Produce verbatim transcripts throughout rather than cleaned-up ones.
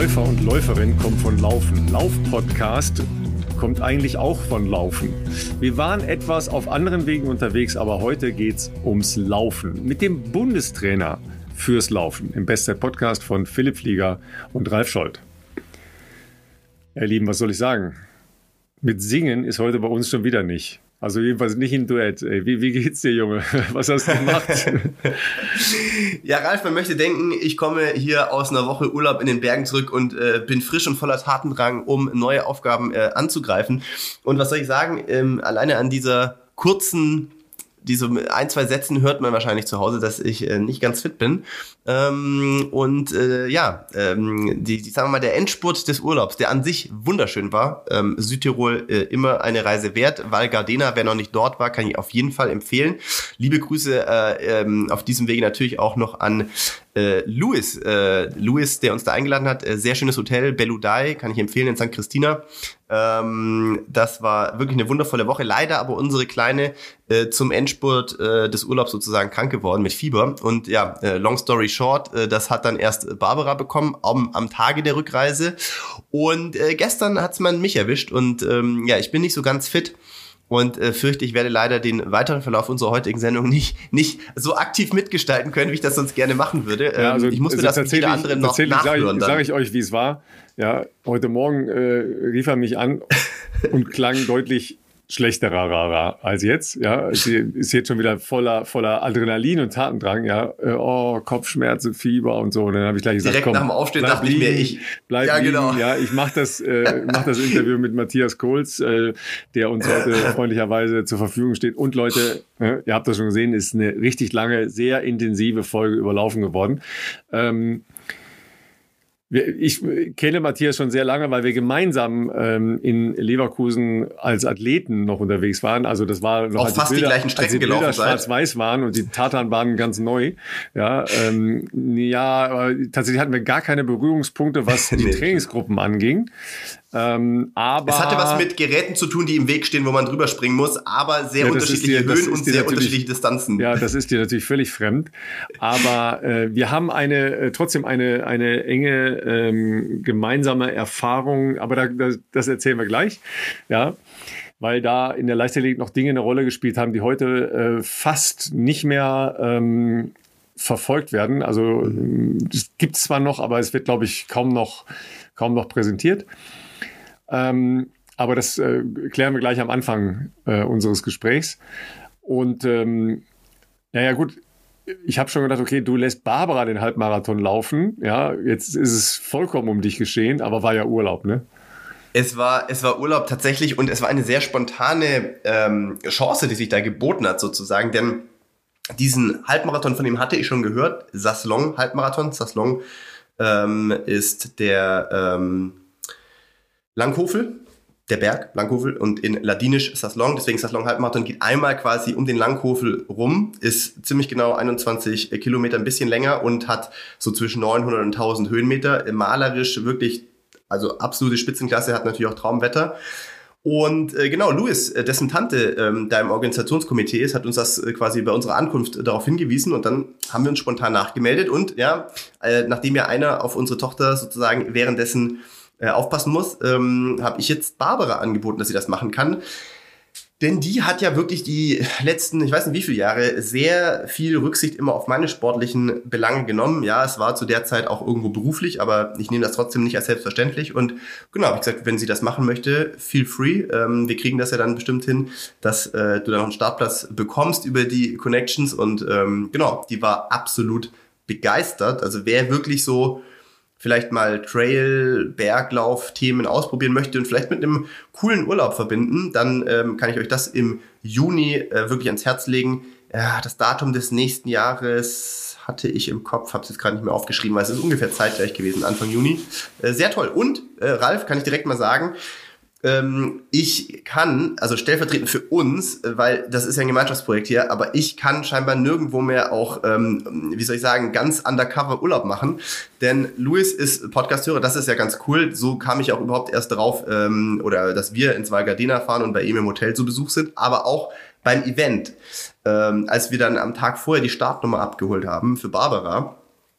Läufer und Läuferin kommt von Laufen. Lauf-Podcast kommt eigentlich auch von Laufen. Wir waren etwas auf anderen Wegen unterwegs, aber heute geht's ums Laufen. Mit dem Bundestrainer fürs Laufen im Bestzeit-Podcast von Philipp Flieger und Ralf Scholz. Ja, ihr Lieben, was soll ich sagen? Mit Singen ist heute bei uns schon wieder nicht. Also jedenfalls nicht im Duett. Ey, wie, wie geht's dir, Junge? Was hast du gemacht? Ja, Ralf, man möchte denken, ich komme hier aus einer Woche Urlaub in den Bergen zurück und äh, bin frisch und voller Tatendrang, um neue Aufgaben äh, anzugreifen. Und was soll ich sagen? Ähm, alleine an dieser kurzen, diese ein, zwei Sätzen hört man wahrscheinlich zu Hause, dass ich äh, nicht ganz fit bin. Ähm, und äh, ja, ähm, die, die, sagen wir mal, der Endspurt des Urlaubs, der an sich wunderschön war. Ähm, Südtirol äh, immer eine Reise wert. Val Gardena, wer noch nicht dort war, kann ich auf jeden Fall empfehlen. Liebe Grüße äh, ähm, auf diesem Wege natürlich auch noch an äh, Louis. Äh, Louis, der uns da eingeladen hat. Äh, sehr schönes Hotel, Beludai, kann ich empfehlen, in Sankt Christina. Ähm, das war wirklich eine wundervolle Woche. Leider aber unsere Kleine äh, zum Endspurt äh, des Urlaubs sozusagen krank geworden mit Fieber. Und ja, äh, long story short, äh, das hat dann erst Barbara bekommen am, am Tage der Rückreise. Und äh, gestern hat's man mich erwischt. Und ähm, ja, ich bin nicht so ganz fit. Und äh, fürchte, ich werde leider den weiteren Verlauf unserer heutigen Sendung nicht nicht so aktiv mitgestalten können, wie ich das sonst gerne machen würde. Ähm, ja, also, ich muss mir also das mit jeder anderen noch nachhören. Sage ich, sag ich euch, wie es war. Ja, heute Morgen äh, rief er mich an und klang deutlich schlechterer als jetzt. Ja, sie ist jetzt schon wieder voller voller Adrenalin und Tatendrang. Ja, oh, Kopfschmerzen, Fieber und so. Und dann habe ich gleich gesagt, direkt komm, nach dem Aufstehen dachte ich mir, ich bleib ja liegen. genau, ja, ich mache das äh, mach das Interview mit Matthias Kohls, äh, der uns heute freundlicherweise zur Verfügung steht. Und Leute, äh, ihr habt das schon gesehen, ist eine richtig lange, sehr intensive Folge über Laufen geworden. Ähm, Ich kenne Matthias schon sehr lange, weil wir gemeinsam ähm, in Leverkusen als Athleten noch unterwegs waren. Also das war noch, auch als fast die, Bilder, die gleichen Strecken als die Bilder gelaufen schwarz-weiß waren und die Tatanbahnen ganz neu. Ja, ähm, ja, aber tatsächlich hatten wir gar keine Berührungspunkte, was die Trainingsgruppen anging. Ähm, aber es hatte was mit Geräten zu tun, die im Weg stehen, wo man drüber springen muss, aber sehr ja, unterschiedliche dir, Höhen und sehr unterschiedliche Distanzen. Ja, das ist dir natürlich völlig fremd. Aber äh, wir haben eine äh, trotzdem eine eine enge ähm, gemeinsame Erfahrung. Aber da, das, das erzählen wir gleich. Ja. Weil da in der Leichtathletik noch Dinge eine Rolle gespielt haben, die heute äh, fast nicht mehr ähm, verfolgt werden. Also es gibt es zwar noch, aber es wird, glaube ich, kaum noch kaum noch präsentiert. Ähm, aber das äh, klären wir gleich am Anfang äh, unseres Gesprächs. Und ähm, naja gut, ich habe schon gedacht, okay, du lässt Barbara den Halbmarathon laufen. Ja, jetzt ist es vollkommen um dich geschehen, aber war ja Urlaub, ne? Es war, es war Urlaub tatsächlich und es war eine sehr spontane ähm, Chance, die sich da geboten hat sozusagen, denn diesen Halbmarathon, von dem hatte ich schon gehört, Saslong Halbmarathon. Saslong ähm, ist der ähm, Langhofel, der Berg, Langhofel, und in Ladinisch Saslong, deswegen Saslong Halbmarathon, geht einmal quasi um den Langhofel rum, ist ziemlich genau einundzwanzig Kilometer, ein bisschen länger und hat so zwischen neunhundert und tausend Höhenmeter, malerisch wirklich, also absolute Spitzenklasse, hat natürlich auch Traumwetter. Und äh, genau, Louis, äh, dessen Tante ähm, da im Organisationskomitee ist, hat uns das äh, quasi bei unserer Ankunft äh, darauf hingewiesen und dann haben wir uns spontan nachgemeldet und ja, äh, nachdem ja einer auf unsere Tochter sozusagen währenddessen äh, aufpassen muss, ähm, habe ich jetzt Barbara angeboten, dass sie das machen kann. Denn die hat ja wirklich die letzten, ich weiß nicht wie viele Jahre, sehr viel Rücksicht immer auf meine sportlichen Belange genommen. Ja, es war zu der Zeit auch irgendwo beruflich, aber ich nehme das trotzdem nicht als selbstverständlich. Und genau, habe ich gesagt, wenn sie das machen möchte, feel free. Ähm, wir kriegen das ja dann bestimmt hin, dass äh, du dann noch einen Startplatz bekommst über die Connections. Und ähm, genau, die war absolut begeistert. Also wer wirklich so vielleicht mal Trail, Berglauf-Themen ausprobieren möchte und vielleicht mit einem coolen Urlaub verbinden, dann ähm, kann ich euch das im Juni äh, wirklich ans Herz legen. Ja, das Datum des nächsten Jahres hatte ich im Kopf, habe es jetzt gerade nicht mehr aufgeschrieben, weil es ist ungefähr zeitgleich gewesen, Anfang Juni. Äh, sehr toll. Und, äh, Ralf, kann ich direkt mal sagen, ähm, ich kann, also stellvertretend für uns, weil das ist ja ein Gemeinschaftsprojekt hier, aber ich kann scheinbar nirgendwo mehr auch, ähm, wie soll ich sagen, ganz undercover Urlaub machen, denn Louis ist Podcasthörer, das ist ja ganz cool, so kam ich auch überhaupt erst drauf, ähm, oder dass wir ins Val Gardena fahren und bei ihm im Hotel zu Besuch sind, aber auch beim Event, ähm, als wir dann am Tag vorher die Startnummer abgeholt haben für Barbara,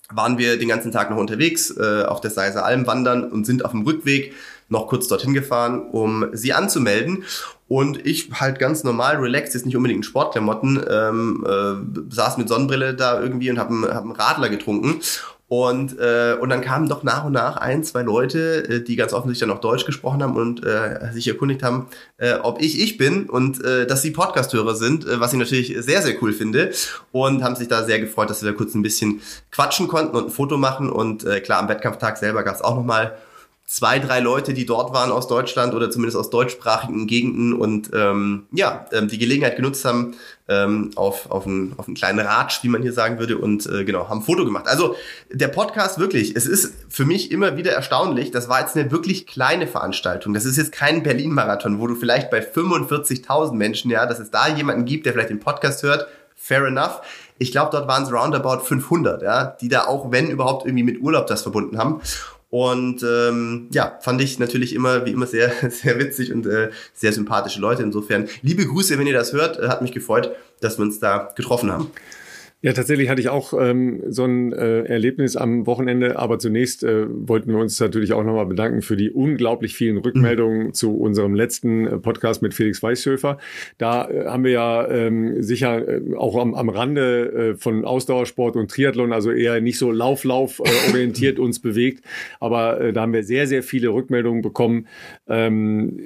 waren wir den ganzen Tag noch unterwegs, äh, auf der Seiser Alm wandern und sind auf dem Rückweg noch kurz dorthin gefahren, um sie anzumelden. Und ich halt ganz normal, relaxed, jetzt nicht unbedingt in Sportklamotten, ähm, äh, saß mit Sonnenbrille da irgendwie und hab einen, hab einen Radler getrunken. Und äh, und dann kamen doch nach und nach ein, zwei Leute, äh, die ganz offensichtlich dann auch Deutsch gesprochen haben und äh, sich erkundigt haben, äh, ob ich ich bin und äh, dass sie Podcast-Hörer sind, äh, was ich natürlich sehr, sehr cool finde. Und haben sich da sehr gefreut, dass wir da kurz ein bisschen quatschen konnten und ein Foto machen. Und äh, klar, am Wettkampftag selber gab es auch nochmal zwei, drei Leute, die dort waren aus Deutschland oder zumindest aus deutschsprachigen Gegenden und ähm, ja, ähm, die Gelegenheit genutzt haben ähm, auf, auf, einen, auf einen kleinen Ratsch, wie man hier sagen würde, und äh, genau, haben ein Foto gemacht. Also der Podcast wirklich, es ist für mich immer wieder erstaunlich, das war jetzt eine wirklich kleine Veranstaltung. Das ist jetzt kein Berlin-Marathon, wo du vielleicht bei fünfundvierzigtausend Menschen, ja, dass es da jemanden gibt, der vielleicht den Podcast hört, fair enough. Ich glaube, dort waren es roundabout fünfhundert, ja, die da auch, wenn überhaupt, irgendwie mit Urlaub das verbunden haben. Und ähm, ja, fand ich natürlich immer, wie immer, sehr, sehr witzig und äh, sehr sympathische Leute. Insofern, liebe Grüße, wenn ihr das hört. Hat mich gefreut, dass wir uns da getroffen haben. Ja, tatsächlich hatte ich auch ähm, so ein äh, Erlebnis am Wochenende, aber zunächst äh, wollten wir uns natürlich auch nochmal bedanken für die unglaublich vielen Rückmeldungen mhm. zu unserem letzten äh, Podcast mit Felix Weißhöfer. Da äh, haben wir ja ähm, sicher äh, auch am, am Rande äh, von Ausdauersport und Triathlon, also eher nicht so Lauf-Lauf äh, orientiert uns bewegt, aber äh, da haben wir sehr, sehr viele Rückmeldungen bekommen. Ähm,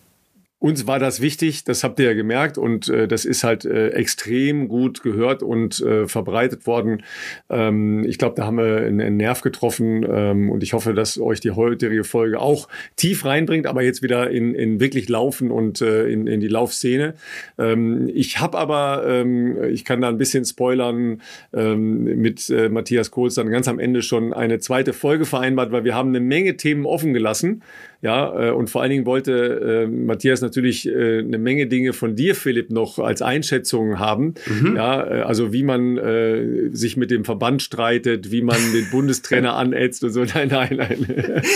Uns war das wichtig, das habt ihr ja gemerkt und äh, das ist halt äh, extrem gut gehört und äh, verbreitet worden. Ähm, ich glaube, da haben wir einen, einen Nerv getroffen ähm, und ich hoffe, dass euch die heutige Folge auch tief reinbringt, aber jetzt wieder in, in wirklich Laufen und äh, in, in die Laufszene. Ähm, ich habe aber, ähm, ich kann da ein bisschen spoilern, ähm, mit äh, Matthias Kohls dann ganz am Ende schon eine zweite Folge vereinbart, weil wir haben eine Menge Themen offen gelassen. Ja, äh, und vor allen Dingen wollte äh, Matthias natürlich äh, eine Menge Dinge von dir, Philipp, noch als Einschätzung haben. Mhm. Ja, äh, also wie man äh, sich mit dem Verband streitet, wie man den Bundestrainer anätzt und so. Nein, nein, nein.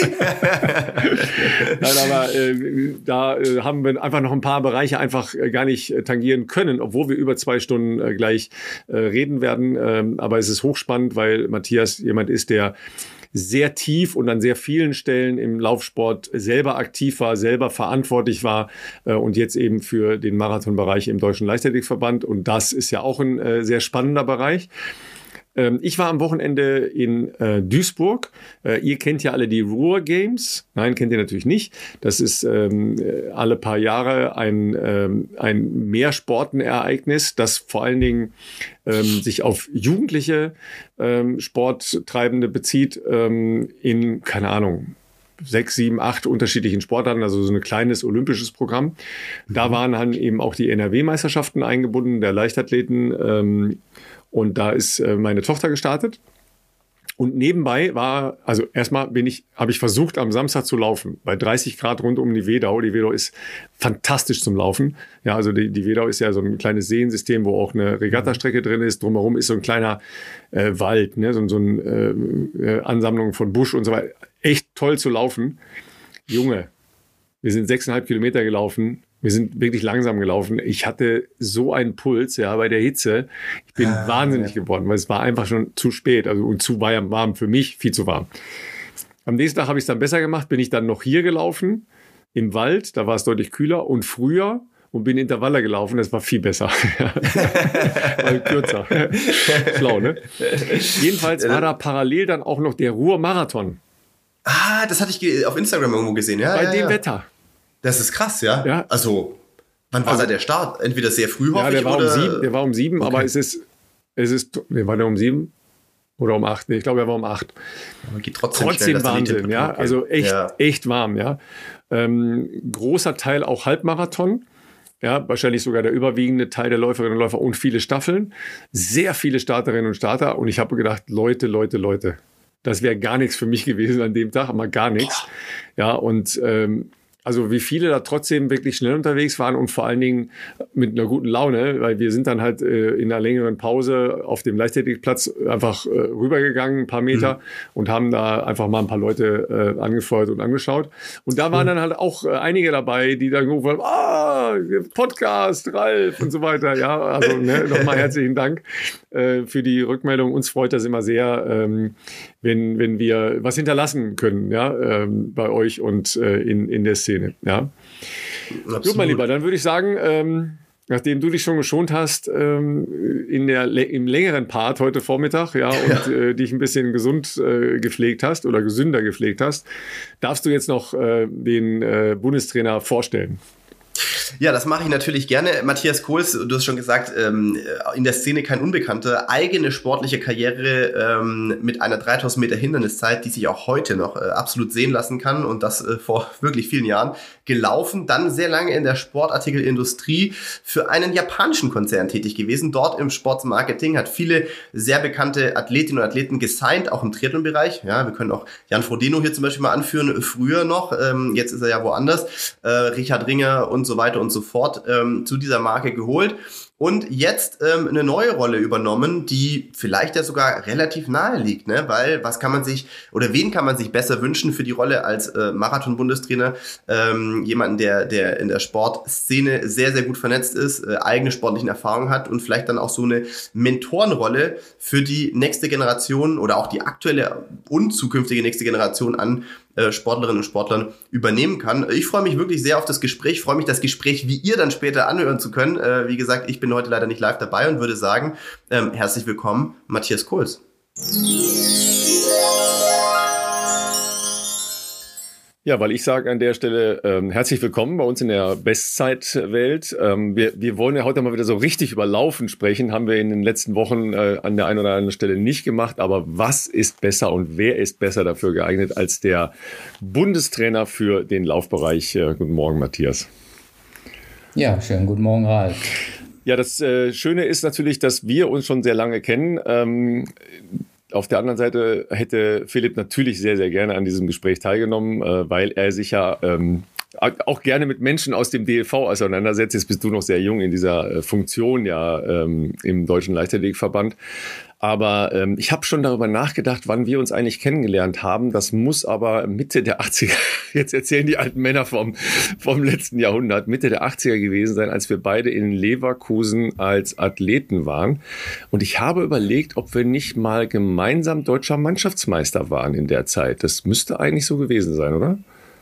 Nein, aber äh, da äh, haben wir einfach noch ein paar Bereiche einfach äh, gar nicht äh, tangieren können, obwohl wir über zwei Stunden äh, gleich äh, reden werden. Ähm, aber es ist hochspannend, weil Matthias jemand ist, der sehr tief und an sehr vielen Stellen im Laufsport selber aktiv war, selber verantwortlich war äh, und jetzt eben für den Marathonbereich im Deutschen Leichtathletikverband. Und das ist ja auch ein äh, sehr spannender Bereich. Ähm, ich war am Wochenende in äh, Duisburg. Äh, ihr kennt ja alle die Ruhr Games. Nein, kennt ihr natürlich nicht. Das ist ähm, alle paar Jahre ein, ähm, ein Mehrsportenereignis, das vor allen Dingen ähm, sich auf jugendliche ähm, Sporttreibende bezieht ähm, in, keine Ahnung, sechs, sieben, acht unterschiedlichen Sportarten, also so ein kleines olympisches Programm. Da waren dann eben auch die N R W-Meisterschaften eingebunden, der Leichtathleten. Ähm, und da ist äh, meine Tochter gestartet. Und nebenbei war, also erstmal bin ich, habe ich versucht, am Samstag zu laufen, bei dreißig Grad rund um die Wedau. Die Wedau ist fantastisch zum Laufen. Ja, also die, die Wedau ist ja so ein kleines Seensystem, wo auch eine Regattastrecke drin ist. Drumherum ist so ein kleiner äh, Wald, ne, so, so eine äh, Ansammlung von Busch und so weiter. Echt toll zu laufen. Junge, wir sind sechseinhalb Kilometer gelaufen. Wir sind wirklich langsam gelaufen. Ich hatte so einen Puls, ja, bei der Hitze. Ich bin ah, wahnsinnig ja. geworden, weil es war einfach schon zu spät, also und zu warm, warm für mich, viel zu warm. Am nächsten Tag habe ich es dann besser gemacht, bin ich dann noch hier gelaufen, im Wald, da war es deutlich kühler und früher und bin Intervalle gelaufen, das war viel besser. Weil kürzer. Schlau, ne? Jedenfalls war da parallel dann auch noch der Ruhr-Marathon. Ah, das hatte ich auf Instagram irgendwo gesehen, ja. Bei ja, dem ja. Wetter. Das ist krass, ja. ja. Also, wann war also, da der Start? Entweder sehr früh, hoffe ja, der ich, war oder? Um sieben, der war um sieben, okay. Aber es ist, es ist, nee, war der um sieben? Oder um acht? Nee, ich glaube, er war um acht. Aber geht trotzdem Trotzdem schnell, Wahnsinn, ja. Okay. Also echt, ja. echt warm, ja. Ähm, großer Teil auch Halbmarathon. Ja, wahrscheinlich sogar der überwiegende Teil der Läuferinnen und Läufer und viele Staffeln. Sehr viele Starterinnen und Starter. Und ich habe gedacht, Leute, Leute, Leute. Das wäre gar nichts für mich gewesen an dem Tag, aber gar nichts. Ja, und ähm, Also wie viele da trotzdem wirklich schnell unterwegs waren und vor allen Dingen mit einer guten Laune, weil wir sind dann halt äh, in einer längeren Pause auf dem Leichtathletikplatz einfach äh, rübergegangen, ein paar Meter, mhm. und haben da einfach mal ein paar Leute äh, angefeuert und angeschaut. Und da waren mhm. dann halt auch äh, einige dabei, die dann gerufen haben, ah, Podcast, Ralf und so weiter. Ja, also ne, nochmal herzlichen Dank äh, für die Rückmeldung. Uns freut das immer sehr, ähm, wenn, wenn wir was hinterlassen können, ja, ähm, bei euch und äh, in, in der Szene. Ja. Absolut. Gut, mein Lieber, dann würde ich sagen, ähm, nachdem du dich schon geschont hast ähm, in der, im längeren Part heute Vormittag, ja, und ja. Äh, dich ein bisschen gesund äh, gepflegt hast oder gesünder gepflegt hast, darfst du jetzt noch äh, den äh, Bundestrainer vorstellen. Ja, das mache ich natürlich gerne. Matthias Kohls, du hast schon gesagt, ähm, in der Szene kein Unbekannter, eigene sportliche Karriere ähm, mit einer dreitausend Meter Hinderniszeit, die sich auch heute noch äh, absolut sehen lassen kann, und das äh, vor wirklich vielen Jahren gelaufen. Dann sehr lange in der Sportartikelindustrie für einen japanischen Konzern tätig gewesen, dort im Sportsmarketing, hat viele sehr bekannte Athletinnen und Athleten gesigned, auch im Triathlon-Bereich. Ja, wir können auch Jan Frodeno hier zum Beispiel mal anführen, früher noch, ähm, jetzt ist er ja woanders, äh, Richard Ringer und so weiter und so fort, ähm, zu dieser Marke geholt und jetzt ähm, eine neue Rolle übernommen, die vielleicht ja sogar relativ nahe liegt, ne? Weil was kann man sich oder wen kann man sich besser wünschen für die Rolle als äh, Marathon-Bundestrainer? Ähm, jemanden, der der in der Sportszene sehr, sehr gut vernetzt ist, äh, eigene sportlichen Erfahrungen hat und vielleicht dann auch so eine Mentorenrolle für die nächste Generation oder auch die aktuelle und zukünftige nächste Generation an Sportlerinnen und Sportlern übernehmen kann. Ich freue mich wirklich sehr auf das Gespräch, freue mich, das Gespräch wie ihr dann später anhören zu können. Äh, wie gesagt, ich bin heute leider nicht live dabei und würde sagen, ähm, herzlich willkommen, Matthias Kohls. Ja, weil ich sage an der Stelle ähm, herzlich willkommen bei uns in der Bestzeitwelt. Ähm, wir, wir wollen ja heute mal wieder so richtig über Laufen sprechen, haben wir in den letzten Wochen äh, an der einen oder anderen Stelle nicht gemacht. Aber was ist besser und wer ist besser dafür geeignet als der Bundestrainer für den Laufbereich? Äh, guten Morgen, Matthias. Ja, schönen guten Morgen, Ralf. Ja, das äh, Schöne ist natürlich, dass wir uns schon sehr lange kennen. Ähm, Auf der anderen Seite hätte Philipp natürlich sehr, sehr gerne an diesem Gespräch teilgenommen, äh, weil er sich ja ähm, auch gerne mit Menschen aus dem D L V auseinandersetzt. Jetzt bist du noch sehr jung in dieser äh, Funktion ja ähm, im Deutschen Leichtathletikverband. Aber ähm, ich habe schon darüber nachgedacht, wann wir uns eigentlich kennengelernt haben. Das muss aber Mitte der achtziger, jetzt erzählen die alten Männer vom, vom letzten Jahrhundert, Mitte der achtziger gewesen sein, als wir beide in Leverkusen als Athleten waren. Und ich habe überlegt, ob wir nicht mal gemeinsam deutscher Mannschaftsmeister waren in der Zeit. Das müsste eigentlich so gewesen sein, oder?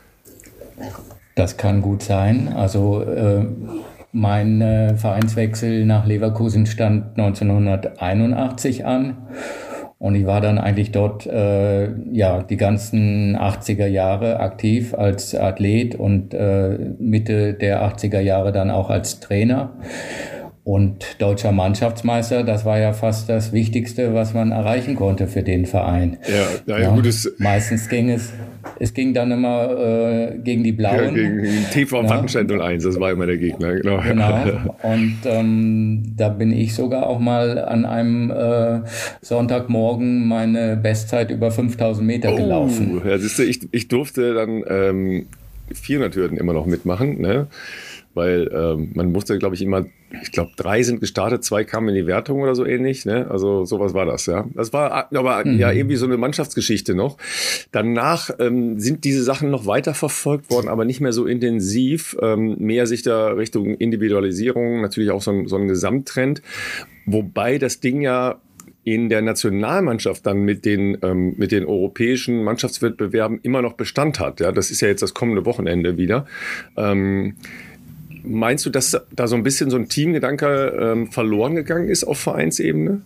Das kann gut sein. Also äh, mein äh, Vereinswechsel nach Leverkusen stand neunzehnhunderteinundachtzig an. Und ich war dann eigentlich dort äh, ja die ganzen achtziger Jahre aktiv als Athlet und äh, Mitte der achtziger Jahre dann auch als Trainer. Und deutscher Mannschaftsmeister, das war ja fast das Wichtigste, was man erreichen konnte für den Verein. Ja, ja, ja, gut, es meistens ging es, es ging dann immer äh, gegen die Blauen. Ja, gegen den T V ja. Wattenscheid null eins, das war immer der Gegner. Genau. Genau. Und ähm, da bin ich sogar auch mal an einem äh, Sonntagmorgen meine Bestzeit über fünftausend Meter oh, gelaufen. Ja, siehst du, ich, ich durfte dann ähm, vierhundert Hürden immer noch mitmachen, ne? Weil ähm, man musste, glaube ich, immer, ich glaube, drei sind gestartet, zwei kamen in die Wertung oder so ähnlich, ne? Also sowas war das, ja. Das war aber mhm. ja irgendwie so eine Mannschaftsgeschichte noch. Danach ähm, sind diese Sachen noch weiter verfolgt worden, aber nicht mehr so intensiv. Ähm, mehr sich da Richtung Individualisierung, natürlich auch so ein, so ein Gesamttrend. Wobei das Ding ja in der Nationalmannschaft dann mit den, ähm, mit den europäischen Mannschaftswettbewerben immer noch Bestand hat. Ja, das ist ja jetzt das kommende Wochenende wieder. Ähm, Meinst du, dass da so ein bisschen so ein Teamgedanke ähm, verloren gegangen ist auf Vereinsebene?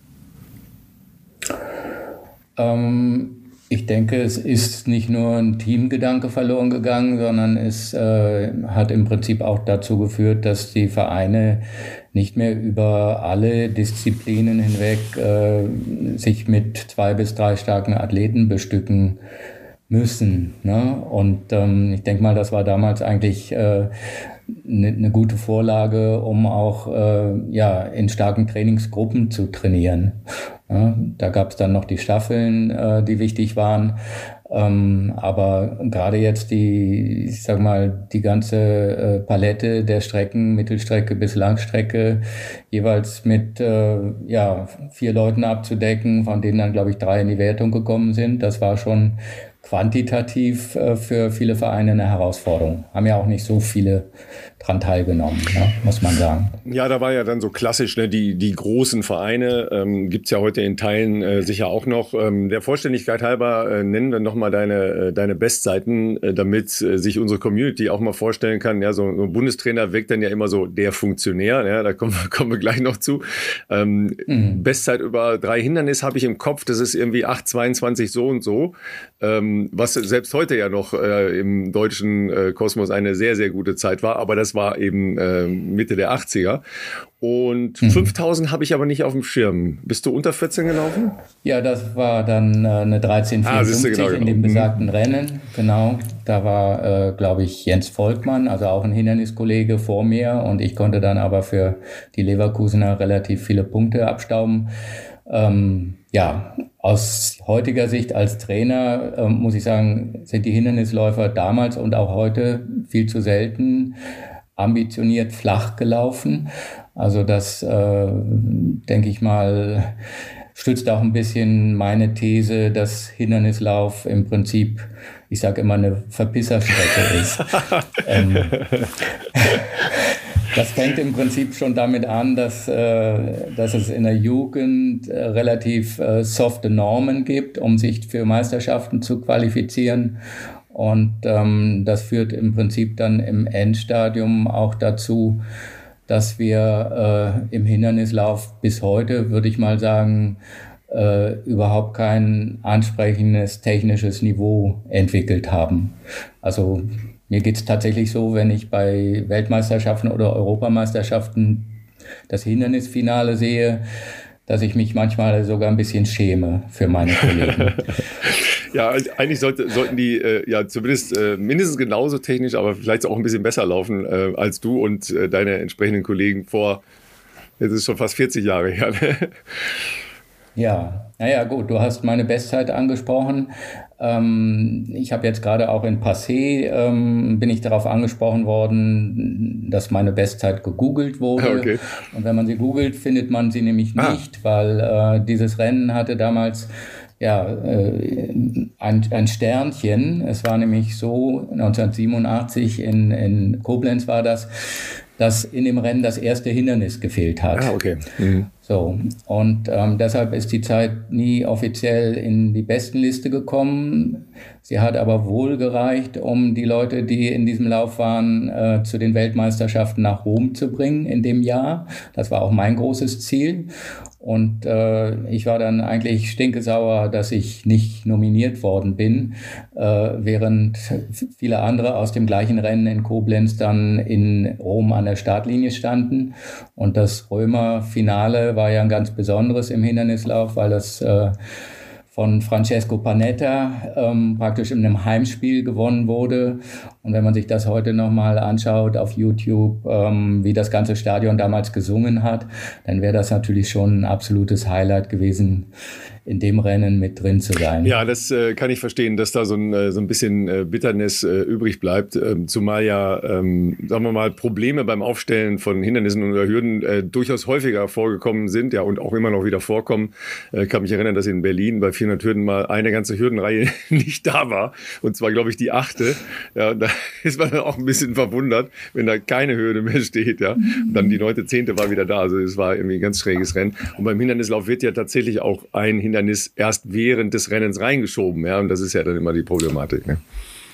Ähm, ich denke, es ist nicht nur ein Teamgedanke verloren gegangen, sondern es äh, hat im Prinzip auch dazu geführt, dass die Vereine nicht mehr über alle Disziplinen hinweg äh, sich mit zwei bis drei starken Athleten bestücken müssen. Ne? Und ähm, ich denke mal, das war damals eigentlich äh, eine, eine gute Vorlage, um auch äh, ja, in starken Trainingsgruppen zu trainieren. Ja, da gab es dann noch die Staffeln, äh, die wichtig waren. Ähm, aber gerade jetzt die, ich sag mal, die ganze äh, Palette der Strecken, Mittelstrecke bis Langstrecke, jeweils mit äh, ja vier Leuten abzudecken, von denen dann, glaube ich, drei in die Wertung gekommen sind, das war schon quantitativ äh, für viele Vereine eine Herausforderung. Haben ja auch nicht so viele dran teilgenommen, ja, muss man sagen. Ja, da war ja dann so klassisch, ne, die, die großen Vereine, ähm, gibt's ja heute in Teilen äh, sicher auch noch. Ähm, der Vollständigkeit halber äh, nennen wir nochmal deine, äh, deine Bestseiten, äh, damit äh, sich unsere Community auch mal vorstellen kann. Ja, so, so ein Bundestrainer wirkt dann ja immer so der Funktionär, ja, da kommen wir, kommen wir gleich noch zu. Ähm, mhm. Bestzeit über drei Hindernisse habe ich im Kopf, das ist irgendwie acht zweiundzwanzig so und so. Ähm, was selbst heute ja noch äh, im deutschen äh, Kosmos eine sehr, sehr gute Zeit war, aber das war eben äh, Mitte der achtziger. Und mhm. fünftausend habe ich aber nicht auf dem Schirm. Bist du unter vierzehn gelaufen? Ja, das war dann äh, eine dreizehn vierundfünfzig ah, genau, in dem besagten Rennen. Genau, da war, äh, glaube ich, Jens Volkmann, also auch ein Hinderniskollege vor mir. Und ich konnte dann aber für die Leverkusener relativ viele Punkte abstauben. Ähm, ja, aus heutiger Sicht als Trainer äh, muss ich sagen, sind die Hindernisläufer damals und auch heute viel zu selten ambitioniert flach gelaufen. Also das, äh, denke ich mal, stützt auch ein bisschen meine These, dass Hindernislauf im Prinzip, ich sage immer, eine Verpisserstrecke ist. ähm, Das fängt im Prinzip schon damit an, dass, äh, dass es in der Jugend äh, relativ äh, softe Normen gibt, um sich für Meisterschaften zu qualifizieren. Und ähm, das führt im Prinzip dann im Endstadium auch dazu, dass wir äh, im Hindernislauf bis heute, würde ich mal sagen, äh, überhaupt kein ansprechendes technisches Niveau entwickelt haben. Also mir geht es tatsächlich so, wenn ich bei Weltmeisterschaften oder Europameisterschaften das Hindernisfinale sehe, dass ich mich manchmal sogar ein bisschen schäme für meine Kollegen. Ja, eigentlich sollte, sollten die äh, ja zumindest äh, mindestens genauso technisch, aber vielleicht auch ein bisschen besser laufen äh, als du und äh, deine entsprechenden Kollegen vor, jetzt ist schon fast vierzig Jahre her. Ne? Ja, naja gut, du hast meine Bestzeit angesprochen. Ähm, ich habe jetzt gerade auch in Passé, ähm, bin ich darauf angesprochen worden, dass meine Bestzeit gegoogelt wurde. Okay. Und wenn man sie googelt, findet man sie nämlich ah. nicht, weil äh, dieses Rennen hatte damals ja, äh, ein, ein Sternchen. Es war nämlich so, neunzehnhundertsiebenundachtzig in, in Koblenz war das, dass in dem Rennen das erste Hindernis gefehlt hat. Ah, okay. Mhm. So, und ähm, deshalb ist die Zeit nie offiziell in die Bestenliste gekommen. Sie hat aber wohl gereicht, um die Leute, die in diesem Lauf waren, äh, zu den Weltmeisterschaften nach Rom zu bringen in dem Jahr. Das war auch mein großes Ziel. Und äh, ich war dann eigentlich stinkesauer, dass ich nicht nominiert worden bin, äh, während viele andere aus dem gleichen Rennen in Koblenz dann in Rom an der Startlinie standen. Und das Römer-Finale war ja ein ganz besonderes im Hindernislauf, weil das äh, von Francesco Panetta ähm, praktisch in einem Heimspiel gewonnen wurde. Und wenn man sich das heute nochmal anschaut auf YouTube, ähm, wie das ganze Stadion damals gesungen hat, dann wäre das natürlich schon ein absolutes Highlight gewesen, in dem Rennen mit drin zu sein. Ja, das äh, kann ich verstehen, dass da so ein, äh, so ein bisschen äh, Bitternis äh, übrig bleibt. Ähm, zumal ja, ähm, sagen wir mal, Probleme beim Aufstellen von Hindernissen oder Hürden äh, durchaus häufiger vorgekommen sind, ja, und auch immer noch wieder vorkommen. Ich äh, kann mich erinnern, dass in Berlin bei vierhundert Hürden mal eine ganze Hürdenreihe nicht da war. Und zwar, glaube ich, die achte. Ja, da ist man dann auch ein bisschen verwundert, wenn da keine Hürde mehr steht. Ja. Und dann die neunte, zehnte war wieder da. Also es war irgendwie ein ganz schräges Rennen. Und beim Hindernislauf wird ja tatsächlich auch ein Hindernis erst während des Rennens reingeschoben. Ja. Und das ist ja dann immer die Problematik. Ne?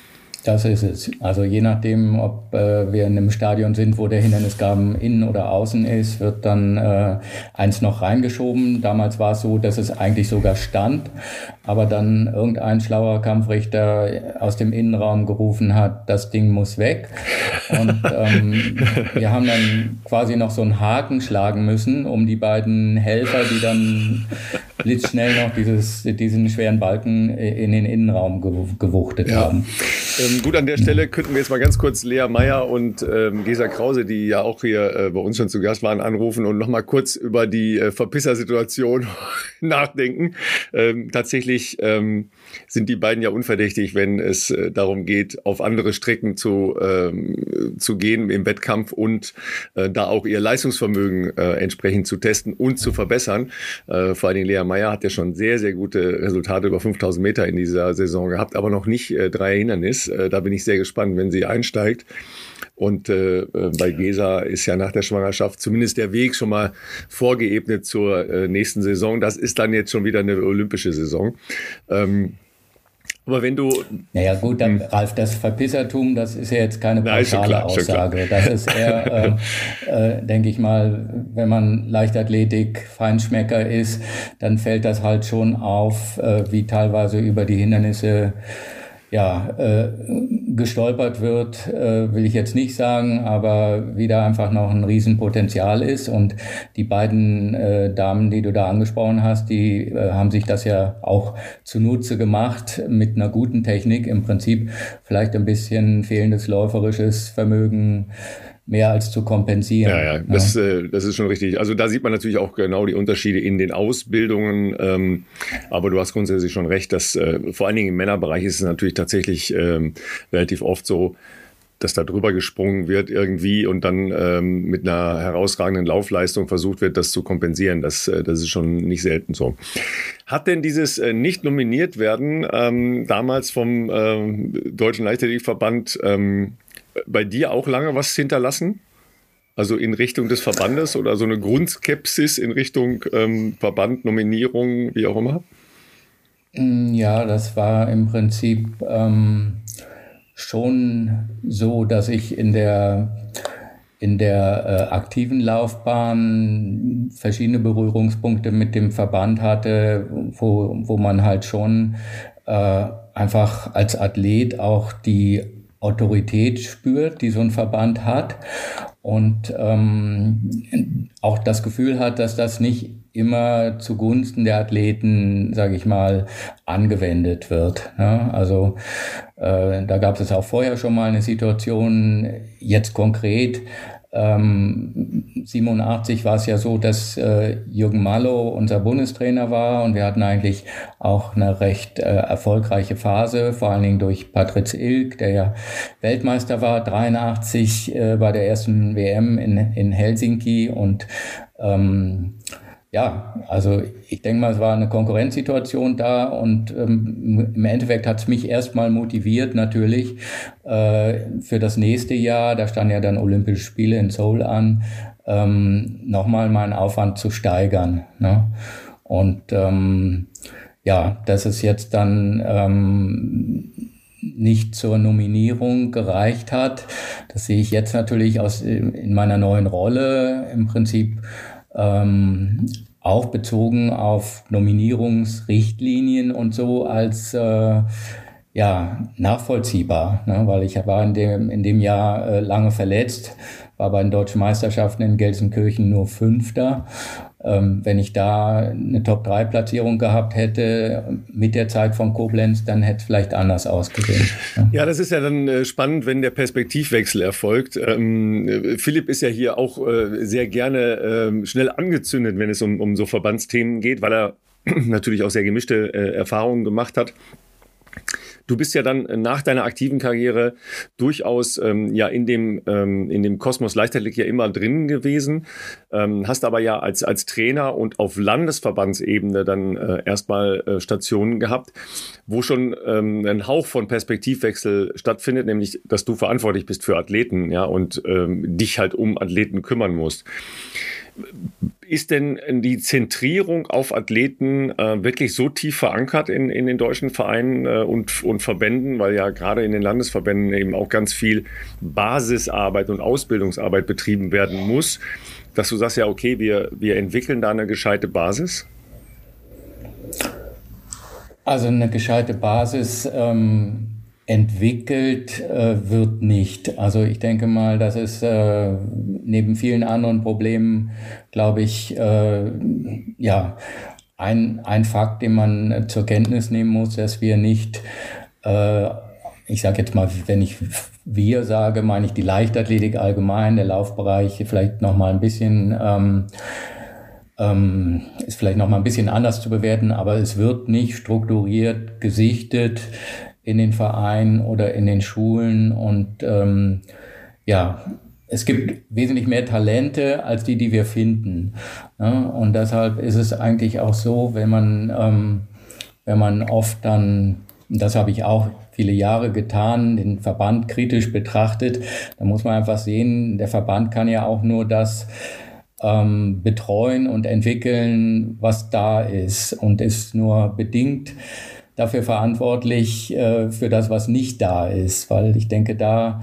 Das ist es. Also je nachdem, ob äh, wir in einem Stadion sind, wo der Hindernisgraben innen oder außen ist, wird dann äh, eins noch reingeschoben. Damals war es so, dass es eigentlich sogar stand, aber dann irgendein schlauer Kampfrichter aus dem Innenraum gerufen hat, das Ding muss weg. Und ähm, wir haben dann quasi noch so einen Haken schlagen müssen, um die beiden Helfer, die dann blitzschnell noch dieses, diesen schweren Balken in den Innenraum gewuchtet ja. haben. Ähm, gut, an der Stelle könnten wir jetzt mal ganz kurz Lea Meyer und ähm, Gesa Krause, die ja auch hier äh, bei uns schon zu Gast waren, anrufen und nochmal kurz über die äh, Verpisser-Situation nachdenken. Ähm, tatsächlich ähm, sind die beiden ja unverdächtig, wenn es äh, darum geht, auf andere Strecken zu, ähm, zu gehen im Wettkampf und äh, da auch ihr Leistungsvermögen äh, entsprechend zu testen und zu verbessern. Äh, vor allen Dingen Lea Meyer hat ja schon sehr, sehr gute Resultate über fünftausend Meter in dieser Saison gehabt, aber noch nicht äh, drei Hindernis. Äh, da bin ich sehr gespannt, wenn sie einsteigt. Und äh, bei Gesa ist ja nach der Schwangerschaft zumindest der Weg schon mal vorgeebnet zur äh, nächsten Saison. Das ist dann jetzt schon wieder eine olympische Saison. Ähm, aber wenn du... Naja gut, dann, Ralf, das Verpissertum, das ist ja jetzt keine pauschale klar, Aussage. Das ist eher, äh, äh, denke ich mal, wenn man Leichtathletik Feinschmecker ist, dann fällt das halt schon auf, äh, wie teilweise über die Hindernisse ja, äh, gestolpert wird, äh, will ich jetzt nicht sagen, aber wieder einfach noch ein Riesenpotenzial ist. Und die beiden äh, Damen, die du da angesprochen hast, die äh, haben sich das ja auch zunutze gemacht mit einer guten Technik. Im Prinzip vielleicht ein bisschen fehlendes läuferisches Vermögen mehr als zu kompensieren. Ja, ja, das, ja. Äh, das ist schon richtig. Also da sieht man natürlich auch genau die Unterschiede in den Ausbildungen. Ähm, aber du hast grundsätzlich schon recht, dass äh, vor allen Dingen im Männerbereich ist es natürlich tatsächlich ähm, relativ oft so, dass da drüber gesprungen wird irgendwie und dann ähm, mit einer herausragenden Laufleistung versucht wird, das zu kompensieren. Das, äh, das ist schon nicht selten so. Hat denn dieses äh, nicht nominiert werden ähm, damals vom ähm, Deutschen Leichtathletikverband ähm, bei dir auch lange was hinterlassen? Also in Richtung des Verbandes oder so eine Grundskepsis in Richtung ähm, Verband, Nominierung, wie auch immer? Ja, das war im Prinzip ähm, schon so, dass ich in der in der äh, aktiven Laufbahn verschiedene Berührungspunkte mit dem Verband hatte, wo, wo man halt schon äh, einfach als Athlet auch die Autorität spürt, die so ein Verband hat und ähm, auch das Gefühl hat, dass das nicht immer zugunsten der Athleten, sage ich mal, angewendet wird. Ne? Also äh, da gab es auch vorher schon mal eine Situation, jetzt konkret, Ähm, siebenundachtzig war es ja so, dass äh, Jürgen Mallow unser Bundestrainer war und wir hatten eigentlich auch eine recht äh, erfolgreiche Phase, vor allen Dingen durch Patriz Ilk, der ja Weltmeister war, dreiundachtzig äh, bei der ersten W M in, in Helsinki und ähm, ja, also ich denke mal, es war eine Konkurrenzsituation da und ähm, im Endeffekt hat es mich erstmal motiviert natürlich äh, für das nächste Jahr, da standen ja dann Olympische Spiele in Seoul an, ähm, nochmal meinen Aufwand zu steigern. Ne? Und ähm, ja, dass es jetzt dann ähm, nicht zur Nominierung gereicht hat, das sehe ich jetzt natürlich aus in meiner neuen Rolle im Prinzip Ähm, auch bezogen auf Nominierungsrichtlinien und so als äh, ja nachvollziehbar, ne? Weil ich war in dem in dem Jahr äh, lange verletzt, war bei den Deutschen Meisterschaften in Gelsenkirchen nur Fünfter. Ähm, wenn ich da eine Top drei Platzierung gehabt hätte mit der Zeit von Koblenz, dann hätte es vielleicht anders ausgesehen. Ja. Ja, das ist ja dann äh, spannend, wenn der Perspektivwechsel erfolgt. Ähm, Philipp ist ja hier auch äh, sehr gerne äh, schnell angezündet, wenn es um, um so Verbandsthemen geht, weil er natürlich auch sehr gemischte äh, Erfahrungen gemacht hat. Du bist ja dann nach deiner aktiven Karriere durchaus ähm, ja in dem ähm, in dem Kosmos Leichtathletik ja immer drin gewesen, ähm, hast aber ja als als Trainer und auf Landesverbandsebene dann äh, erstmal äh, Stationen gehabt, wo schon ähm, ein Hauch von Perspektivwechsel stattfindet, nämlich dass du verantwortlich bist für Athleten, ja, und ähm, dich halt um Athleten kümmern musst. Ist denn die Zentrierung auf Athleten äh, wirklich so tief verankert in, in den deutschen Vereinen äh, und, und Verbänden, weil ja gerade in den Landesverbänden eben auch ganz viel Basisarbeit und Ausbildungsarbeit betrieben werden muss, dass du sagst, ja okay, wir, wir entwickeln da eine gescheite Basis? Also eine gescheite Basis ähm entwickelt äh, wird nicht. Also ich denke mal, das ist äh, neben vielen anderen Problemen, glaube ich, äh, ja, ein, ein Fakt, den man zur Kenntnis nehmen muss, dass wir nicht äh, ich sage jetzt mal, wenn ich wir sage, meine ich die Leichtathletik allgemein, der Laufbereich vielleicht noch mal ein bisschen ähm, ähm, ist vielleicht noch mal ein bisschen anders zu bewerten, aber es wird nicht strukturiert gesichtet in den Vereinen oder in den Schulen und ähm, ja, es gibt wesentlich mehr Talente als die, die wir finden. Ja, und deshalb ist es eigentlich auch so, wenn man, ähm, wenn man oft dann, das habe ich auch viele Jahre getan, den Verband kritisch betrachtet, dann muss man einfach sehen, der Verband kann ja auch nur das ähm, betreuen und entwickeln, was da ist und ist nur bedingt dafür verantwortlich äh, für das, was nicht da ist, weil ich denke, da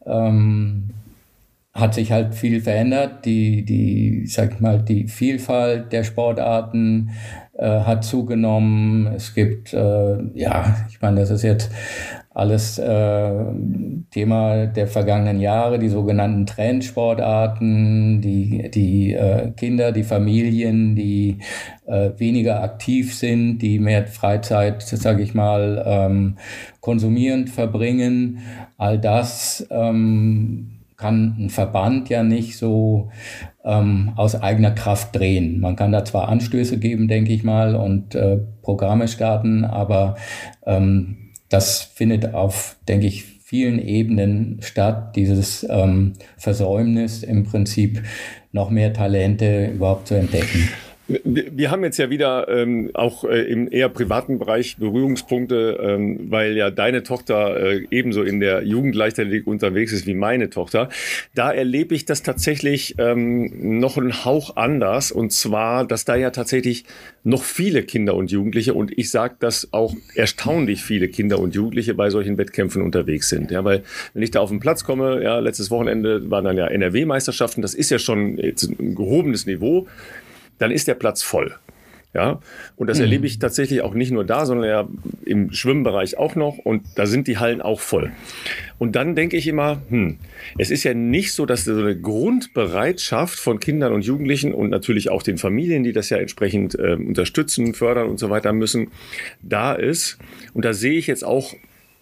ähm, hat sich halt viel verändert. Die, die, sag ich mal, die Vielfalt der Sportarten äh, hat zugenommen. Es gibt, äh, ja, ich meine, das ist jetzt alles äh, Thema der vergangenen Jahre, die sogenannten Trendsportarten, die, die äh, Kinder, die Familien, die äh, weniger aktiv sind, die mehr Freizeit, sage ich mal, ähm, konsumierend verbringen. All das ähm, kann ein Verband ja nicht so ähm, aus eigener Kraft drehen. Man kann da zwar Anstöße geben, denke ich mal, und äh, Programme starten, aber ähm, das findet auf, denke ich, vielen Ebenen statt, dieses ähm, Versäumnis im Prinzip noch mehr Talente überhaupt zu entdecken. Wir haben jetzt ja wieder ähm, auch äh, im eher privaten Bereich Berührungspunkte, ähm, weil ja deine Tochter äh, ebenso in der Jugendleichtathletik unterwegs ist wie meine Tochter. Da erlebe ich das tatsächlich ähm, noch einen Hauch anders, und zwar, dass da ja tatsächlich noch viele Kinder und Jugendliche, und ich sage, dass auch erstaunlich viele Kinder und Jugendliche bei solchen Wettkämpfen unterwegs sind. Ja, weil wenn ich da auf den Platz komme, ja, letztes Wochenende waren dann ja N R W-Meisterschaften, das ist ja schon jetzt ein gehobenes Niveau, dann ist der Platz voll. Ja, und das mhm. erlebe ich tatsächlich auch nicht nur da, sondern ja im Schwimmbereich auch noch, und da sind die Hallen auch voll. Und dann denke ich immer, hm, es ist ja nicht so, dass so eine Grundbereitschaft von Kindern und Jugendlichen und natürlich auch den Familien, die das ja entsprechend äh, unterstützen, fördern und so weiter müssen, da ist. Und da sehe ich jetzt auch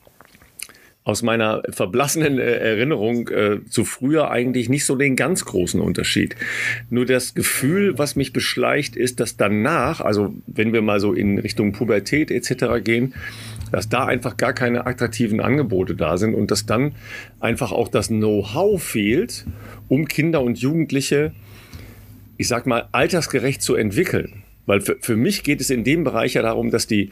aus meiner verblassenen äh, Erinnerung äh, zu früher eigentlich nicht so den ganz großen Unterschied. Nur das Gefühl, was mich beschleicht, ist, dass danach, also wenn wir mal so in Richtung Pubertät et cetera gehen, dass da einfach gar keine attraktiven Angebote da sind und dass dann einfach auch das Know-how fehlt, um Kinder und Jugendliche, ich sag mal, altersgerecht zu entwickeln. Weil für, für mich geht es in dem Bereich ja darum, dass die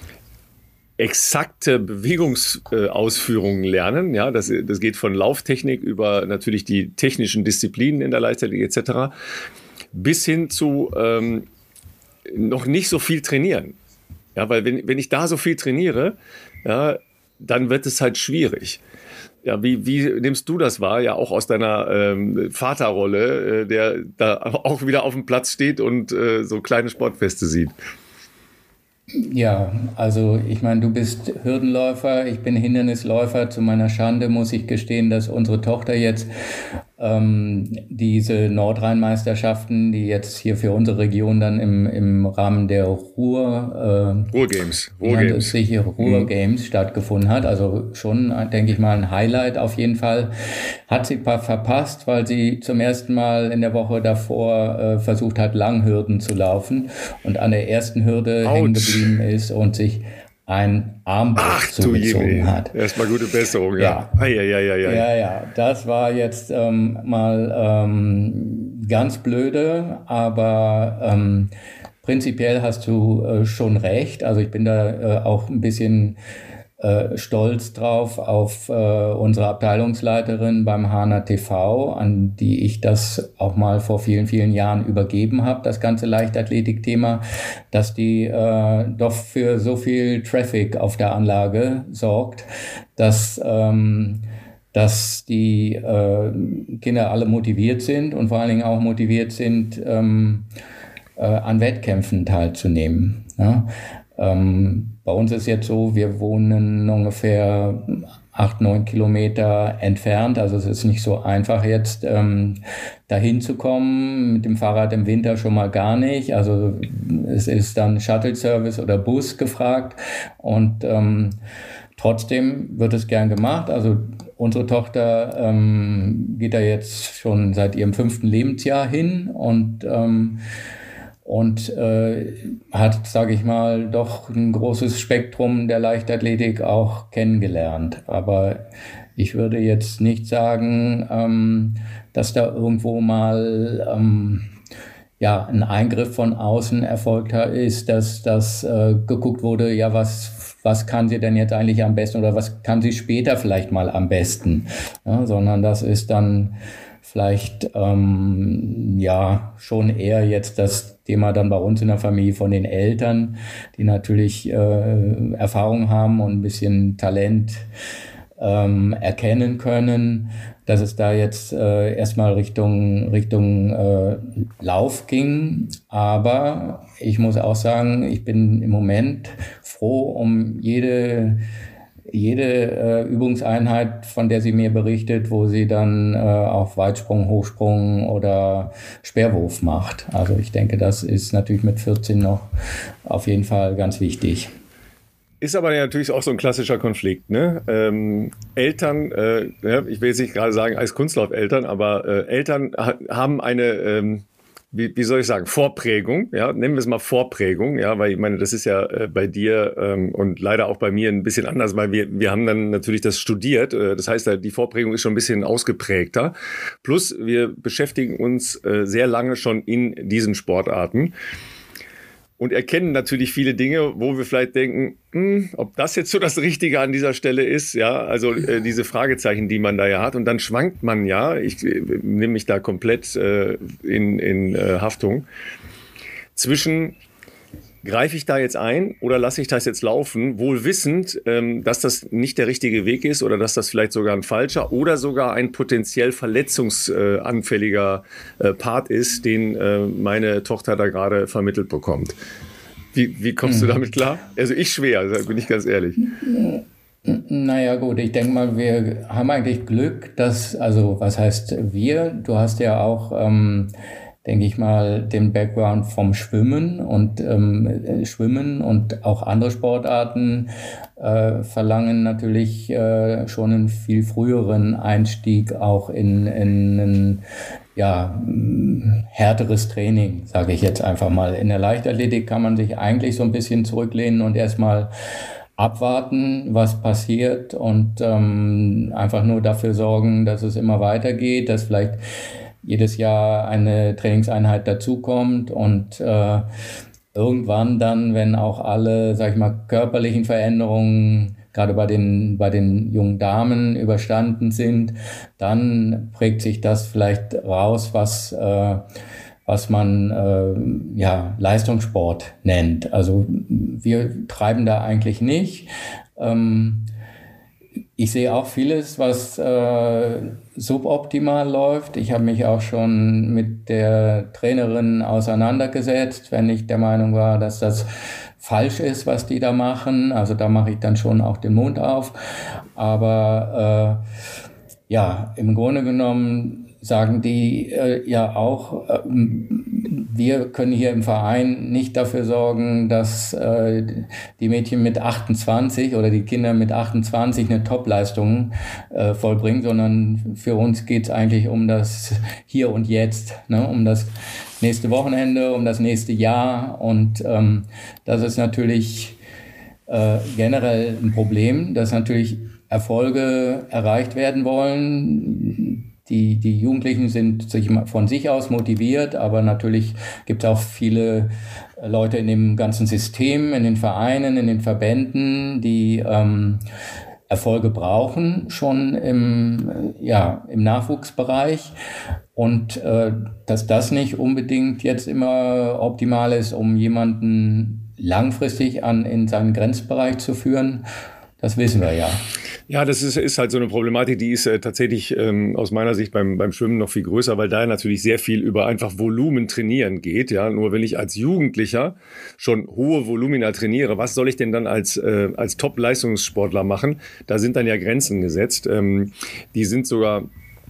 exakte Bewegungsausführungen lernen. Ja, das, das geht von Lauftechnik über natürlich die technischen Disziplinen in der Leichtathletik et cetera bis hin zu ähm, noch nicht so viel trainieren. Ja, weil wenn, wenn ich da so viel trainiere, ja, dann wird es halt schwierig. Ja, wie, wie nimmst du das wahr? Ja, auch aus deiner ähm, Vaterrolle, äh, der da auch wieder auf dem Platz steht und äh, so kleine Sportfeste sieht. Ja, also ich meine, du bist Hürdenläufer, ich bin Hindernisläufer. Zu meiner Schande muss ich gestehen, dass unsere Tochter jetzt ähm, diese Nordrhein-Meisterschaften, die jetzt hier für unsere Region dann im, im Rahmen der Ruhr, äh, Ruhr-Games, Ruhr-Games. Ruhr-Games mhm. stattgefunden hat. Also schon, denke ich mal, ein Highlight auf jeden Fall. Hat sie verpasst, weil sie zum ersten Mal in der Woche davor äh, versucht hat, Langhürden zu laufen und an der ersten Hürde Ouch. hängen geblieben ist und sich ein Armbruch zugezogen hat. Erstmal gute Besserung, ja. Ja, ja, ja, ja, ja. ja, ja. Das war jetzt ähm, mal ähm, ganz blöde, aber ähm, prinzipiell hast du äh, schon recht. Also ich bin da äh, auch ein bisschen äh, stolz drauf auf äh, unsere Abteilungsleiterin beim Hana T V, an die ich das auch mal vor vielen, vielen Jahren übergeben habe, das ganze Leichtathletik-Thema, dass die äh, doch für so viel Traffic auf der Anlage sorgt, dass ähm, dass die äh, Kinder alle motiviert sind und vor allen Dingen auch motiviert sind, ähm, äh, an Wettkämpfen teilzunehmen. Ja? Ähm, bei uns ist jetzt so, wir wohnen ungefähr acht, neun Kilometer entfernt. Also es ist nicht so einfach jetzt ähm, dahin zu kommen. Mit dem Fahrrad im Winter schon mal gar nicht. Also es ist dann Shuttle-Service oder Bus gefragt. Und ähm, trotzdem wird es gern gemacht. Also unsere Tochter ähm, geht da jetzt schon seit ihrem fünften Lebensjahr hin und ähm, und äh, hat, sage ich mal, doch ein großes Spektrum der Leichtathletik auch kennengelernt. Aber ich würde jetzt nicht sagen, ähm, dass da irgendwo mal ähm, ja, ein Eingriff von außen erfolgt ist, dass das äh, geguckt wurde, ja, was, was kann sie denn jetzt eigentlich am besten oder was kann sie später vielleicht mal am besten, ja, sondern das ist dann vielleicht ähm, ja schon eher jetzt das Thema dann bei uns in der Familie von den Eltern, die natürlich äh, Erfahrung haben und ein bisschen Talent ähm, erkennen können, dass es da jetzt äh, erstmal Richtung Richtung äh, Lauf ging. Aber ich muss auch sagen, ich bin im Moment froh um jede jede äh, Übungseinheit, von der sie mir berichtet, wo sie dann äh, auch Weitsprung, Hochsprung oder Speerwurf macht. Also ich denke, das ist natürlich mit vierzehn noch auf jeden Fall ganz wichtig. Ist aber natürlich auch so ein klassischer Konflikt, ne? Ähm, Eltern, äh, ja, ich will jetzt nicht gerade sagen als Kunstlaufeltern, aber äh, Eltern ha- haben eine, ähm, wie, wie soll ich sagen, Vorprägung, ja, nennen wir es mal Vorprägung, ja, weil ich meine, das ist ja äh, bei dir ähm, und leider auch bei mir ein bisschen anders, weil wir wir haben dann natürlich das studiert, äh, das heißt, die Vorprägung ist schon ein bisschen ausgeprägter, plus wir beschäftigen uns äh, sehr lange schon in diesen Sportarten. Und erkennen natürlich viele Dinge, wo wir vielleicht denken, hm, ob das jetzt so das Richtige an dieser Stelle ist, ja, also äh, diese Fragezeichen, die man da ja hat. Und dann schwankt man ja, ich äh, nehme mich da komplett äh, in, in äh, Haftung, zwischen greife ich da jetzt ein oder lasse ich das jetzt laufen, wohl wissend, ähm, dass das nicht der richtige Weg ist oder dass das vielleicht sogar ein falscher oder sogar ein potenziell verletzungsanfälliger äh, Part ist, den äh, meine Tochter da gerade vermittelt bekommt. Wie, wie kommst hm. du damit klar? Also ich schwer, bin ich ganz ehrlich. Naja gut, ich denke mal, wir haben eigentlich Glück, dass, also was heißt wir, du hast ja auch... Ähm, denke ich mal, den Background vom Schwimmen und ähm, Schwimmen und auch andere Sportarten äh, verlangen natürlich äh, schon einen viel früheren Einstieg auch in, in ein ja, härteres Training, sage ich jetzt einfach mal. In der Leichtathletik kann man sich eigentlich so ein bisschen zurücklehnen und erstmal abwarten, was passiert und ähm, einfach nur dafür sorgen, dass es immer weitergeht, dass vielleicht jedes Jahr eine Trainingseinheit dazukommt und äh, irgendwann dann, wenn auch alle, sag ich mal, körperlichen Veränderungen gerade bei den bei den jungen Damen überstanden sind, dann prägt sich das vielleicht raus, was äh, was man äh, ja Leistungssport nennt. Also wir treiben da eigentlich nicht. Ähm, Ich sehe auch vieles, was äh, suboptimal läuft. Ich habe mich auch schon mit der Trainerin auseinandergesetzt, wenn ich der Meinung war, dass das falsch ist, was die da machen. Also da mache ich dann schon auch den Mund auf. Aber äh, ja, im Grunde genommen sagen die äh, ja auch, äh, wir können hier im Verein nicht dafür sorgen, dass äh, die Mädchen mit achtundzwanzig oder die Kinder mit achtundzwanzig eine Topleistung äh, vollbringen, sondern für uns geht's eigentlich um das Hier und Jetzt, ne? Um das nächste Wochenende, um das nächste Jahr und ähm, das ist natürlich äh, generell ein Problem, dass natürlich Erfolge erreicht werden wollen. Die, die Jugendlichen sind sich von sich aus motiviert, aber natürlich gibt es auch viele Leute in dem ganzen System, in den Vereinen, in den Verbänden, die ähm, Erfolge brauchen, schon im, ja, im Nachwuchsbereich. Und äh, dass das nicht unbedingt jetzt immer optimal ist, um jemanden langfristig an, in seinen Grenzbereich zu führen, das wissen wir ja. Ja, das ist, ist halt so eine Problematik, die ist äh, tatsächlich ähm, aus meiner Sicht beim, beim Schwimmen noch viel größer, weil da natürlich sehr viel über einfach Volumen trainieren geht. Ja, nur wenn ich als Jugendlicher schon hohe Volumina trainiere, was soll ich denn dann als, äh, als Top-Leistungssportler machen? Da sind dann ja Grenzen gesetzt. Ähm, die sind sogar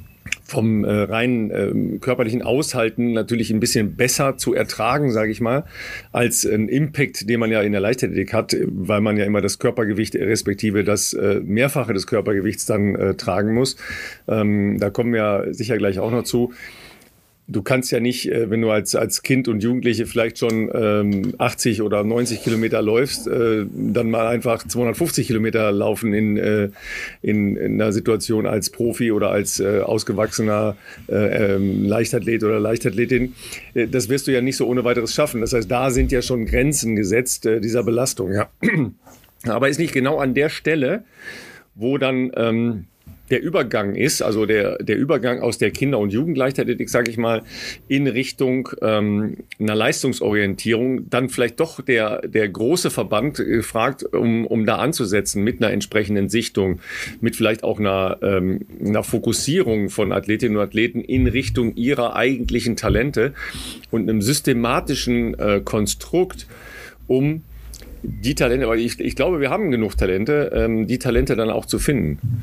vom äh, rein äh, körperlichen Aushalten natürlich ein bisschen besser zu ertragen, sage ich mal, als ein Impact, den man ja in der Leichtathletik hat, weil man ja immer das Körpergewicht respektive das äh, Mehrfache des Körpergewichts dann äh, tragen muss. Ähm, da kommen wir sicher gleich auch noch zu. Du kannst ja nicht, wenn du als, als Kind und Jugendliche vielleicht schon ähm, achtzig oder neunzig Kilometer läufst, äh, dann mal einfach zweihundertfünfzig Kilometer laufen in, äh, in, in einer Situation als Profi oder als äh, ausgewachsener äh, ähm, Leichtathlet oder Leichtathletin. Äh, das wirst du ja nicht so ohne weiteres schaffen. Das heißt, da sind ja schon Grenzen gesetzt äh, dieser Belastung. Ja. Aber ist nicht genau an der Stelle, wo dann ähm, der Übergang ist, also der, der Übergang aus der Kinder- und Jugendleichtathletik, sage ich mal, in Richtung ähm, einer Leistungsorientierung, dann vielleicht doch der, der große Verband gefragt, um, um da anzusetzen mit einer entsprechenden Sichtung, mit vielleicht auch einer, ähm, einer Fokussierung von Athletinnen und Athleten in Richtung ihrer eigentlichen Talente und einem systematischen äh, Konstrukt, um die Talente, weil ich, ich glaube, wir haben genug Talente, ähm, die Talente dann auch zu finden.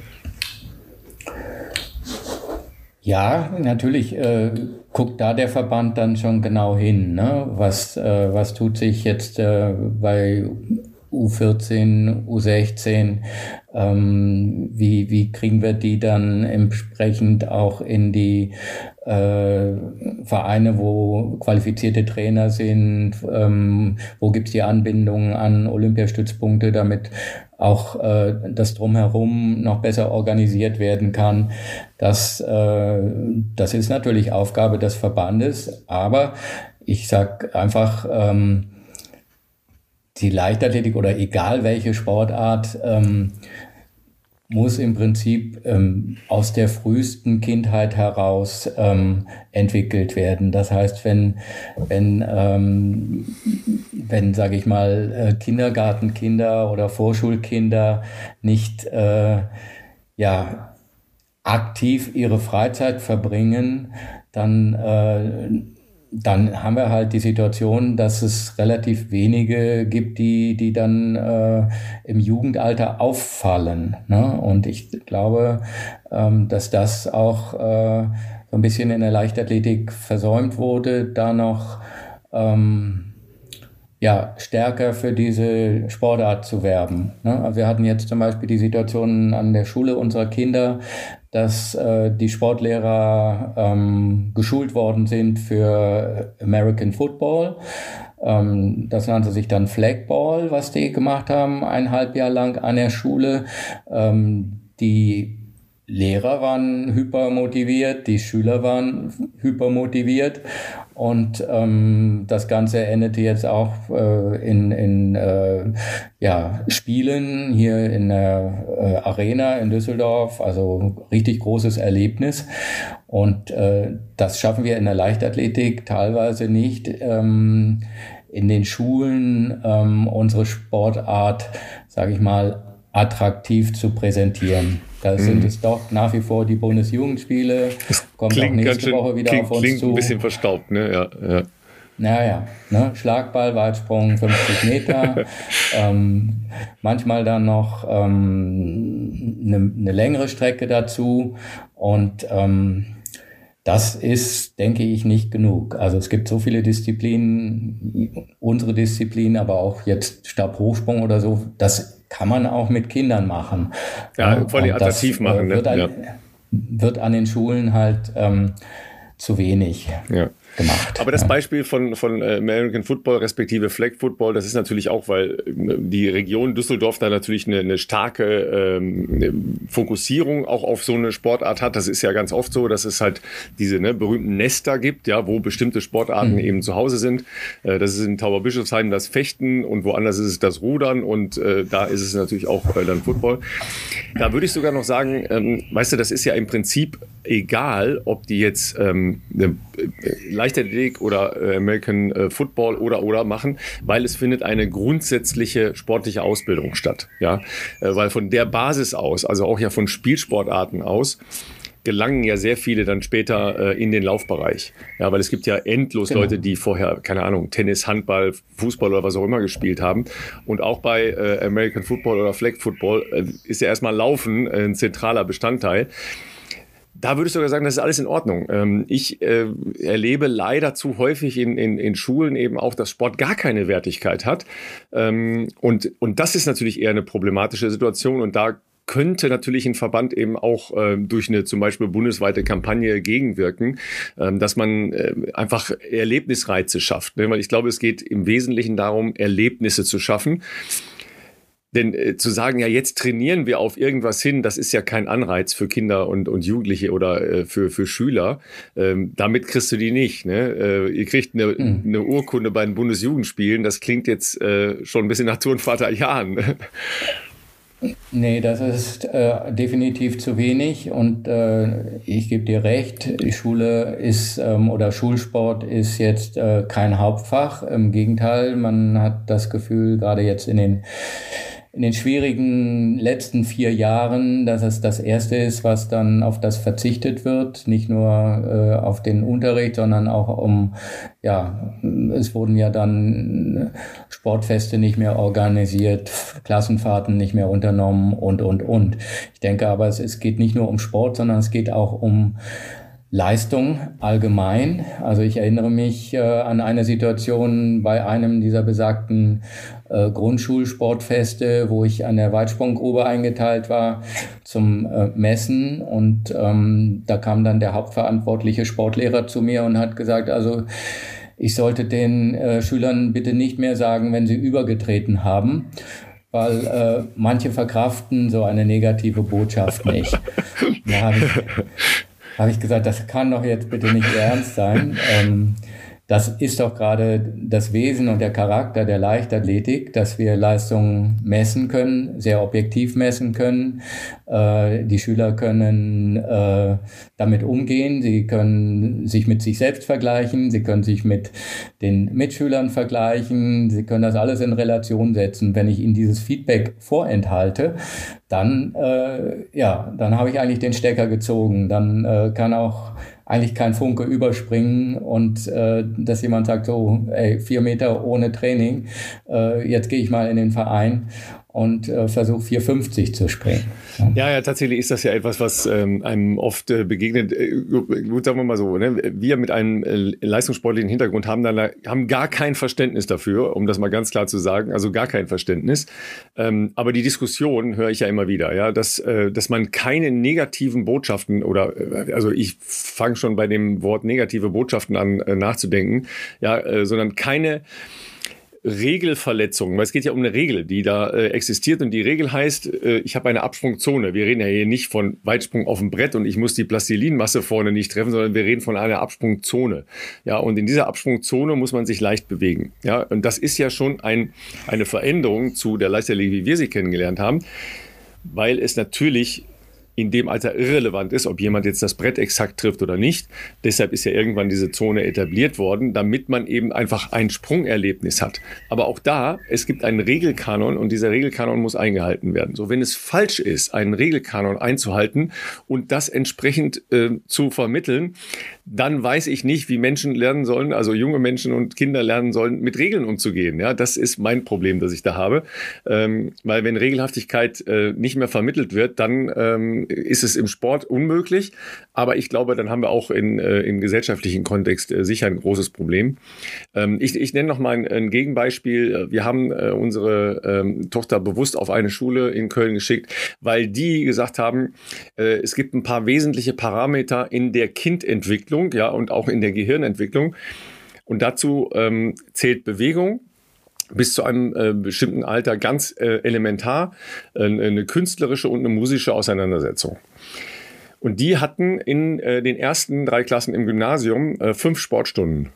Ja, natürlich äh, guckt da der Verband dann schon genau hin, ne? Was, äh, was tut sich jetzt äh, bei U vierzehn, U sechzehn, ähm, wie, wie kriegen wir die dann entsprechend auch in die äh, Vereine, wo qualifizierte Trainer sind, ähm, wo gibt's die Anbindungen an Olympiastützpunkte, damit auch äh, das Drumherum noch besser organisiert werden kann. Das, äh, das ist natürlich Aufgabe des Verbandes, aber ich sag einfach, ähm, die Leichtathletik oder egal welche Sportart ähm, muss im Prinzip ähm, aus der frühesten Kindheit heraus ähm, entwickelt werden. Das heißt, wenn, wenn, ähm, wenn, sage ich mal, äh, Kindergartenkinder oder Vorschulkinder nicht äh, ja aktiv ihre Freizeit verbringen, dann äh, dann haben wir halt die Situation, dass es relativ wenige gibt, die, die dann äh, im Jugendalter auffallen. Ne? Und ich glaube, ähm, dass das auch äh, so ein bisschen in der Leichtathletik versäumt wurde, da noch ähm, ja, stärker für diese Sportart zu werben. Ne? Also wir hatten jetzt zum Beispiel die Situation an der Schule unserer Kinder, dass äh, die Sportlehrer ähm, geschult worden sind für American Football. Ähm, das nannte sich dann Flagball, was die gemacht haben, ein halb Jahr lang an der Schule. Ähm, die Lehrer waren hypermotiviert, die Schüler waren hypermotiviert und ähm, das Ganze endete jetzt auch äh, in, in äh, ja, Spielen hier in der äh, Arena in Düsseldorf, also richtig großes Erlebnis und äh, das schaffen wir in der Leichtathletik teilweise nicht, ähm, in den Schulen ähm, unsere Sportart, sage ich mal, attraktiv zu präsentieren. Da sind mhm. es doch nach wie vor die Bundesjugendspiele. Kommt auch nächste schön, Woche wieder klingt, auf uns klingt zu. Ein bisschen verstaubt, ne? Ja, ja. Naja, ne? Schlagball, Weitsprung, fünfzig Meter. ähm, manchmal dann noch ähm, eine, eine längere Strecke dazu. Und ähm, das ist, denke ich, nicht genug. Also es gibt so viele Disziplinen, unsere Disziplin, aber auch jetzt Stabhochsprung oder so, das kann man auch mit Kindern machen. Ja, voll attraktiv machen. Wird, ne? an, ja. wird an den Schulen halt ähm, zu wenig ja. gemacht. Aber das ja. Beispiel von, von American Football respektive Flag Football, das ist natürlich auch, weil die Region Düsseldorf da natürlich eine, eine starke ähm, eine Fokussierung auch auf so eine Sportart hat. Das ist ja ganz oft so, dass es halt diese ne, berühmten Nester gibt, ja, wo bestimmte Sportarten mhm. eben zu Hause sind. Äh, das ist in Tauberbischofsheim das Fechten und woanders ist es das Rudern und äh, da ist es natürlich auch äh, dann Football. Da würde ich sogar noch sagen, ähm, weißt du, das ist ja im Prinzip egal, ob die jetzt ähm, eine Leichtathletik oder äh, American äh, Football oder oder machen, weil es findet eine grundsätzliche sportliche Ausbildung statt, ja, äh, weil von der Basis aus, also auch ja von Spielsportarten aus, gelangen ja sehr viele dann später äh, in den Laufbereich, ja, weil es gibt ja endlos genau. Leute, die vorher, keine Ahnung, Tennis, Handball, Fußball oder was auch immer gespielt haben und auch bei äh, American Football oder Flag Football äh, ist ja erstmal Laufen äh, ein zentraler Bestandteil. Da würde ich sogar sagen, das ist alles in Ordnung. Ähm, ich äh, erlebe leider zu häufig in, in, in Schulen eben auch, dass Sport gar keine Wertigkeit hat. Ähm, und, und das ist natürlich eher eine problematische Situation. Und da könnte natürlich ein Verband eben auch äh, durch eine zum Beispiel bundesweite Kampagne gegenwirken, ähm, dass man äh, einfach Erlebnisreize schafft. Ne? Weil ich glaube, es geht im Wesentlichen darum, Erlebnisse zu schaffen. Denn äh, zu sagen, ja, jetzt trainieren wir auf irgendwas hin, das ist ja kein Anreiz für Kinder und, und Jugendliche oder äh, für, für Schüler. Ähm, damit kriegst du die nicht. Ne? Äh, ihr kriegt eine, mhm. eine Urkunde bei den Bundesjugendspielen. Das klingt jetzt äh, schon ein bisschen nach Turnvater Jahren. Nee, das ist äh, definitiv zu wenig und äh, ich gebe dir recht, die Schule ist ähm, oder Schulsport ist jetzt äh, kein Hauptfach. Im Gegenteil, man hat das Gefühl, gerade jetzt in den in den schwierigen letzten vier Jahren, dass es das Erste ist, was dann auf das verzichtet wird, nicht nur äh, auf den Unterricht, sondern auch um, ja, es wurden ja dann Sportfeste nicht mehr organisiert, Klassenfahrten nicht mehr unternommen und, und, und. Ich denke aber, es, es geht nicht nur um Sport, sondern es geht auch um Leistung allgemein. Also ich erinnere mich äh, an eine Situation bei einem dieser besagten äh, Grundschulsportfeste, wo ich an der Weitsprunggrube eingeteilt war zum äh, Messen und ähm, da kam dann der hauptverantwortliche Sportlehrer zu mir und hat gesagt, also ich sollte den äh, Schülern bitte nicht mehr sagen, wenn sie übergetreten haben, weil äh, manche verkraften so eine negative Botschaft nicht. Da habe ich habe ich gesagt, das kann doch jetzt bitte nicht ernst sein. Ähm, das ist doch gerade das Wesen und der Charakter der Leichtathletik, dass wir Leistungen messen können, sehr objektiv messen können. Äh, die Schüler können äh, damit umgehen, sie können sich mit sich selbst vergleichen, sie können sich mit den Mitschülern vergleichen, sie können das alles in Relation setzen. Wenn ich ihnen dieses Feedback vorenthalte, dann, äh, ja, dann habe ich eigentlich den Stecker gezogen. Dann äh, kann auch eigentlich kein Funke überspringen und äh, dass jemand sagt, so, ey, vier Meter ohne Training, äh, jetzt gehe ich mal in den Verein und äh, versuche vier fünfzig zu springen. Ja, ja, tatsächlich ist das ja etwas, was ähm, einem oft äh, begegnet. Äh, gut, sagen wir mal so, ne? Wir mit einem äh, leistungssportlichen Hintergrund haben, dann, haben gar kein Verständnis dafür, um das mal ganz klar zu sagen, also gar kein Verständnis. Ähm, aber die Diskussion höre ich ja immer wieder, ja, dass, äh, dass man keine negativen Botschaften oder, äh, also ich fange schon bei dem Wort negative Botschaften an äh, nachzudenken, ja, äh, sondern keine Regelverletzungen, weil es geht ja um eine Regel, die da äh, existiert und die Regel heißt, äh, ich habe eine Absprungzone. Wir reden ja hier nicht von Weitsprung auf dem Brett und ich muss die Plastilinmasse vorne nicht treffen, sondern wir reden von einer Absprungzone. Ja, und in dieser Absprungzone muss man sich leicht bewegen. Ja, und das ist ja schon ein, eine Veränderung zu der Leichtathletik, wie wir sie kennengelernt haben, weil es natürlich in dem Alter irrelevant ist, ob jemand jetzt das Brett exakt trifft oder nicht. Deshalb ist ja irgendwann diese Zone etabliert worden, damit man eben einfach ein Sprungerlebnis hat. Aber auch da, es gibt einen Regelkanon und dieser Regelkanon muss eingehalten werden. So, wenn es falsch ist, einen Regelkanon einzuhalten und das entsprechend äh, zu vermitteln, dann weiß ich nicht, wie Menschen lernen sollen, also junge Menschen und Kinder lernen sollen, mit Regeln umzugehen. Ja, das ist mein Problem, das ich da habe. Ähm, weil wenn Regelhaftigkeit äh, nicht mehr vermittelt wird, dann ähm, ist es im Sport unmöglich. Aber ich glaube, dann haben wir auch in, äh, im gesellschaftlichen Kontext äh, sicher ein großes Problem. Ähm, ich, ich nenne noch mal ein, ein Gegenbeispiel. Wir haben äh, unsere ähm, Tochter bewusst auf eine Schule in Köln geschickt, weil die gesagt haben, äh, es gibt ein paar wesentliche Parameter in der Kindentwicklung, ja, und auch in der Gehirnentwicklung. Und dazu ähm, zählt Bewegung, bis zu einem äh, bestimmten Alter ganz äh, elementar, äh, eine künstlerische und eine musische Auseinandersetzung. Und die hatten in äh, den ersten drei Klassen im Gymnasium äh, fünf Sportstunden.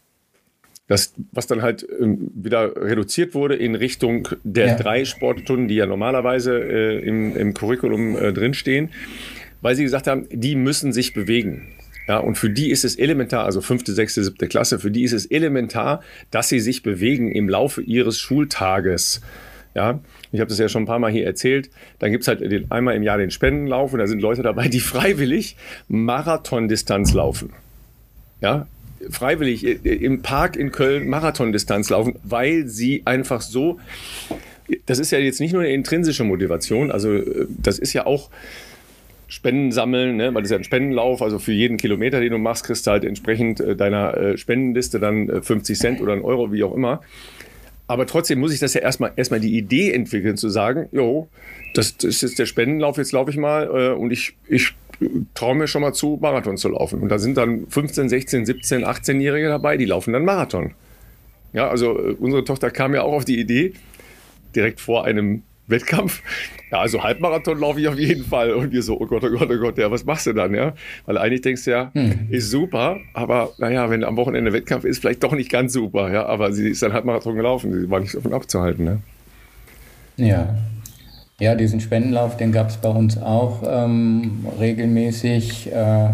Das, was dann halt ähm, wieder reduziert wurde in Richtung der ja. drei Sportstunden, die ja normalerweise äh, im, im Curriculum äh, drinstehen, weil sie gesagt haben, die müssen sich bewegen. Ja, und für die ist es elementar, also fünfte, sechste, siebte Klasse, für die ist es elementar, dass sie sich bewegen im Laufe ihres Schultages. Ja, ich habe das ja schon ein paar Mal hier erzählt. Dann gibt es halt den, einmal im Jahr den Spendenlauf und da sind Leute dabei, die freiwillig Marathondistanz laufen. Ja, freiwillig im Park in Köln Marathondistanz laufen, weil sie einfach so, das ist ja jetzt nicht nur eine intrinsische Motivation, also das ist ja auch Spenden sammeln, ne? Weil das ist ja ein Spendenlauf, also für jeden Kilometer, den du machst, kriegst du halt entsprechend äh, deiner äh, Spendenliste dann äh, fünfzig Cent oder einen Euro, wie auch immer. Aber trotzdem muss ich das ja erstmal erstmal die Idee entwickeln, zu sagen, jo, das, das ist der Spendenlauf, jetzt laufe ich mal äh, und ich, ich traue mir schon mal zu, Marathon zu laufen. Und da sind dann fünfzehn, sechzehn, siebzehn, achtzehnjährige dabei, die laufen dann Marathon. Ja, also äh, unsere Tochter kam ja auch auf die Idee, direkt vor einem Wettkampf, ja, also Halbmarathon laufe ich auf jeden Fall. Und wir so, oh Gott, oh Gott, oh Gott, ja, was machst du dann, ja? Weil eigentlich denkst du ja, hm. ist super, aber naja, wenn am Wochenende Wettkampf ist, vielleicht doch nicht ganz super, ja, aber sie ist dann Halbmarathon gelaufen, sie war nicht davon abzuhalten, ne? Ja. Ja, diesen Spendenlauf, den gab es bei uns auch ähm, regelmäßig. Äh,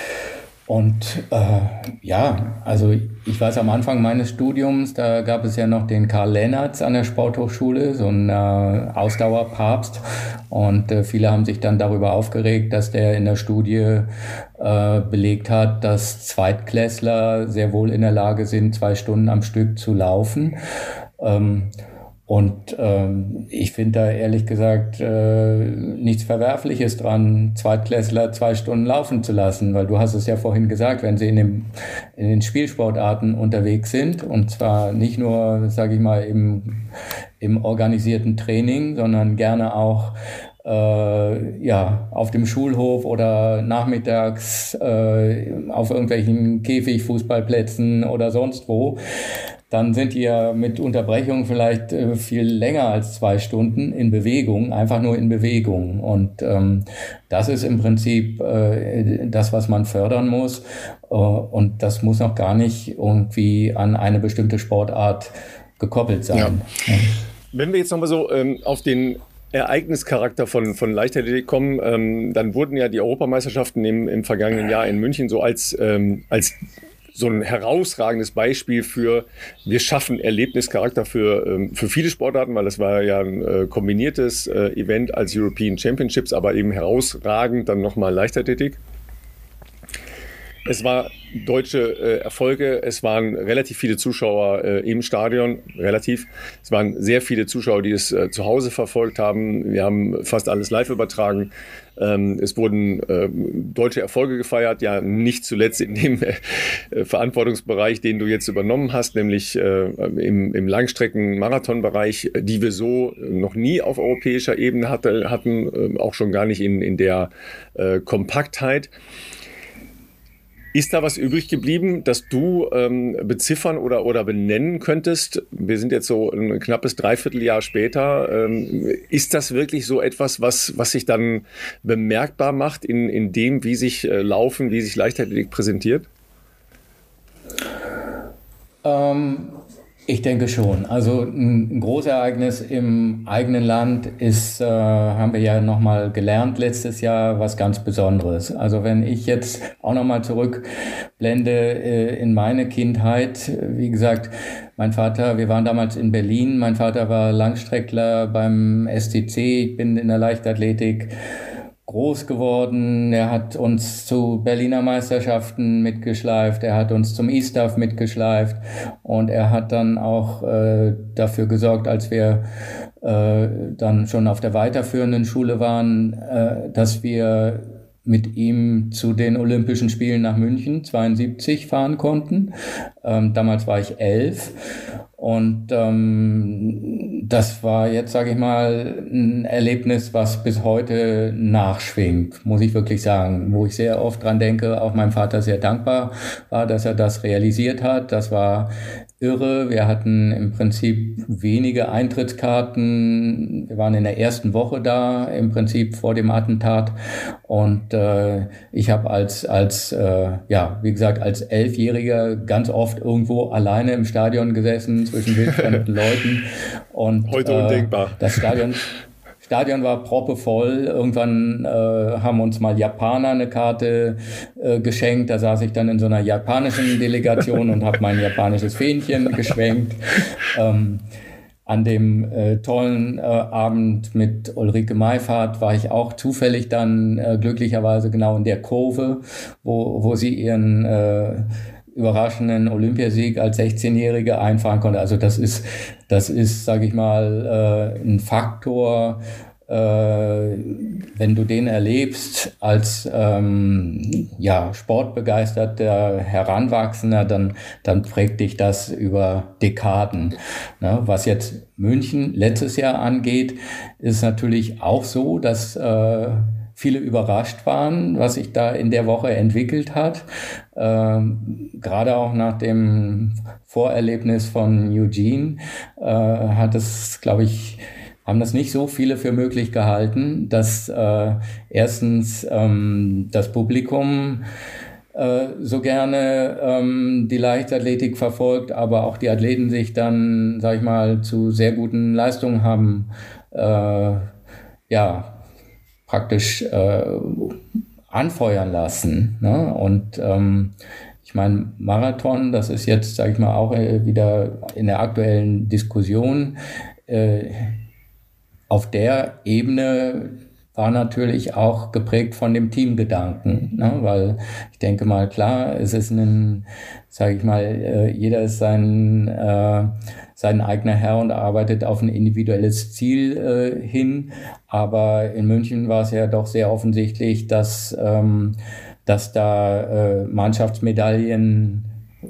Und äh, ja, also ich weiß, am Anfang meines Studiums, da gab es ja noch den Karl Lehnertz an der Sporthochschule, so ein äh, Ausdauerpapst. Und äh, viele haben sich dann darüber aufgeregt, dass der in der Studie äh, belegt hat, dass Zweitklässler sehr wohl in der Lage sind, zwei Stunden am Stück zu laufen. Ähm, Und ähm, ich finde da ehrlich gesagt äh, nichts Verwerfliches dran, Zweitklässler zwei Stunden laufen zu lassen, weil du hast es ja vorhin gesagt, wenn sie in, dem, in den Spielsportarten unterwegs sind, und zwar nicht nur, sage ich mal, im, im organisierten Training, sondern gerne auch äh, ja, auf dem Schulhof oder nachmittags äh, auf irgendwelchen Käfigfußballplätzen oder sonst wo, dann sind die ja mit Unterbrechung vielleicht äh, viel länger als zwei Stunden in Bewegung, einfach nur in Bewegung. Und ähm, das ist im Prinzip äh, das, was man fördern muss. Äh, und das muss noch gar nicht irgendwie an eine bestimmte Sportart gekoppelt sein. Ja. Ja. Wenn wir jetzt nochmal so ähm, auf den Ereignischarakter von, von Leichtathletik kommen, ähm, dann wurden ja die Europameisterschaften im, im vergangenen Jahr in München so als, ähm, als so ein herausragendes Beispiel für, wir schaffen Erlebnischarakter für, für viele Sportarten, weil das war ja ein äh, kombiniertes äh, Event als European Championships, aber eben herausragend dann nochmal Leichtathletik. Es war deutsche äh, Erfolge, es waren relativ viele Zuschauer äh, im Stadion, relativ. Es waren sehr viele Zuschauer, die es äh, zu Hause verfolgt haben. Wir haben fast alles live übertragen. Ähm, es wurden äh, deutsche Erfolge gefeiert, ja nicht zuletzt in dem äh, Verantwortungsbereich, den du jetzt übernommen hast, nämlich äh, im, im Langstrecken-Marathon-Bereich, die wir so noch nie auf europäischer Ebene hatte, hatten, äh, auch schon gar nicht in, in der äh, Kompaktheit. Ist da was übrig geblieben, das du ähm, beziffern oder, oder benennen könntest? Wir sind jetzt so ein knappes Dreivierteljahr später. Ähm, ist das wirklich so etwas, was, was sich dann bemerkbar macht in, in dem, wie sich äh, Laufen, wie sich Leichtathletik präsentiert? Ähm, ich denke schon. Also ein Großereignis im eigenen Land ist, äh, haben wir ja nochmal gelernt letztes Jahr, was ganz Besonderes. Also wenn ich jetzt auch nochmal zurückblende äh, in meine Kindheit, wie gesagt, mein Vater, wir waren damals in Berlin, mein Vater war Langstreckler beim S C C, ich bin in der Leichtathletik groß geworden. Er hat uns zu Berliner Meisterschaften mitgeschleift, er hat uns zum E-Staff mitgeschleift und er hat dann auch äh, dafür gesorgt, als wir äh, dann schon auf der weiterführenden Schule waren, äh, dass wir mit ihm zu den Olympischen Spielen nach München zweiundsiebzig fahren konnten. Ähm, damals war ich elf. Und ähm, das war jetzt, sage ich mal, ein Erlebnis, was bis heute nachschwingt, muss ich wirklich sagen, wo ich sehr oft dran denke, auch meinem Vater sehr dankbar war, dass er das realisiert hat. Das war irre. Wir hatten im Prinzip wenige Eintrittskarten. Wir waren in der ersten Woche da, im Prinzip vor dem Attentat. Und äh, ich habe als, als äh, ja, wie gesagt, als Elfjähriger ganz oft irgendwo alleine im Stadion gesessen, zwischen wildfremden Leuten. Und, heute undenkbar. Äh, das Stadion... Stadion war proppevoll. Irgendwann äh, haben uns mal Japaner eine Karte äh, geschenkt. Da saß ich dann in so einer japanischen Delegation und habe mein japanisches Fähnchen geschwenkt. Ähm, an dem äh, tollen äh, Abend mit Ulrike Meifert war ich auch zufällig dann äh, glücklicherweise genau in der Kurve, wo, wo sie ihren äh, überraschenden Olympiasieg als sechzehnjährige einfahren konnte. Also das ist, das ist, sage ich mal, äh, ein Faktor, äh, wenn du den erlebst als ähm, ja, sportbegeisterter Heranwachsender, dann, dann prägt dich das über Dekaden. Ne? Was jetzt München letztes Jahr angeht, ist natürlich auch so, dass äh, viele überrascht waren, was sich da in der Woche entwickelt hat. Ähm, gerade auch nach dem Vorerlebnis von Eugene äh, hat es, glaube ich, haben das nicht so viele für möglich gehalten, dass äh, erstens ähm, das Publikum äh, so gerne ähm, die Leichtathletik verfolgt, aber auch die Athleten sich dann, sag ich mal, zu sehr guten Leistungen haben, äh, ja, praktisch äh, anfeuern lassen. Ne? Und ähm, ich meine, Marathon, das ist jetzt, sage ich mal, auch äh, wieder in der aktuellen Diskussion. Äh, auf der Ebene war natürlich auch geprägt von dem Teamgedanken, ne? Weil ich denke mal, klar, es ist ein, sage ich mal, äh, jeder ist sein, äh, sein eigener Herr und arbeitet auf ein individuelles Ziel äh, hin, aber in München war es ja doch sehr offensichtlich, dass, ähm, dass da äh, Mannschaftsmedaillen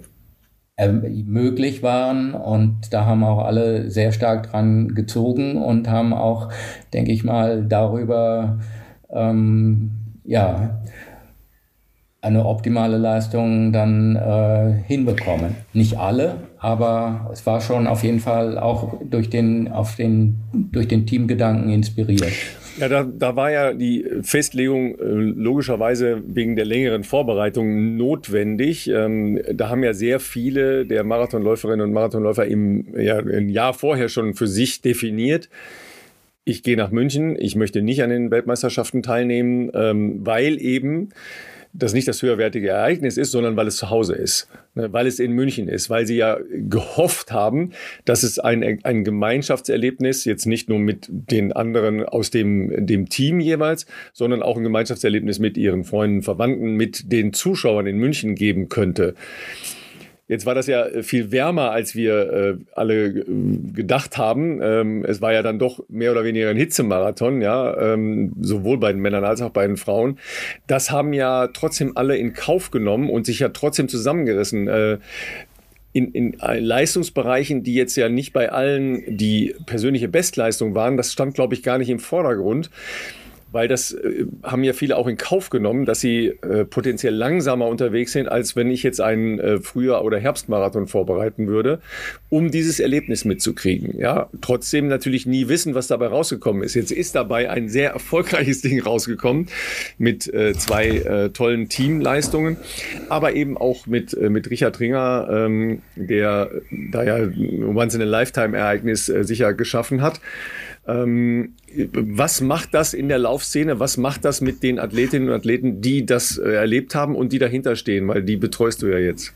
möglich waren und da haben auch alle sehr stark dran gezogen und haben auch, denke ich mal, darüber ähm, ja eine optimale Leistung dann äh, hinbekommen. Nicht alle, aber es war schon auf jeden Fall auch durch den auf den durch den Teamgedanken inspiriert. Ja, da, da war ja die Festlegung äh, logischerweise wegen der längeren Vorbereitung notwendig. Ähm, da haben ja sehr viele der Marathonläuferinnen und Marathonläufer im, ja, ein Jahr vorher schon für sich definiert. Ich gehe nach München, ich möchte nicht an den Weltmeisterschaften teilnehmen, ähm, weil eben das nicht das höherwertige Ereignis ist, sondern weil es zu Hause ist, ne, weil es in München ist, weil sie ja gehofft haben, dass es ein, ein Gemeinschaftserlebnis, jetzt nicht nur mit den anderen aus dem, dem Team jeweils, sondern auch ein Gemeinschaftserlebnis mit ihren Freunden, Verwandten, mit den Zuschauern in München geben könnte. Jetzt war das ja viel wärmer, als wir äh, alle äh, gedacht haben. Ähm, es war ja dann doch mehr oder weniger ein Hitzemarathon, ja, ähm, sowohl bei den Männern als auch bei den Frauen. Das haben ja trotzdem alle in Kauf genommen und sich ja trotzdem zusammengerissen. Äh, in, in Leistungsbereichen, die jetzt ja nicht bei allen die persönliche Bestleistung waren, das stand, glaube ich, gar nicht im Vordergrund. Weil das äh, haben ja viele auch in Kauf genommen, dass sie äh, potenziell langsamer unterwegs sind, als wenn ich jetzt einen äh, Frühjahr- oder Herbstmarathon vorbereiten würde, um dieses Erlebnis mitzukriegen. Ja, trotzdem natürlich nie wissen, was dabei rausgekommen ist. Jetzt ist dabei ein sehr erfolgreiches Ding rausgekommen mit äh, zwei äh, tollen Teamleistungen, aber eben auch mit, äh, mit Richard Ringer, ähm, der da ja ein Once-in-a-Lifetime-Ereignis äh, sicher geschaffen hat. Ähm, was macht das in der Laufszene? Was macht das mit den Athletinnen und Athleten, die das äh, erlebt haben und die dahinter stehen? Weil die betreust du ja jetzt.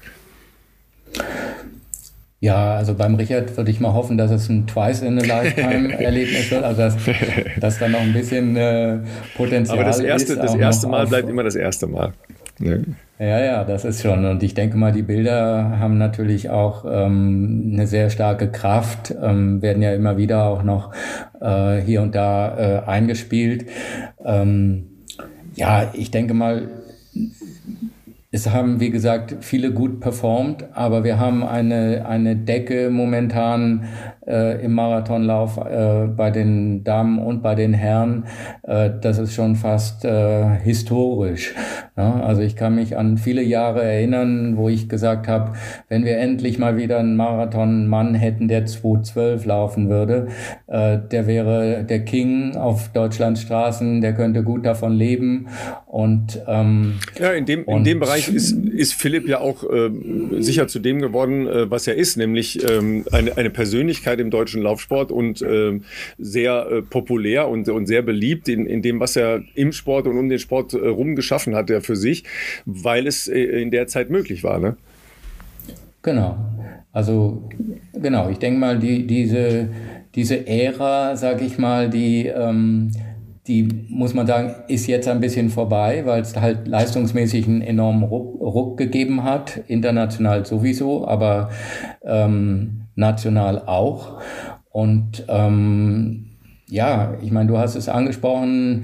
Ja, also beim Richard würde ich mal hoffen, dass es ein Twice-in-a-Lifetime-Erlebnis wird. Also dass, dass da noch ein bisschen äh, Potenzial Aber das erste, ist. Das erste Mal bleibt immer das erste Mal. Ne? Ja, ja, das ist schon. Und ich denke mal, die Bilder haben natürlich auch ähm, eine sehr starke Kraft, ähm, werden ja immer wieder auch noch äh, hier und da äh, eingespielt. Ähm, ja, ich denke mal, es haben, wie gesagt, viele gut performt, aber wir haben eine, eine Decke momentan äh, im Marathonlauf äh, bei den Damen und bei den Herren. Äh, das ist schon fast äh, historisch. Ja, also ich kann mich an viele Jahre erinnern, wo ich gesagt habe, wenn wir endlich mal wieder einen Marathonmann hätten, der zwei zwölf laufen würde, äh, der wäre der King auf Deutschlands Straßen, der könnte gut davon leben. Und ähm, ja, in dem, in dem Bereich ist, ist Philipp ja auch äh, sicher zu dem geworden, äh, was er ist, nämlich ähm, eine, eine Persönlichkeit im deutschen Laufsport und äh, sehr äh, populär und, und sehr beliebt in, in dem, was er im Sport und um den Sport äh, rum geschaffen hat, er für sich, weil es äh, in der Zeit möglich war, ne? Genau. Also, genau, ich denke mal, die, diese, diese Ära, sag ich mal, die, ähm, die, muss man sagen, ist jetzt ein bisschen vorbei, weil es halt leistungsmäßig einen enormen Ruck, Ruck gegeben hat, international sowieso, aber ähm, national auch. Und ähm, ja, ich meine, du hast es angesprochen,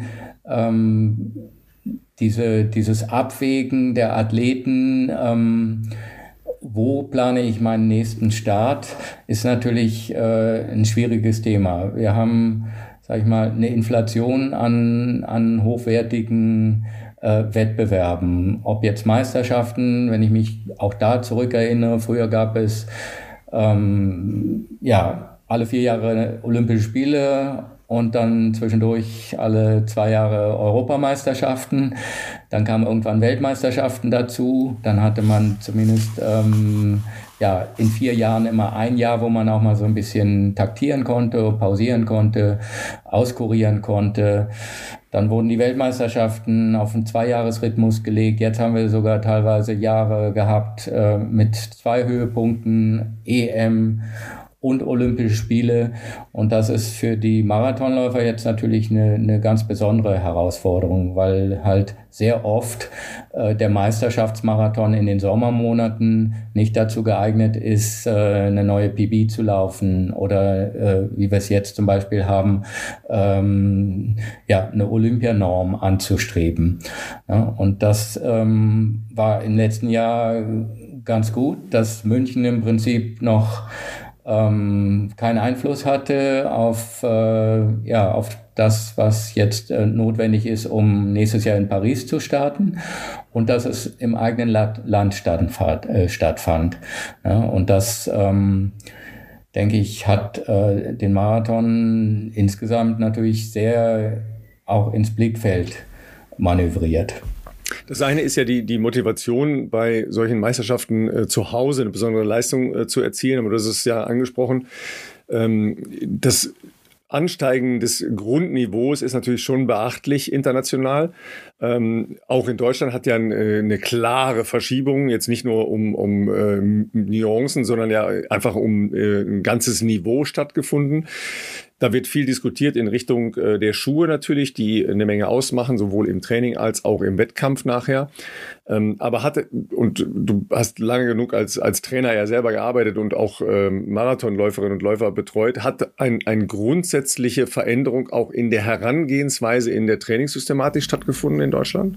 ähm, diese, dieses Abwägen der Athleten, ähm, wo plane ich meinen nächsten Start, ist natürlich äh, ein schwieriges Thema. Wir haben, sag ich mal, eine Inflation an, an hochwertigen äh, Wettbewerben. Ob jetzt Meisterschaften, wenn ich mich auch da zurückerinnere, früher gab es ähm, ja alle vier Jahre Olympische Spiele und dann zwischendurch alle zwei Jahre Europameisterschaften. Dann kamen irgendwann Weltmeisterschaften dazu. Dann hatte man zumindest ähm, ja in vier Jahren immer ein Jahr, wo man auch mal so ein bisschen taktieren konnte, pausieren konnte, auskurieren konnte. Dann wurden die Weltmeisterschaften auf einen Zweijahresrhythmus gelegt. Jetzt haben wir sogar teilweise Jahre gehabt äh, mit zwei Höhepunkten, E M und Olympische Spiele. Und das ist für die Marathonläufer jetzt natürlich eine, eine ganz besondere Herausforderung, weil halt sehr oft äh, der Meisterschaftsmarathon in den Sommermonaten nicht dazu geeignet ist, äh, eine neue P B zu laufen oder äh, wie wir es jetzt zum Beispiel haben, ähm, ja, eine Olympianorm anzustreben. Ja, und das ähm, war im letzten Jahr ganz gut, dass München im Prinzip noch ähm, keinen Einfluss hatte auf, äh, ja, auf das, was jetzt äh, notwendig ist, um nächstes Jahr in Paris zu starten und dass es im eigenen Land, Land stattfand. Äh, stattfand. Ja, und das, ähm, denke ich, hat äh, den Marathon insgesamt natürlich sehr auch ins Blickfeld manövriert. Das eine ist ja die, die Motivation, bei solchen Meisterschaften äh, zu Hause eine besondere Leistung äh, zu erzielen. Aber du hast es ja angesprochen. Ähm, das Ansteigen des Grundniveaus ist natürlich schon beachtlich international. Ähm, auch in Deutschland hat ja ein, äh, eine klare Verschiebung, jetzt nicht nur um, um äh, Nuancen, sondern ja einfach um äh, ein ganzes Niveau stattgefunden. Da wird viel diskutiert in Richtung äh, der Schuhe natürlich, die eine Menge ausmachen, sowohl im Training als auch im Wettkampf nachher. Ähm, aber hatte, und du hast lange genug als, als Trainer ja selber gearbeitet und auch ähm, Marathonläuferinnen und Läufer betreut, hat ein, eine grundsätzliche Veränderung auch in der Herangehensweise in der Trainingssystematik stattgefunden in Deutschland?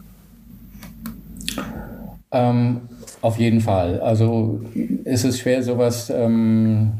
Ähm, auf jeden Fall. Also ist es schwer, sowas ähm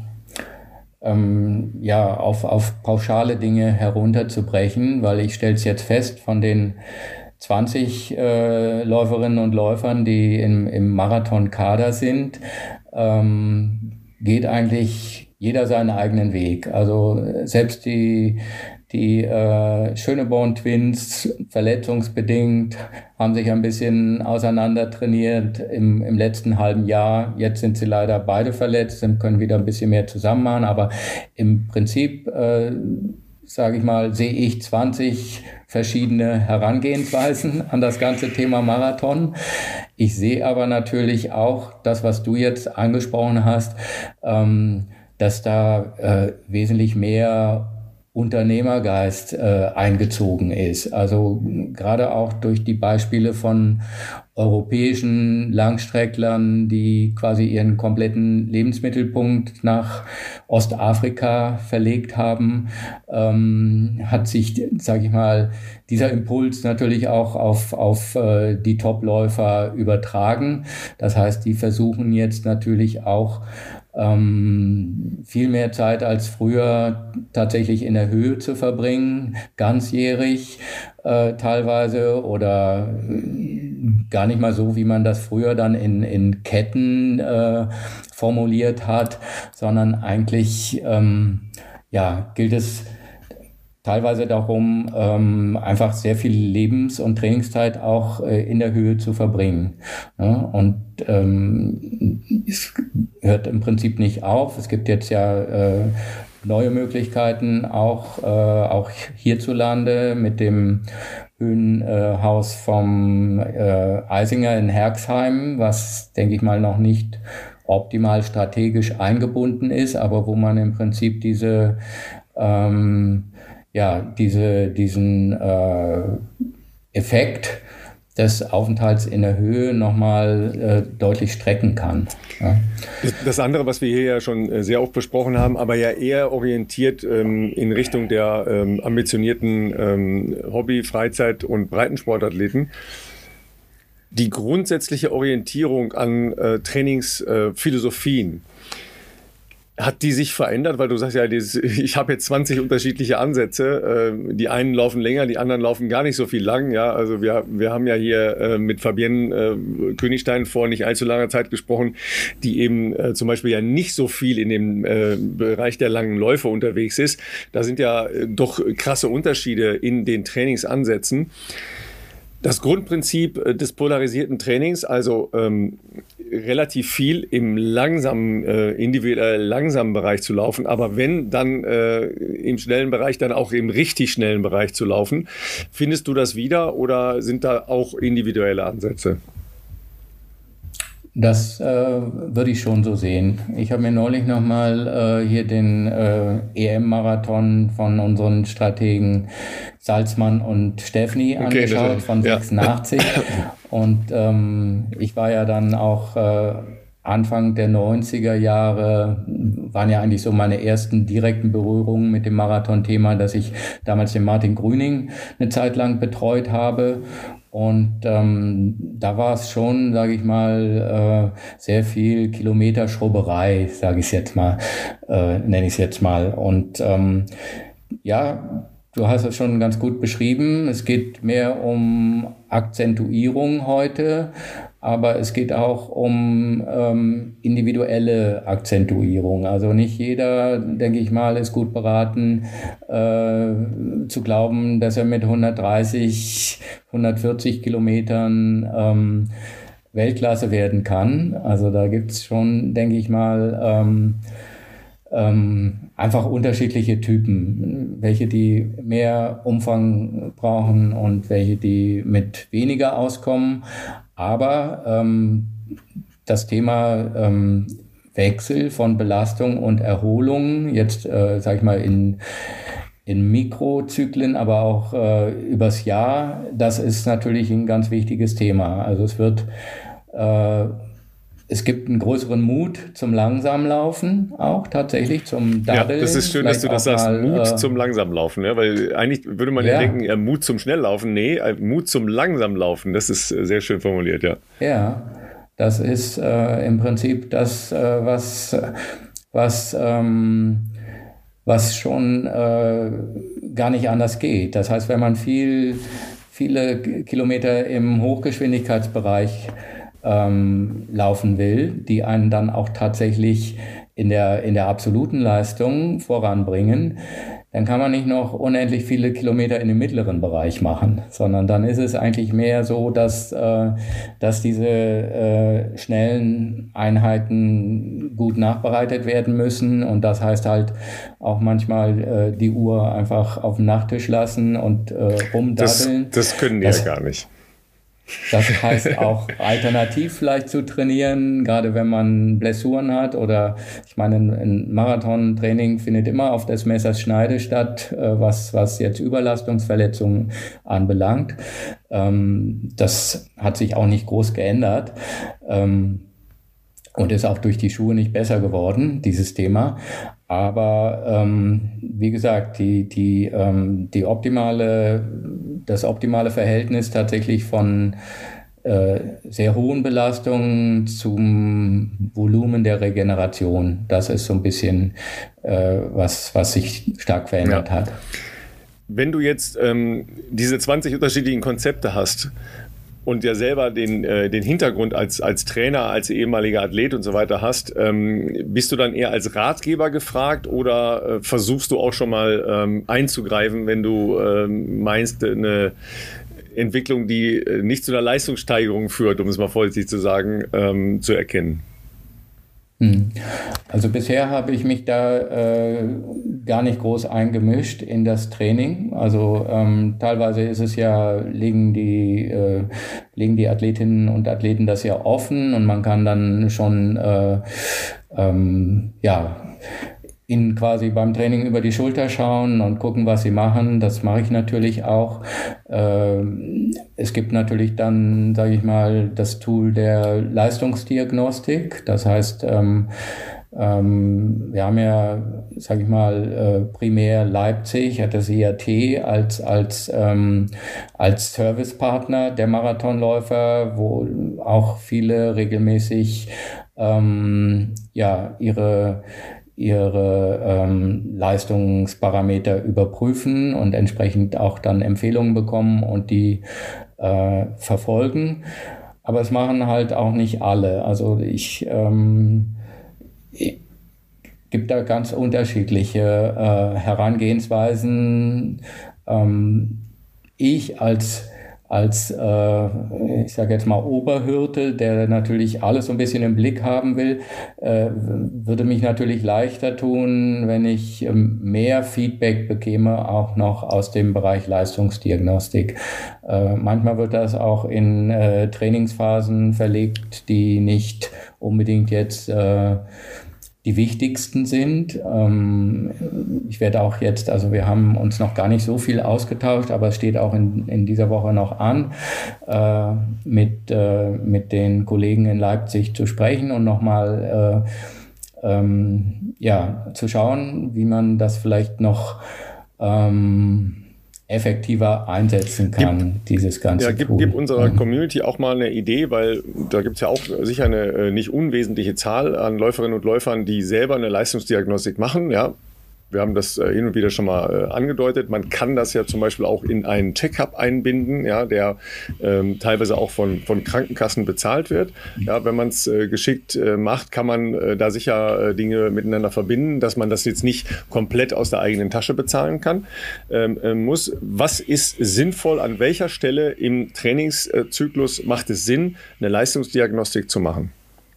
Ähm, ja, auf, auf pauschale Dinge herunterzubrechen, weil ich stelle es jetzt fest, von den zwanzig äh, Läuferinnen und Läufern, die im, im Marathon-Kader sind, ähm, geht eigentlich jeder seinen eigenen Weg. Also selbst die Die äh, Schöneborn Twins, verletzungsbedingt, haben sich ein bisschen auseinander trainiert im, im letzten halben Jahr. Jetzt sind sie leider beide verletzt und können wieder ein bisschen mehr zusammen machen. Aber im Prinzip, äh, sage ich mal, sehe ich zwanzig verschiedene Herangehensweisen an das ganze Thema Marathon. Ich sehe aber natürlich auch das, was du jetzt angesprochen hast, ähm, dass da äh, wesentlich mehr Unternehmergeist äh, eingezogen ist. Also gerade auch durch die Beispiele von europäischen Langstrecklern, die quasi ihren kompletten Lebensmittelpunkt nach Ostafrika verlegt haben, ähm, hat sich, sage ich mal, dieser Impuls natürlich auch auf, auf äh, die Topläufer übertragen. Das heißt, die versuchen jetzt natürlich auch Ähm, viel mehr Zeit als früher tatsächlich in der Höhe zu verbringen, ganzjährig äh, teilweise oder äh, gar nicht mal so, wie man das früher dann in, in Ketten äh, formuliert hat, sondern eigentlich ähm, ja, gilt es teilweise darum, ähm, einfach sehr viel Lebens- und Trainingszeit auch äh, in der Höhe zu verbringen. Ja, und ähm, es hört im Prinzip nicht auf. Es gibt jetzt ja äh, neue Möglichkeiten, auch, äh, auch hierzulande mit dem Höhenhaus äh, vom äh, Eisinger in Herxheim, was, denke ich mal, noch nicht optimal strategisch eingebunden ist, aber wo man im Prinzip diese ähm, ja, diese, diesen äh, Effekt des Aufenthalts in der Höhe nochmal äh, deutlich strecken kann. Ja. Das andere, was wir hier ja schon sehr oft besprochen haben, aber ja eher orientiert ähm, in Richtung der ähm, ambitionierten ähm, Hobby-, Freizeit- und Breitensportathleten, die grundsätzliche Orientierung an äh, Trainingsphilosophien. Äh, Hat die sich verändert? Weil du sagst ja, dieses, ich habe jetzt zwanzig unterschiedliche Ansätze. Äh, die einen laufen länger, die anderen laufen gar nicht so viel lang. Ja, also wir, wir haben ja hier äh, mit Fabienne äh, Königstein vor nicht allzu langer Zeit gesprochen, die eben äh, zum Beispiel ja nicht so viel in dem äh, Bereich der langen Läufe unterwegs ist. Da sind ja äh, doch krasse Unterschiede in den Trainingsansätzen. Das Grundprinzip des polarisierten Trainings, also ähm, relativ viel im langsamen, äh, individuell langsamen Bereich zu laufen, aber wenn, dann äh, im schnellen Bereich, dann auch im richtig schnellen Bereich zu laufen. Findest du das wieder oder sind da auch individuelle Ansätze? Das äh, würde ich schon so sehen. Ich habe mir neulich nochmal äh, hier den äh, E M-Marathon von unseren Strategen Salzmann und Steffni okay, angeschaut von sechsundachtzig. Ja. Und ähm, ich war ja dann auch äh, Anfang der neunziger Jahre, waren ja eigentlich so meine ersten direkten Berührungen mit dem Marathon-Thema, dass ich damals den Martin Grüning eine Zeit lang betreut habe. Und ähm, da war es schon, sage ich mal, äh, sehr viel Kilometerschrubberei, sage ich jetzt mal, äh, nenne ich es jetzt mal. Und ähm, ja, du hast es schon ganz gut beschrieben. Es geht mehr um Akzentuierung heute, aber es geht auch um ähm, individuelle Akzentuierung. Also nicht jeder, denke ich mal, ist gut beraten, äh, zu glauben, dass er mit hundertdreißig, hundertvierzig Kilometern ähm, Weltklasse werden kann. Also da gibt es schon, denke ich mal, ähm, ähm, einfach unterschiedliche Typen, welche die mehr Umfang brauchen und welche die mit weniger auskommen. Aber ähm, das Thema ähm, Wechsel von Belastung und Erholung, jetzt äh, sag ich mal in, in Mikrozyklen, aber auch äh, übers Jahr, das ist natürlich ein ganz wichtiges Thema. Also es wird äh, Es gibt einen größeren Mut zum Langsamlaufen, auch tatsächlich zum Daddeln. Ja, das ist schön, dass du das sagst, mal, Mut äh, zum Langsamlaufen. Ja, weil eigentlich würde man ja, ja denken, ja, Mut zum Schnelllaufen. Nee, Mut zum Langsamlaufen, das ist sehr schön formuliert, ja. Ja, das ist äh, im Prinzip das, äh, was, was, ähm, was schon äh, gar nicht anders geht. Das heißt, wenn man viel, viele Kilometer im Hochgeschwindigkeitsbereich Ähm, laufen will, die einen dann auch tatsächlich in der, in der absoluten Leistung voranbringen, dann kann man nicht noch unendlich viele Kilometer in dem mittleren Bereich machen, sondern dann ist es eigentlich mehr so, dass, äh, dass diese äh, schnellen Einheiten gut nachbereitet werden müssen und das heißt halt auch manchmal äh, die Uhr einfach auf dem Nachttisch lassen und äh, rumdaddeln. Das, das können die das, ja gar nicht. Das heißt auch alternativ vielleicht zu trainieren, gerade wenn man Blessuren hat oder ich meine, ein Marathontraining findet immer auf des Messers Schneide statt, was, was jetzt Überlastungsverletzungen anbelangt. Das hat sich auch nicht groß geändert. Und ist auch durch die Schuhe nicht besser geworden, dieses Thema. Aber ähm, wie gesagt, die, die, ähm, die optimale, das optimale Verhältnis tatsächlich von äh, sehr hohen Belastungen zum Volumen der Regeneration, das ist so ein bisschen, äh, was, was sich stark verändert ja. hat. Wenn du jetzt ähm, diese zwanzig unterschiedlichen Konzepte hast, und ja selber den, äh, den Hintergrund als, als Trainer, als ehemaliger Athlet und so weiter hast, ähm, bist du dann eher als Ratgeber gefragt oder äh, versuchst du auch schon mal ähm, einzugreifen, wenn du ähm, meinst, eine Entwicklung, die äh, nicht zu einer Leistungssteigerung führt, um es mal vorsichtig zu sagen, ähm, zu erkennen? Also bisher habe ich mich da äh, gar nicht groß eingemischt in das Training. Also ähm, teilweise ist es ja, legen die, äh, legen die Athletinnen und Athleten das ja offen und man kann dann schon äh, ähm, ja ihnen quasi beim Training über die Schulter schauen und gucken, was sie machen. Das mache ich natürlich auch. Es gibt natürlich dann, sage ich mal, das Tool der Leistungsdiagnostik. Das heißt, wir haben ja, sage ich mal, primär Leipzig, hat das I A T als als als Servicepartner der Marathonläufer, wo auch viele regelmäßig ja ihre ihre ähm, Leistungsparameter überprüfen und entsprechend auch dann Empfehlungen bekommen und die äh, verfolgen. Aber es machen halt auch nicht alle. Also ich, ähm, ich gibt da ganz unterschiedliche äh, Herangehensweisen. Ähm, ich als als, äh, ich sage jetzt mal Oberhirte, der natürlich alles so ein bisschen im Blick haben will, äh, würde mich natürlich leichter tun, wenn ich ähm, mehr Feedback bekäme, auch noch aus dem Bereich Leistungsdiagnostik. Äh, manchmal wird das auch in äh, Trainingsphasen verlegt, die nicht unbedingt jetzt äh, die wichtigsten sind. Ich werde auch jetzt, also wir haben uns noch gar nicht so viel ausgetauscht, aber es steht auch in, in dieser Woche noch an, mit, mit den Kollegen in Leipzig zu sprechen und nochmal ja, zu schauen, wie man das vielleicht noch effektiver einsetzen kann, gib, dieses ganze Ja, gib, gib unserer Community auch mal eine Idee, weil da gibt es ja auch sicher eine nicht unwesentliche Zahl an Läuferinnen und Läufern, die selber eine Leistungsdiagnostik machen, ja. Wir haben das äh, hin und wieder schon mal äh, angedeutet. Man kann das ja zum Beispiel auch in einen Check-up einbinden, ja, der ähm, teilweise auch von, von Krankenkassen bezahlt wird. Ja, wenn man es äh, geschickt äh, macht, kann man äh, da sicher äh, Dinge miteinander verbinden, dass man das jetzt nicht komplett aus der eigenen Tasche bezahlen kann. Ähm, äh, muss. Was ist sinnvoll? An welcher Stelle im Trainingszyklus macht es Sinn, eine Leistungsdiagnostik zu machen?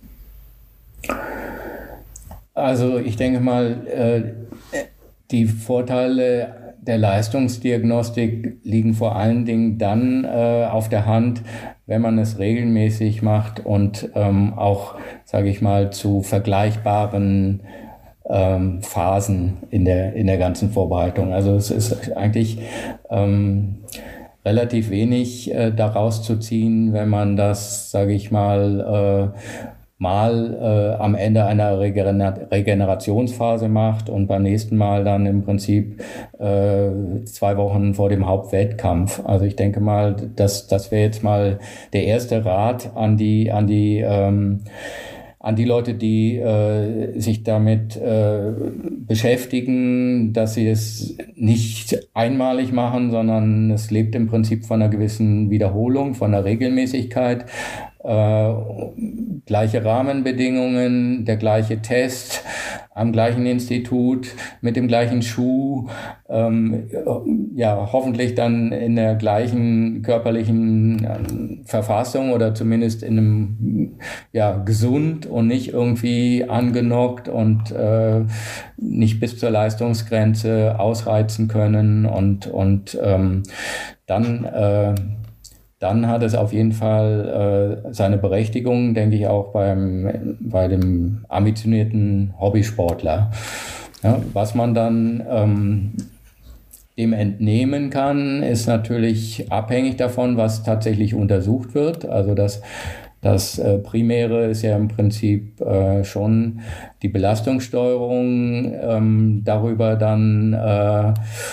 Also ich denke mal, äh, die Vorteile der Leistungsdiagnostik liegen vor allen Dingen dann äh, auf der Hand, wenn man es regelmäßig macht und ähm, auch, sage ich mal, zu vergleichbaren ähm, Phasen in der, in der ganzen Vorbereitung. Also es ist eigentlich ähm, relativ wenig äh, daraus zu ziehen, wenn man das, sage ich mal, äh, mal äh, am Ende einer Regener- Regenerationsphase macht und beim nächsten Mal dann im Prinzip äh, zwei Wochen vor dem Hauptwettkampf. Also ich denke mal, das, das wäre jetzt mal der erste Rat an die, an die, ähm, an die Leute, die äh, sich damit äh, beschäftigen, dass sie es nicht einmalig machen, sondern es lebt im Prinzip von einer gewissen Wiederholung, von einer Regelmäßigkeit. Äh, gleiche Rahmenbedingungen, der gleiche Test am gleichen Institut, mit dem gleichen Schuh, ähm, ja, hoffentlich dann in der gleichen körperlichen ähm, Verfassung oder zumindest in einem, ja, gesund und nicht irgendwie angenockt und äh, nicht bis zur Leistungsgrenze ausreizen können und, und ähm, dann äh, dann hat es auf jeden Fall äh, seine Berechtigung, denke ich, auch beim, bei dem ambitionierten Hobbysportler. Ja, was man dann ähm, dem entnehmen kann, ist natürlich abhängig davon, was tatsächlich untersucht wird. Also das, das äh, Primäre ist ja im Prinzip äh, schon die Belastungssteuerung, ähm, darüber dann äh,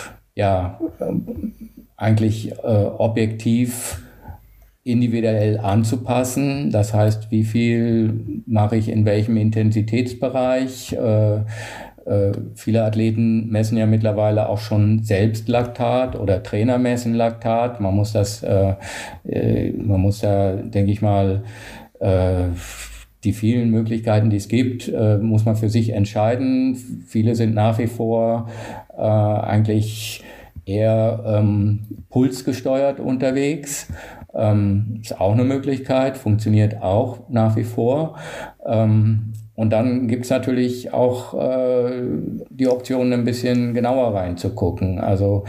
ja äh, eigentlich äh, objektiv individuell anzupassen. Das heißt, wie viel mache ich in welchem Intensitätsbereich? Äh, äh, viele Athleten messen ja mittlerweile auch schon selbst Laktat oder Trainer messen Laktat. Man muss das, äh, äh, man muss da, denke ich mal, äh, die vielen Möglichkeiten, die es gibt, äh, muss man für sich entscheiden. Viele sind nach wie vor äh, eigentlich eher ähm, pulsgesteuert unterwegs. Ähm, ist auch eine Möglichkeit, funktioniert auch nach wie vor. Ähm, und dann gibt's natürlich auch äh, die Option, ein bisschen genauer reinzugucken. Also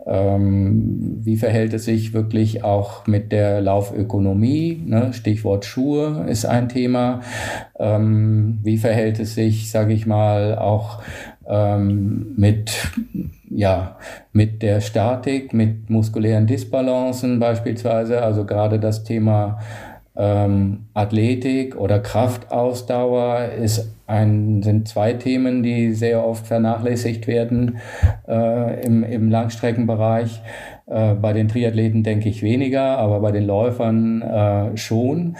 ähm, wie verhält es sich wirklich auch mit der Laufökonomie? Ne? Stichwort Schuhe ist ein Thema. Ähm, wie verhält es sich, sage ich mal, auch ähm, mit, ja, mit der Statik, mit muskulären Disbalancen beispielsweise, also gerade das Thema ähm, Athletik oder Kraftausdauer ist ein, sind zwei Themen, die sehr oft vernachlässigt werden äh, im, im Langstreckenbereich. Äh, bei den Triathleten denke ich weniger, aber bei den Läufern äh, schon.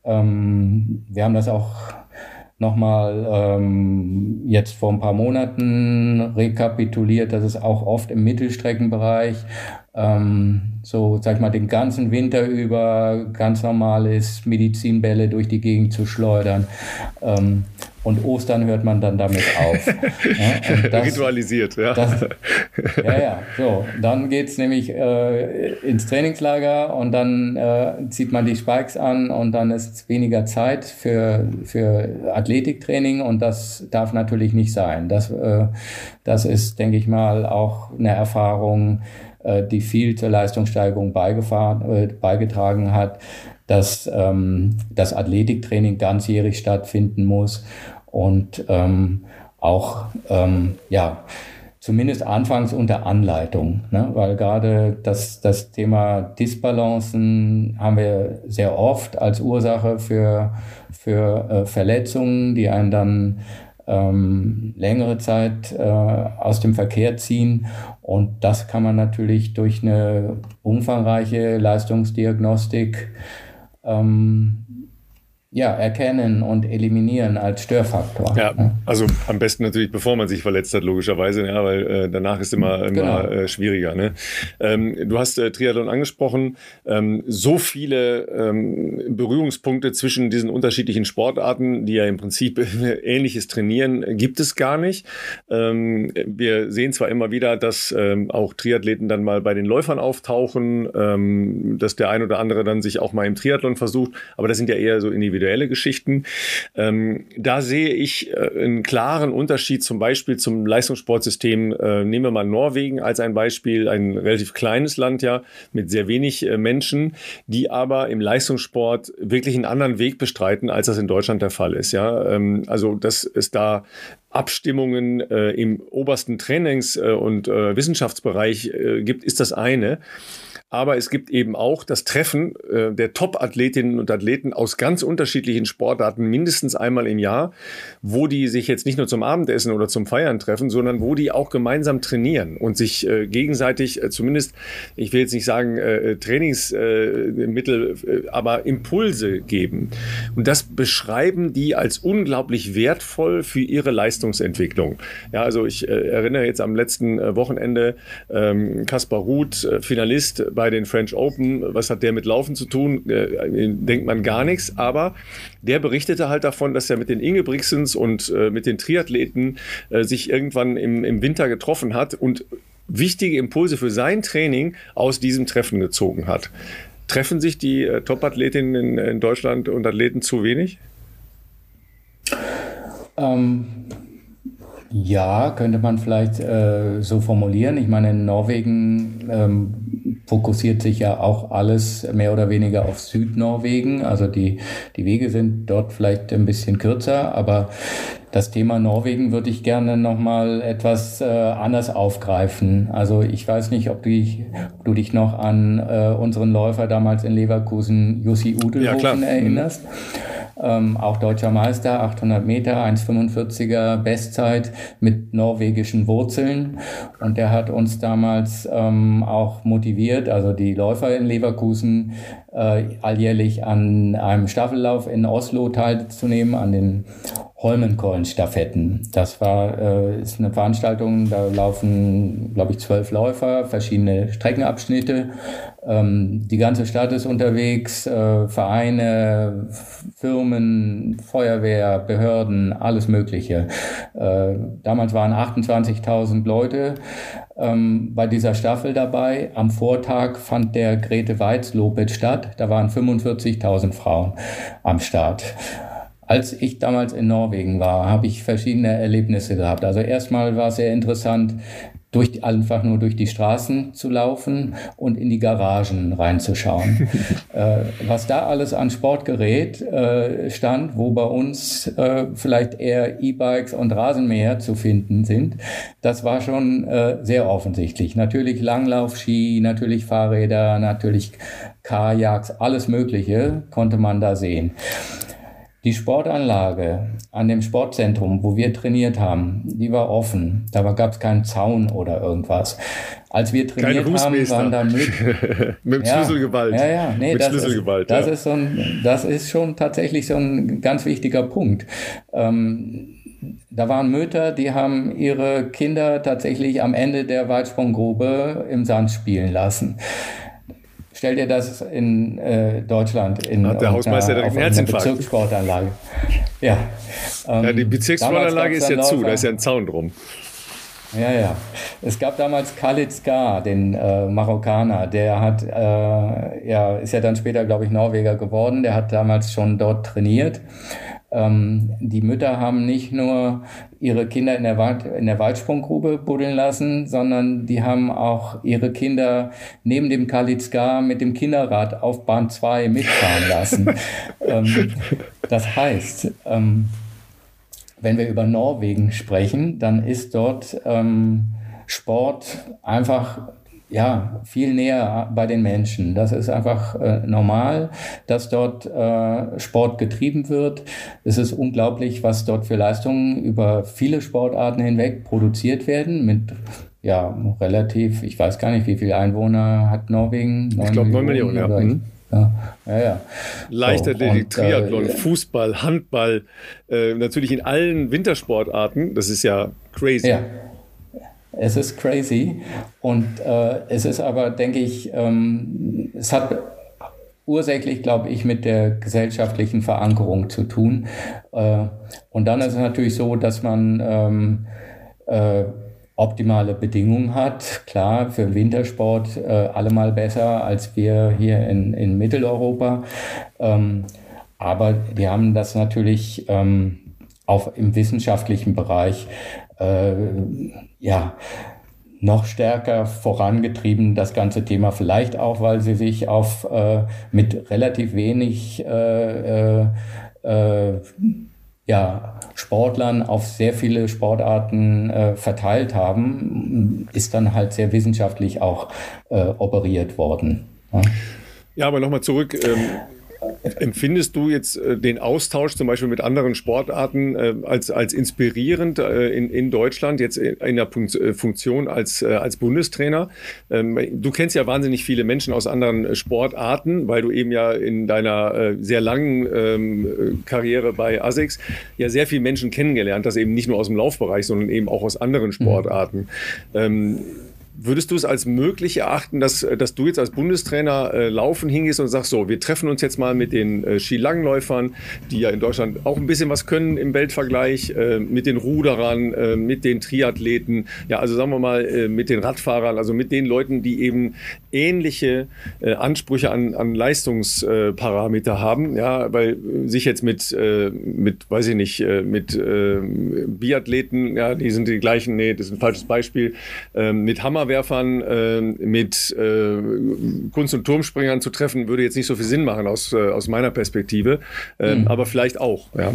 Ähm, wir haben das auch nochmal ähm, jetzt vor ein paar Monaten rekapituliert, dass es auch oft im Mittelstreckenbereich ähm, so, sag ich mal, den ganzen Winter über ganz normal ist, Medizinbälle durch die Gegend zu schleudern. Ähm, und Ostern hört man dann damit auf. Ja, und das, Ritualisiert, ja. Das, ja, ja, so. Dann geht's nämlich äh, ins Trainingslager und dann äh, zieht man die Spikes an und dann ist weniger Zeit für, für Athletiktraining und das darf natürlich nicht sein. Das, äh, das ist, denke ich mal, auch eine Erfahrung, äh, die viel zur Leistungssteigerung beigefahren, äh, beigetragen hat, dass ähm, das Athletiktraining ganzjährig stattfinden muss und ähm, auch, ähm, ja, zumindest anfangs unter Anleitung, ne? Weil gerade das, das Thema Disbalancen haben wir sehr oft als Ursache für, für äh, Verletzungen, die einen dann ähm, längere Zeit äh, aus dem Verkehr ziehen. Und das kann man natürlich durch eine umfangreiche Leistungsdiagnostik ähm, ja, erkennen und eliminieren als Störfaktor. Ja, also am besten natürlich, bevor man sich verletzt hat, logischerweise, ja, weil äh, danach ist immer, immer genau. äh, schwieriger. Ne? Ähm, du hast äh, Triathlon angesprochen. Ähm, so viele ähm, Berührungspunkte zwischen diesen unterschiedlichen Sportarten, die ja im Prinzip Ähnliches trainieren, gibt es gar nicht. Ähm, wir sehen zwar immer wieder, dass ähm, auch Triathleten dann mal bei den Läufern auftauchen, ähm, dass der ein oder andere dann sich auch mal im Triathlon versucht, aber das sind ja eher so individuelle Geschichten. Ähm, da sehe ich äh, einen klaren Unterschied zum Beispiel zum Leistungssportsystem. Äh, nehmen wir mal Norwegen als ein Beispiel, ein relativ kleines Land ja mit sehr wenig äh, Menschen, die aber im Leistungssport wirklich einen anderen Weg bestreiten, als das in Deutschland der Fall ist. Ja, ähm, also dass es da Abstimmungen äh, im obersten Trainings- äh, und äh, Wissenschaftsbereich äh, gibt, ist das eine. Aber es gibt eben auch das Treffen äh, der Top-Athletinnen und Athleten aus ganz unterschiedlichen Sportarten mindestens einmal im Jahr, wo die sich jetzt nicht nur zum Abendessen oder zum Feiern treffen, sondern wo die auch gemeinsam trainieren und sich äh, gegenseitig äh, zumindest, ich will jetzt nicht sagen äh, Trainingsmittel, äh, aber Impulse geben. Und das beschreiben die als unglaublich wertvoll für ihre Leistungsentwicklung. Ja, also ich äh, erinnere jetzt am letzten äh, Wochenende ähm, Kaspar Ruud, äh, Finalist bei den French Open, was hat der mit Laufen zu tun? Äh, denkt man gar nichts, aber der berichtete halt davon, dass er mit den Ingebrigtsens und äh, mit den Triathleten äh, sich irgendwann im, im Winter getroffen hat und wichtige Impulse für sein Training aus diesem Treffen gezogen hat. Treffen sich die äh, Top-Athletinnen in, in Deutschland und Athleten zu wenig? Ähm... Ja, könnte man vielleicht äh, so formulieren. Ich meine, in Norwegen ähm, fokussiert sich ja auch alles mehr oder weniger auf Südnorwegen. Also die, die Wege sind dort vielleicht ein bisschen kürzer, aber das Thema Norwegen würde ich gerne nochmal etwas äh, anders aufgreifen. Also ich weiß nicht, ob du dich, ob du dich noch an äh, unseren Läufer damals in Leverkusen, Jussi Udelhofen, ja, erinnerst. Ähm, auch deutscher Meister, achthundert Meter, eins fünfundvierziger Bestzeit mit norwegischen Wurzeln. Und der hat uns damals ähm, auch motiviert, also die Läufer in Leverkusen, äh, alljährlich an einem Staffellauf in Oslo teilzunehmen, an den Holmenkollen-Stafetten. Das war äh, ist eine Veranstaltung, da laufen, glaube ich, zwölf Läufer, verschiedene Streckenabschnitte. Ähm, die ganze Stadt ist unterwegs, äh, Vereine, Firmen, Feuerwehr, Behörden, alles Mögliche. Äh, damals waren achtundzwanzigtausend Leute ähm, bei dieser Staffel dabei. Am Vortag fand der Grete Weitz-Lopez statt. Da waren fünfundvierzigtausend Frauen am Start. Als ich damals in Norwegen war, habe ich verschiedene Erlebnisse gehabt. Also erstmal war es sehr interessant, durch, einfach nur durch die Straßen zu laufen und in die Garagen reinzuschauen. äh, was da alles an Sportgerät äh, stand, wo bei uns äh, vielleicht eher E-Bikes und Rasenmäher zu finden sind, das war schon äh, sehr offensichtlich. Natürlich Langlaufski, natürlich Fahrräder, natürlich Kajaks, alles Mögliche konnte man da sehen. Die Sportanlage an dem Sportzentrum, wo wir trainiert haben, die war offen. Da gab es keinen Zaun oder irgendwas. Als wir trainiert haben, waren da mit, mit ja, Schlüsselgewalt. Ja, ja, nee, mit das, Schlüsselgewalt, ist, das, ja. ist so ein, das ist schon tatsächlich so ein ganz wichtiger Punkt. Ähm, da waren Mütter, die haben ihre Kinder tatsächlich am Ende der Weitsprunggrube im Sand spielen lassen. Stell dir das in äh, Deutschland in Hat der Hausmeister direkt einen Herzinfarkt. Bezirkssportanlage. Ja, ähm, ja, die Bezirkssportanlage ist ja zu, da ist ja ein Zaun drum. Ja, ja. Es gab damals Khalid Skar, den äh, Marokkaner, der hat, äh, ja, ist ja dann später, glaube ich, Norweger geworden, der hat damals schon dort trainiert. Ähm, die Mütter haben nicht nur ihre Kinder in der, Wald, in der Weitsprunggrube buddeln lassen, sondern die haben auch ihre Kinder neben dem Khalid Skar mit dem Kinderrad auf Bahn zwei mitfahren lassen. ähm, das heißt, ähm, wenn wir über Norwegen sprechen, dann ist dort ähm, Sport einfach ja viel näher bei den Menschen. Das ist einfach äh, normal, dass dort äh, Sport getrieben wird. Es ist unglaublich, was dort für Leistungen über viele Sportarten hinweg produziert werden mit ja relativ, ich weiß gar nicht, wie viele Einwohner hat Norwegen? Ich glaube neun Millionen, ja. Mhm. Ja, ja, ja. Leichtathletik, so, Triathlon, äh, Fußball, Handball, äh, natürlich in allen Wintersportarten. Das ist ja crazy. Ja, es ist crazy. Und äh, es ist aber, denke ich, ähm, es hat ursächlich, glaube ich, mit der gesellschaftlichen Verankerung zu tun. Äh, und dann ist es natürlich so, dass man ähm, äh, optimale Bedingungen hat. Klar, für Wintersport äh, allemal besser als wir hier in, in Mitteleuropa. Ähm, aber die haben das natürlich ähm, auch im wissenschaftlichen Bereich äh, ja, noch stärker vorangetrieben, das ganze Thema. Vielleicht auch, weil sie sich auf äh, mit relativ wenig äh, äh, äh, ja, Sportlern auf sehr viele Sportarten äh, verteilt haben, ist dann halt sehr wissenschaftlich auch äh, operiert worden. Ja, ja, aber nochmal zurück. Ähm Empfindest du jetzt äh, den Austausch zum Beispiel mit anderen Sportarten äh, als, als inspirierend äh, in, in Deutschland, jetzt in, in der Punkt, äh, Funktion als, äh, als Bundestrainer? Ähm, du kennst ja wahnsinnig viele Menschen aus anderen Sportarten, weil du eben ja in deiner äh, sehr langen ähm, Karriere bei ASICS ja sehr viele Menschen kennengelernt hast, eben nicht nur aus dem Laufbereich, sondern eben auch aus anderen Sportarten. Mhm. Ähm, Würdest du es als möglich erachten, dass, dass du jetzt als Bundestrainer äh, laufen hingehst und sagst, so, wir treffen uns jetzt mal mit den äh, Skilangläufern, die ja in Deutschland auch ein bisschen was können im Weltvergleich, äh, mit den Ruderern, äh, mit den Triathleten, ja, also sagen wir mal äh, mit den Radfahrern, also mit den Leuten, die eben ähnliche äh, Ansprüche an, an Leistungsparameter äh, haben, ja, weil äh, sich jetzt mit, äh, mit, weiß ich nicht, äh, mit äh, Biathleten, ja, die sind die gleichen, nee, das ist ein falsches Beispiel, äh, mit Hammer Werfern äh, mit äh, Kunst- und Turmspringern zu treffen, würde jetzt nicht so viel Sinn machen aus, äh, aus meiner Perspektive, äh, mhm. aber vielleicht auch. Ja,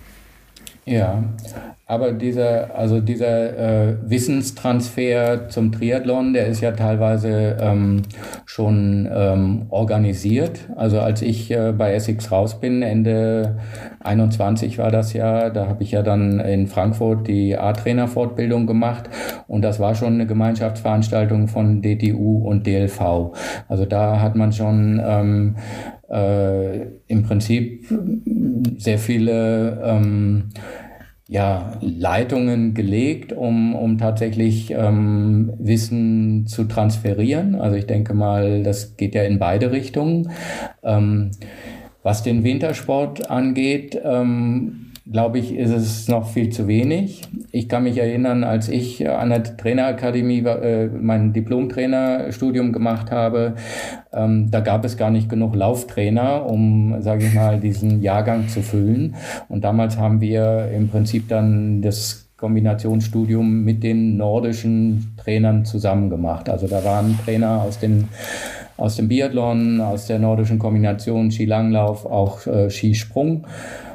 ja, aber dieser, also dieser äh, Wissenstransfer zum Triathlon, der ist ja teilweise ähm, schon ähm, organisiert. Also als ich äh, bei ASICS raus bin, Ende einundzwanzig war das ja, da habe ich ja dann in Frankfurt die A-Trainer-Fortbildung gemacht und das war schon eine Gemeinschaftsveranstaltung von D T U und D L V. Also da hat man schon ähm, äh, im Prinzip sehr viele ähm, ja, Leitungen gelegt, um, um tatsächlich ähm, Wissen zu transferieren. Also ich denke mal, das geht ja in beide Richtungen. Ähm, was den Wintersport angeht, ähm, glaube ich, ist es noch viel zu wenig. Ich kann mich erinnern, als ich an der Trainerakademie äh, mein Diplom-Trainerstudium gemacht habe, ähm, da gab es gar nicht genug Lauftrainer, um, sage ich mal, diesen Jahrgang zu füllen. Und damals haben wir im Prinzip dann das Kombinationsstudium mit den nordischen Trainern zusammen gemacht. Also da waren Trainer aus den aus dem Biathlon, aus der nordischen Kombination Skilanglauf, auch äh, Skisprung.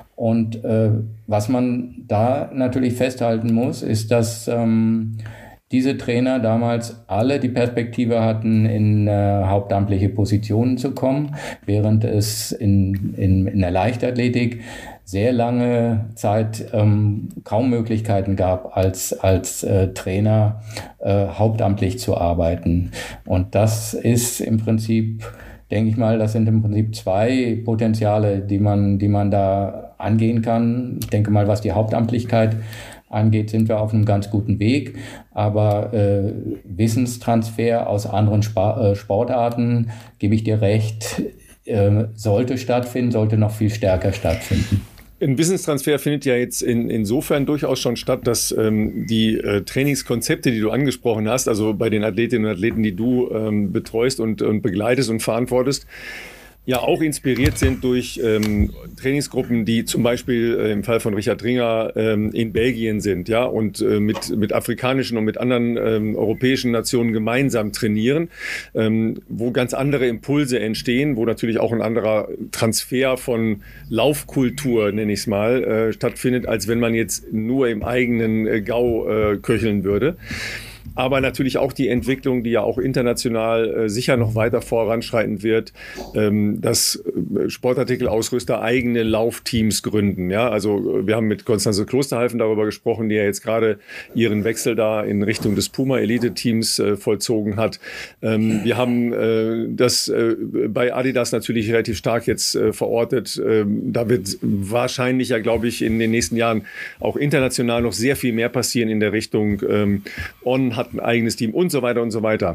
Und äh, was man da natürlich festhalten muss, ist, dass ähm, diese Trainer damals alle die Perspektive hatten, in äh, hauptamtliche Positionen zu kommen, während es in, in, in der Leichtathletik sehr lange Zeit ähm, kaum Möglichkeiten gab, als, als äh, Trainer äh, hauptamtlich zu arbeiten. Und das ist im Prinzip, denke ich mal, das sind im Prinzip zwei Potenziale, die man, die man da angehen kann. Ich denke mal, was die Hauptamtlichkeit angeht, sind wir auf einem ganz guten Weg. Aber äh, Wissenstransfer aus anderen Sp- äh, Sportarten, gebe ich dir recht, äh, sollte stattfinden, sollte noch viel stärker stattfinden. Ein Wissenstransfer findet ja jetzt in, insofern durchaus schon statt, dass ähm, die äh, Trainingskonzepte, die du angesprochen hast, also bei den Athletinnen und Athleten, die du ähm, betreust und, und begleitest und verantwortest, ja auch inspiriert sind durch ähm, Trainingsgruppen, die zum Beispiel äh, im Fall von Richard Ringer ähm, in Belgien sind, ja, und äh, mit, mit afrikanischen und mit anderen ähm, europäischen Nationen gemeinsam trainieren, ähm, wo ganz andere Impulse entstehen, wo natürlich auch ein anderer Transfer von Laufkultur, nenne ich es mal, äh, stattfindet, als wenn man jetzt nur im eigenen äh, Gau äh, köcheln würde. Aber natürlich auch die Entwicklung, die ja auch international äh, sicher noch weiter voranschreiten wird, ähm, dass äh, Sportartikelausrüster eigene Laufteams gründen. Ja, also wir haben mit Konstanze Klosterhalfen darüber gesprochen, die ja jetzt gerade ihren Wechsel da in Richtung des Puma-Elite-Teams äh, vollzogen hat. Ähm, wir haben äh, das äh, bei Adidas natürlich relativ stark jetzt äh, verortet. Ähm, da wird wahrscheinlich ja, glaube ich, in den nächsten Jahren auch international noch sehr viel mehr passieren in der Richtung ähm, On hat ein eigenes Team und so weiter und so weiter.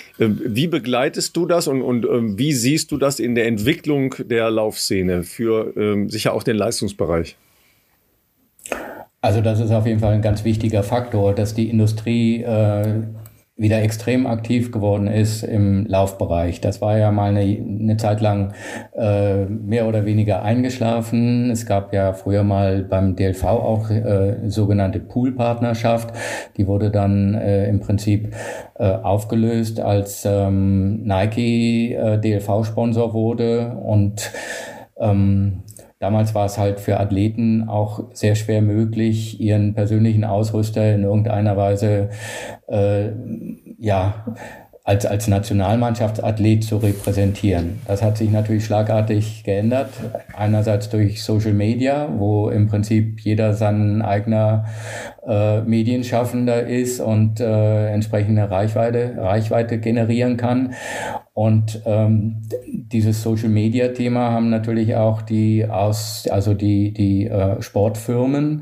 Wie begleitest du das und, und wie siehst du das in der Entwicklung der Laufszene für ähm, sicher auch den Leistungsbereich? Also das ist auf jeden Fall ein ganz wichtiger Faktor, dass die Industrie äh, wieder extrem aktiv geworden ist im Laufbereich. Das war ja mal eine, eine Zeit lang äh, mehr oder weniger eingeschlafen. Es gab ja früher mal beim D L V auch äh, sogenannte Poolpartnerschaft. Die wurde dann äh, im Prinzip äh, aufgelöst, als ähm, Nike äh, D L V-Sponsor wurde und ähm, damals war es halt für Athleten auch sehr schwer möglich, ihren persönlichen Ausrüster in irgendeiner Weise äh, ja als, als Nationalmannschaftsathlet zu repräsentieren. Das hat sich natürlich schlagartig geändert. Einerseits durch Social Media, wo im Prinzip jeder sein eigener äh, Medienschaffender ist und äh, entsprechende Reichweite, Reichweite generieren kann. Und ähm, dieses Social-Media-Thema haben natürlich auch die aus, also die die äh, Sportfirmen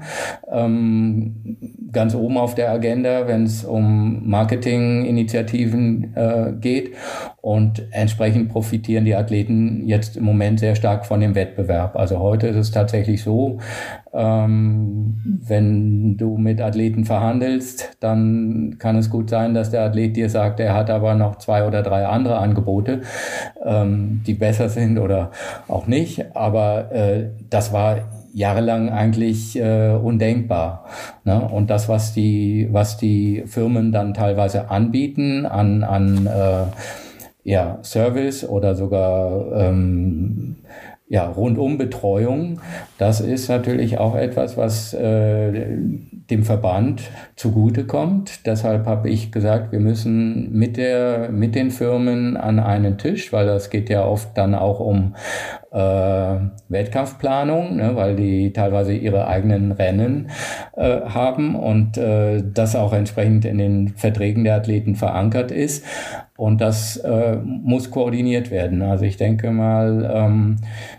ähm, ganz oben auf der Agenda, wenn es um Marketinginitiativen äh, geht. Und entsprechend profitieren die Athleten jetzt im Moment sehr stark von dem Wettbewerb. Also heute ist es tatsächlich so, ähm, wenn du mit Athleten verhandelst, dann kann es gut sein, dass der Athlet dir sagt, er hat aber noch zwei oder drei andere Angebote, ähm, die besser sind oder auch nicht. Aber äh, das war jahrelang eigentlich äh, undenkbar. Ne? Und das, was die, was die Firmen dann teilweise anbieten an, an äh, ja, Service oder sogar ähm, ja, Rundumbetreuung, das ist natürlich auch etwas, was äh, dem Verband zugutekommt. Deshalb habe ich gesagt, wir müssen mit der, mit den Firmen an einen Tisch, weil das geht ja oft dann auch um äh, Wettkampfplanung, ne, weil die teilweise ihre eigenen Rennen äh, haben und äh, das auch entsprechend in den Verträgen der Athleten verankert ist. Und das äh, muss koordiniert werden. Also ich denke mal, ähm,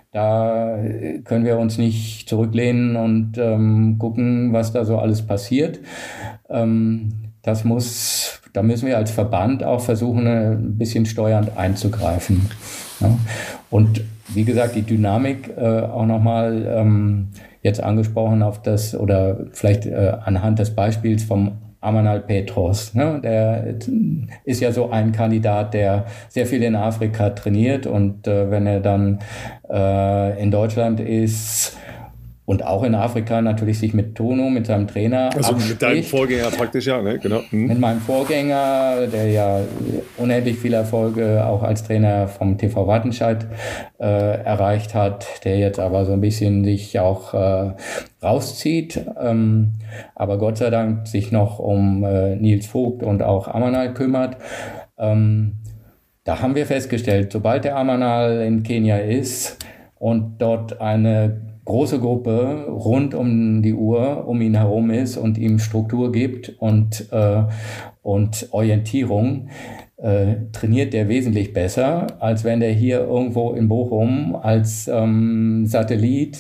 da können wir uns nicht zurücklehnen und ähm, gucken, was da so alles passiert. Ähm, das muss, da müssen wir als Verband auch versuchen, ein bisschen steuernd einzugreifen. Ja. Und wie gesagt, die Dynamik äh, auch nochmal ähm, jetzt angesprochen auf das oder vielleicht äh, anhand des Beispiels vom Amanal Petros, ne? Der ist ja so ein Kandidat, der sehr viel in Afrika trainiert und äh, wenn er dann äh, in Deutschland ist, und auch in Afrika natürlich sich mit Tono, mit seinem Trainer Also abspricht. mit deinem Vorgänger praktisch, ja, ne? Genau. Mhm. Mit meinem Vorgänger, der ja unendlich viele Erfolge auch als Trainer vom T V Wattenscheid äh, erreicht hat, der jetzt aber so ein bisschen sich auch äh, rauszieht, ähm, aber Gott sei Dank sich noch um äh, Nils Vogt und auch Amanal kümmert. Ähm, da haben wir festgestellt, sobald der Amanal in Kenia ist und dort eine große Gruppe rund um die Uhr um ihn herum ist und ihm Struktur gibt und, äh, und Orientierung, äh, trainiert er wesentlich besser, als wenn er hier irgendwo in Bochum als ähm, Satellit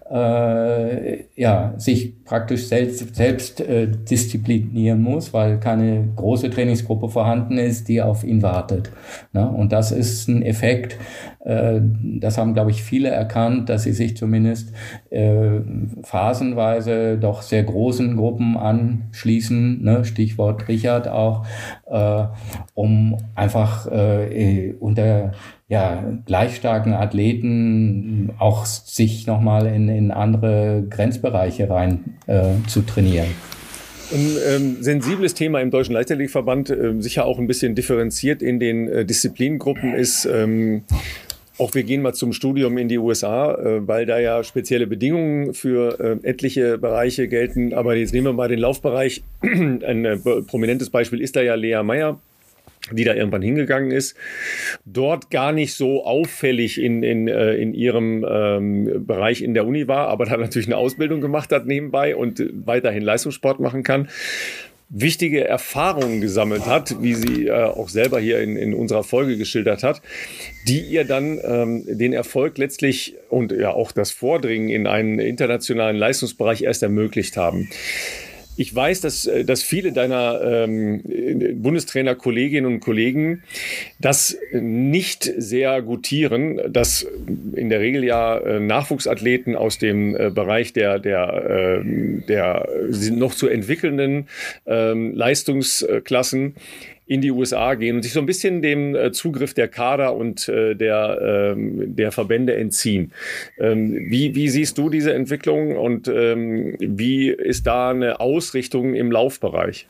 äh, ja, sich praktisch selbst, selbst äh, disziplinieren muss, weil keine große Trainingsgruppe vorhanden ist, die auf ihn wartet. Ne? Und das ist ein Effekt, äh, das haben, glaube ich, viele erkannt, dass sie sich zumindest äh, phasenweise doch sehr großen Gruppen anschließen, ne? Stichwort Richard auch, äh, um einfach äh, unter ja, gleich starken Athleten auch sich nochmal in, in andere Grenzbereiche rein äh, zu trainieren. Ein ähm, sensibles Thema im Deutschen Leichtathletikverband, äh, sicher auch ein bisschen differenziert in den äh, Disziplinengruppen ist, ähm, auch wir gehen mal zum Studium in die U S A, äh, weil da ja spezielle Bedingungen für äh, etliche Bereiche gelten. Aber jetzt nehmen wir mal den Laufbereich. Ein äh, prominentes Beispiel ist da ja Lea Meyer, die da irgendwann hingegangen ist, dort gar nicht so auffällig in, in, äh, in ihrem ähm, Bereich in der Uni war, aber da natürlich eine Ausbildung gemacht hat nebenbei und weiterhin Leistungssport machen kann, wichtige Erfahrungen gesammelt hat, wie sie äh, auch selber hier in, in unserer Folge geschildert hat, die ihr dann ähm, den Erfolg letztlich und ja auch das Vordringen in einen internationalen Leistungsbereich erst ermöglicht haben. Ich weiß, dass, dass viele deiner ähm, Bundestrainer-Kolleginnen und Kollegen das nicht sehr gutieren, dass in der Regel ja äh, Nachwuchsathleten aus dem äh, Bereich der, der, äh, der noch zu entwickelnden äh, Leistungsklassen in die U S A gehen und sich so ein bisschen dem äh, Zugriff der Kader und äh, der, ähm, der Verbände entziehen. Ähm, wie, wie siehst du diese Entwicklung und ähm, wie ist da eine Ausrichtung im Laufbereich?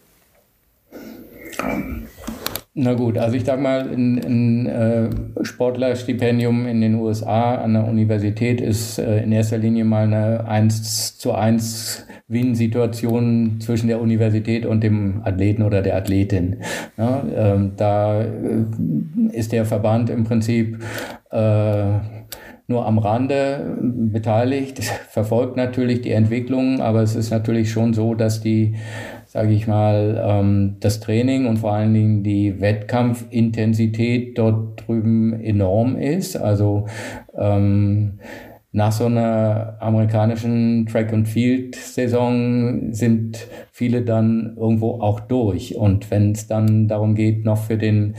Na gut, also ich sag mal, ein, ein äh, Sportlerstipendium in den U S A an der Universität ist äh, in erster Linie mal eine eins zu eins Win-Situation zwischen der Universität und dem Athleten oder der Athletin. Ja, ähm, da äh, ist der Verband im Prinzip äh, nur am Rande beteiligt, verfolgt natürlich die Entwicklung, aber es ist natürlich schon so, dass die, sage ich mal, ähm, das Training und vor allen Dingen die Wettkampfintensität dort drüben enorm ist. Also ähm, nach so einer amerikanischen Track-and-Field-Saison sind viele dann irgendwo auch durch. Und wenn es dann darum geht, noch für den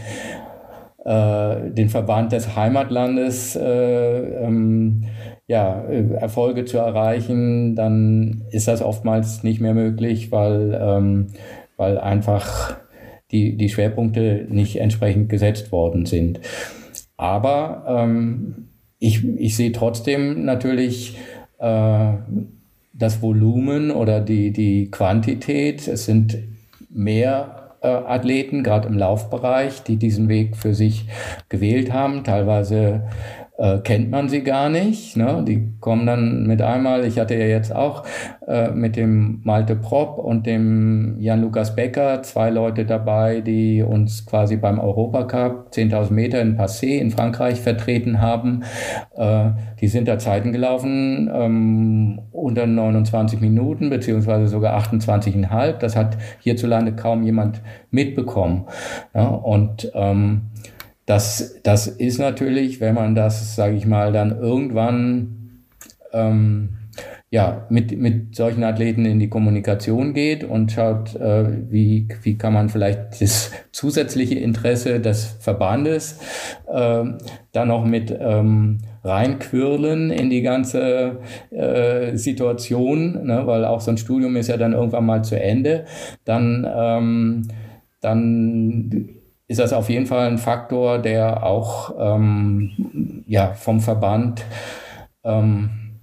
äh, den Verband des Heimatlandes äh, ähm, ja, Erfolge zu erreichen, dann ist das oftmals nicht mehr möglich, weil, ähm, weil einfach die, die Schwerpunkte nicht entsprechend gesetzt worden sind. Aber ähm, ich, ich sehe trotzdem natürlich äh, das Volumen oder die, die Quantität. Es sind mehr äh, Athleten, gerade im Laufbereich, die diesen Weg für sich gewählt haben. Teilweise äh, kennt man sie gar nicht. Ne? Die kommen dann mit einmal, ich hatte ja jetzt auch äh, mit dem Malte Propp und dem Jan-Lukas Becker zwei Leute dabei, die uns quasi beim Europacup zehntausend Meter in Passé in Frankreich vertreten haben. Äh, die sind da Zeiten gelaufen ähm, unter neunundzwanzig Minuten, beziehungsweise sogar achtundzwanzig Komma fünf. Das hat hierzulande kaum jemand mitbekommen. Ja, und ähm, Das, das ist natürlich, wenn man das, sage ich mal, dann irgendwann ähm, ja, mit, mit solchen Athleten in die Kommunikation geht und schaut, äh, wie, wie kann man vielleicht das zusätzliche Interesse des Verbandes äh, dann noch mit ähm, reinquirlen in die ganze äh, Situation, ne? Weil auch so ein Studium ist ja dann irgendwann mal zu Ende, dann, ähm, dann ist das auf jeden Fall ein Faktor, der auch ähm, ja, vom Verband ähm,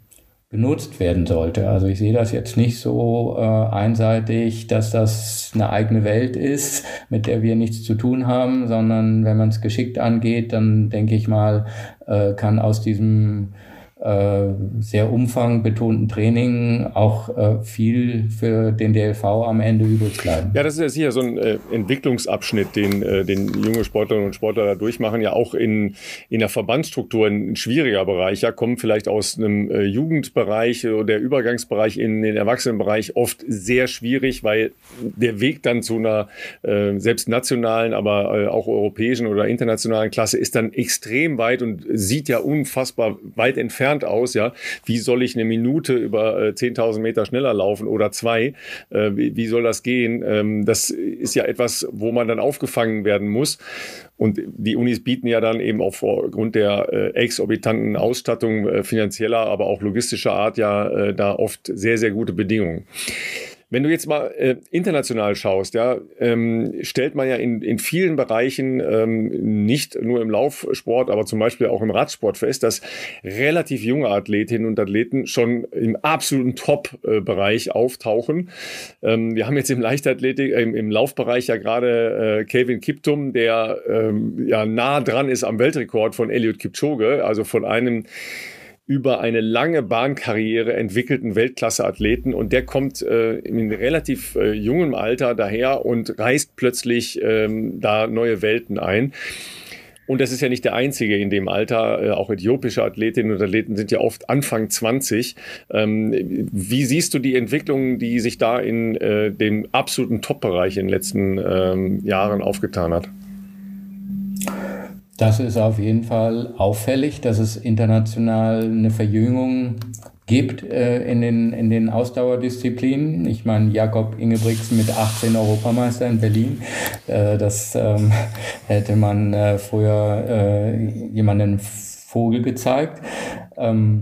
genutzt werden sollte. Also ich sehe das jetzt nicht so äh, einseitig, dass das eine eigene Welt ist, mit der wir nichts zu tun haben, sondern wenn man es geschickt angeht, dann denke ich mal, äh, kann aus diesem äh, sehr umfangbetonten Training auch äh, viel für den D L V am Ende übrig bleiben. Ja, das ist ja sicher so ein äh, Entwicklungsabschnitt, den, äh, den junge Sportlerinnen und Sportler da durchmachen, ja auch in, in der Verbandsstruktur ein schwieriger Bereich, ja, kommen vielleicht aus einem äh, Jugendbereich oder der Übergangsbereich in den Erwachsenenbereich oft sehr schwierig, weil der Weg dann zu einer äh, selbst nationalen, aber äh, auch europäischen oder internationalen Klasse ist dann extrem weit und sieht ja unfassbar weit entfernt aus, ja. Wie soll ich eine Minute über äh, zehntausend Meter schneller laufen oder zwei? Äh, wie, wie soll das gehen? Ähm, das ist ja etwas, wo man dann aufgefangen werden muss. Und die Unis bieten ja dann eben aufgrund der äh, exorbitanten Ausstattung äh, finanzieller, aber auch logistischer Art ja äh, da oft sehr, sehr gute Bedingungen. Wenn du jetzt mal äh, international schaust, ja, ähm, stellt man ja in, in vielen Bereichen, ähm, nicht nur im Laufsport, aber zum Beispiel auch im Radsport fest, dass relativ junge Athletinnen und Athleten schon im absoluten Top-Bereich auftauchen. Ähm, wir haben jetzt im Leichtathletik, äh, im Laufbereich ja gerade äh, Kelvin Kiptum, der ähm, ja nah dran ist am Weltrekord von Eliud Kipchoge, also von einem über eine lange Bahnkarriere entwickelten Weltklasse-Athleten, und der kommt äh, in relativ äh, jungem Alter daher und reißt plötzlich ähm, da neue Welten ein. Und das ist ja nicht der einzige in dem Alter. Äh, auch äthiopische Athletinnen und Athleten sind ja oft Anfang zwanzig. Ähm, wie siehst du die Entwicklung, die sich da in äh, dem absoluten Top-Bereich in den letzten ähm, Jahren aufgetan hat? Das ist auf jeden Fall auffällig, dass es international eine Verjüngung gibt äh, in den, in den Ausdauerdisziplinen. Ich meine, Jakob Ingebrigtsen mit achtzehn Europameister in Berlin, äh, das ähm, hätte man äh, früher äh, jemanden Vogel gezeigt. Ähm,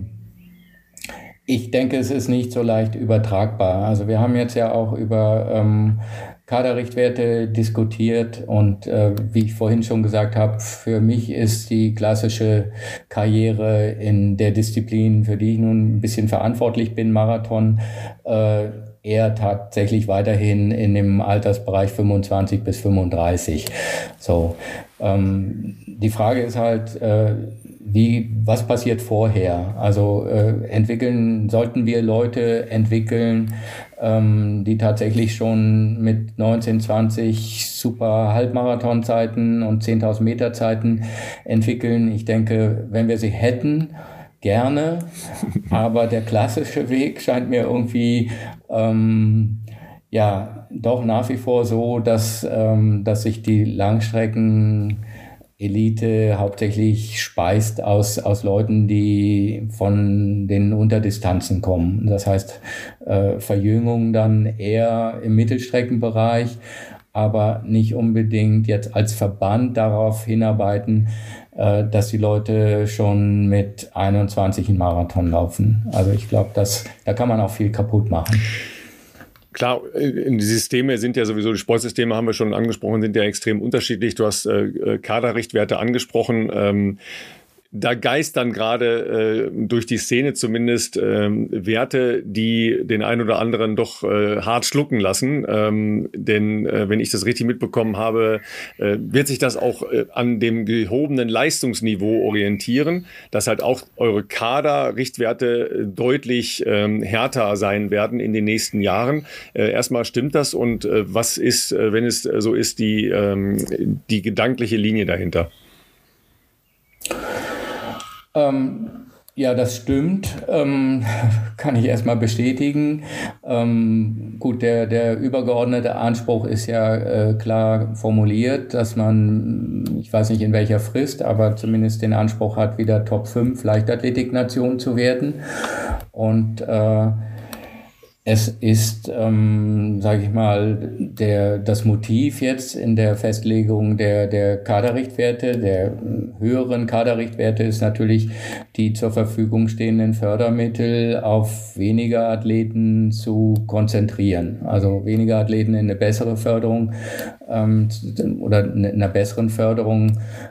ich denke, es ist nicht so leicht übertragbar. Also wir haben jetzt ja auch über ähm, Kaderrichtwerte diskutiert und äh, wie ich vorhin schon gesagt habe, für mich ist die klassische Karriere in der Disziplin, für die ich nun ein bisschen verantwortlich bin, Marathon, äh, eher tatsächlich weiterhin in dem Altersbereich fünfundzwanzig bis fünfunddreißig. So, ähm, die Frage ist halt, äh, wie, was passiert vorher? Also äh, entwickeln, sollten wir Leute entwickeln, ähm, die tatsächlich schon mit neunzehn, zwanzig super Halbmarathonzeiten und zehntausend Meter Zeiten entwickeln? Ich denke, wenn wir sie hätten, gerne, aber der klassische Weg scheint mir irgendwie ähm, ja doch nach wie vor so, dass, ähm, dass sich die Langstrecken Elite hauptsächlich speist aus, aus Leuten, die von den Unterdistanzen kommen. Das heißt, äh, Verjüngung dann eher im Mittelstreckenbereich, aber nicht unbedingt jetzt als Verband darauf hinarbeiten, äh, dass die Leute schon mit einundzwanzig einen Marathon laufen. Also ich glaube, dass da kann man auch viel kaputt machen. Klar, die Systeme sind ja sowieso, die Sportsysteme haben wir schon angesprochen, sind ja extrem unterschiedlich. Du hast äh, Kaderrichtwerte angesprochen. Ähm, da geistern gerade äh, durch die Szene zumindest äh, Werte, die den einen oder anderen doch äh, hart schlucken lassen. Ähm, denn äh, wenn ich das richtig mitbekommen habe, äh, wird sich das auch äh, an dem gehobenen Leistungsniveau orientieren, dass halt auch eure Kaderrichtwerte deutlich äh, härter sein werden in den nächsten Jahren. Äh, erstmal stimmt das, und äh, was ist, äh, wenn es so ist, die, ähm, die gedankliche Linie dahinter? Ähm, ja, das stimmt. Ähm, kann ich erstmal bestätigen. Ähm, gut, der, der übergeordnete Anspruch ist ja äh, klar formuliert, dass man, ich weiß nicht in welcher Frist, aber zumindest den Anspruch hat, wieder Top fünf Leichtathletiknation zu werden. Und äh, es ist, ähm, sage ich mal, der, das Motiv jetzt in der Festlegung der, der Kaderrichtwerte, der höheren Kaderrichtwerte ist natürlich, die zur Verfügung stehenden Fördermittel auf weniger Athleten zu konzentrieren. Also weniger Athleten in eine bessere Förderung ähm, oder in einer besseren Förderung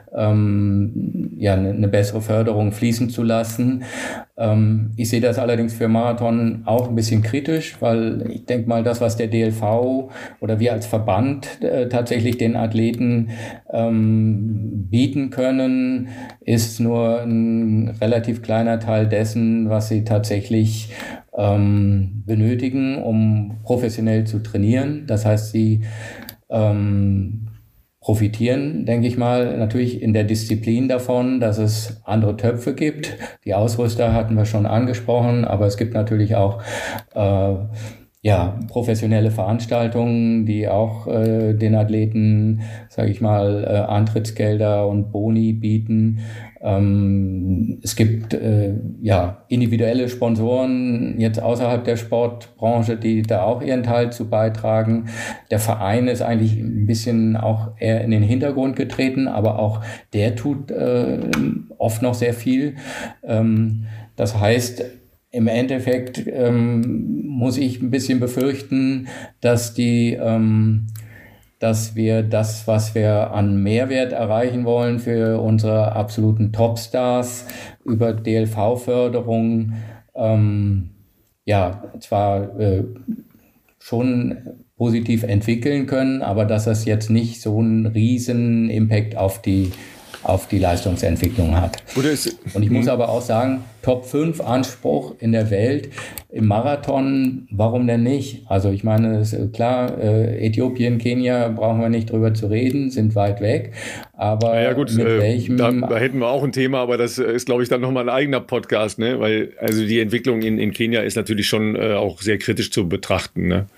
ähm, ja, eine, eine bessere Förderung fließen zu lassen. Ähm, ich sehe das allerdings für Marathon auch ein bisschen kritisch, weil ich denke mal, das, was der D L V oder wir als Verband äh, tatsächlich den Athleten ähm, bieten können, ist nur ein relativ kleiner Teil dessen, was sie tatsächlich ähm, benötigen, um professionell zu trainieren. Das heißt, sie ähm, profitieren, denke ich mal, natürlich in der Disziplin davon, dass es andere Töpfe gibt. Die Ausrüster hatten wir schon angesprochen, aber es gibt natürlich auch äh, ja, professionelle Veranstaltungen, die auch äh, den Athleten, sage ich mal, äh, Antrittsgelder und Boni bieten. Ähm, es gibt äh, ja individuelle Sponsoren jetzt außerhalb der Sportbranche, die da auch ihren Teil zu beitragen. Der Verein ist eigentlich ein bisschen auch eher in den Hintergrund getreten, aber auch der tut äh, oft noch sehr viel. Ähm, das heißt, im Endeffekt ähm, muss ich ein bisschen befürchten, dass die, ähm, dass wir das, was wir an Mehrwert erreichen wollen für unsere absoluten Topstars über D L V-Förderung, ähm, ja, zwar äh, schon positiv entwickeln können, aber dass das jetzt nicht so einen riesen Impact auf die auf die Leistungsentwicklung hat. Und ich muss aber auch sagen, Top fünf Anspruch in der Welt im Marathon, warum denn nicht? Also ich meine, ist klar, äh, Äthiopien, Kenia, brauchen wir nicht drüber zu reden, sind weit weg, aber ja, gut, mit äh, welchem... Da, da hätten wir auch ein Thema, aber das ist, glaube ich, dann nochmal ein eigener Podcast, ne? Weil also die Entwicklung in, in Kenia ist natürlich schon äh, auch sehr kritisch zu betrachten, ne?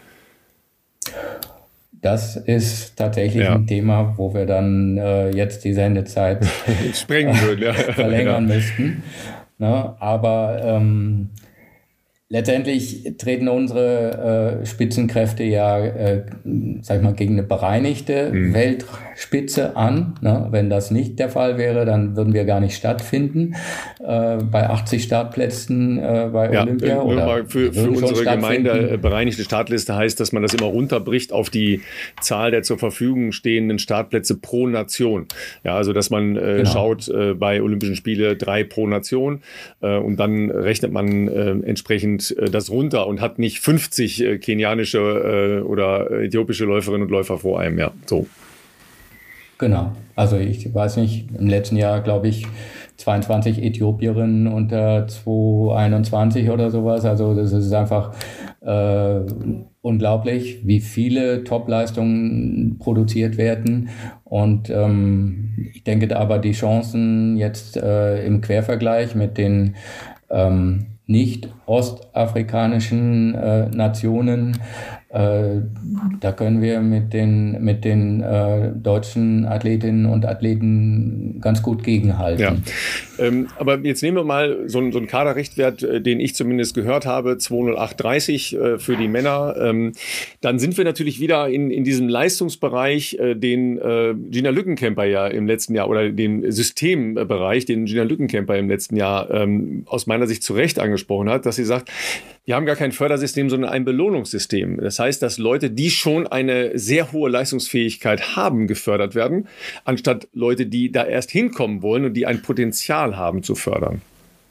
Das ist tatsächlich ja. ein Thema, wo wir dann äh, jetzt die Sendezeit sprengen würden, ja. verlängern ja. müssten. Ne? Aber ähm, letztendlich treten unsere äh, Spitzenkräfte ja, äh, sag ich mal, gegen eine bereinigte mhm. Weltspitze an. Ne? Wenn das nicht der Fall wäre, dann würden wir gar nicht stattfinden. Äh, bei achtzig Startplätzen äh, bei ja, Olympia. Nur oder mal für, für unsere Gemeinde, bereinigte Startliste heißt, dass man das immer runterbricht auf die Zahl der zur Verfügung stehenden Startplätze pro Nation. Ja, also dass man äh, genau. schaut äh, bei Olympischen Spielen drei pro Nation äh, und dann rechnet man äh, entsprechend das runter und hat nicht fünfzig äh, kenianische äh, oder äthiopische Läuferinnen und Läufer vor einem. Ja, so. Genau. Also ich weiß nicht, im letzten Jahr glaube ich zweiundzwanzig Äthiopierinnen unter zwei einundzwanzig oder sowas. Also das ist einfach äh, unglaublich, wie viele Top-Leistungen produziert werden. Und ähm, ich denke aber die Chancen jetzt äh, im Quervergleich mit den ähm, nicht ostafrikanischen äh, Nationen, äh, da können wir mit den, mit den äh, deutschen Athletinnen und Athleten ganz gut gegenhalten. Ja. Ähm, aber jetzt nehmen wir mal so, einen, so einen Kaderrichtwert, äh, den ich zumindest gehört habe, zwei null acht dreißig äh, für die Männer. Ähm, dann sind wir natürlich wieder in, in diesem Leistungsbereich, äh, den äh, Gina Lückenkämper ja im letzten Jahr oder den Systembereich, den Gina Lückenkämper im letzten Jahr ähm, aus meiner Sicht zu Recht angesprochen hat, dass sie sagt, wir haben gar kein Fördersystem, sondern ein Belohnungssystem. Das heißt, dass Leute, die schon eine sehr hohe Leistungsfähigkeit haben, gefördert werden, anstatt Leute, die da erst hinkommen wollen und die ein Potenzial haben zu fördern.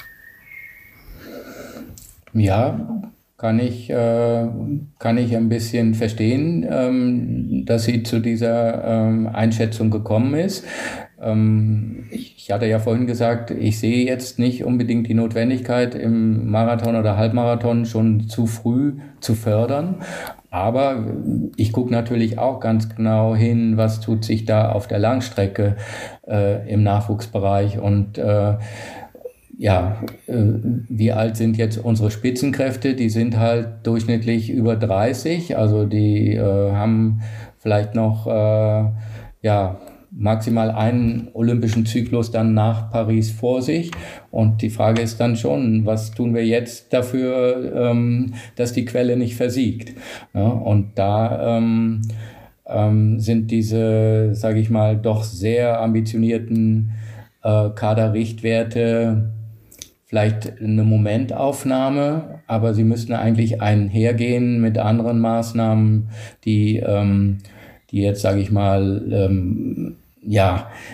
Ja, kann ich, äh, kann ich ein bisschen verstehen, ähm, dass sie zu dieser ähm, Einschätzung gekommen ist. Ähm, ich, ich hatte ja vorhin gesagt, ich sehe jetzt nicht unbedingt die Notwendigkeit, im Marathon oder Halbmarathon schon zu früh zu fördern. Aber ich gucke natürlich auch ganz genau hin, was tut sich da auf der Langstrecke äh, im Nachwuchsbereich und äh, ja, äh, wie alt sind jetzt unsere Spitzenkräfte? Die sind halt durchschnittlich über dreißig, also die äh, haben vielleicht noch äh, ja maximal einen olympischen Zyklus dann nach Paris vor sich. Und die Frage ist dann schon, was tun wir jetzt dafür, ähm, dass die Quelle nicht versiegt? Ja, und da ähm, ähm, sind diese, sage ich mal, doch sehr ambitionierten äh, Kaderrichtwerte vielleicht eine Momentaufnahme, aber sie müssten eigentlich einhergehen mit anderen Maßnahmen, die, ähm, die jetzt, sage ich mal, ähm, ja,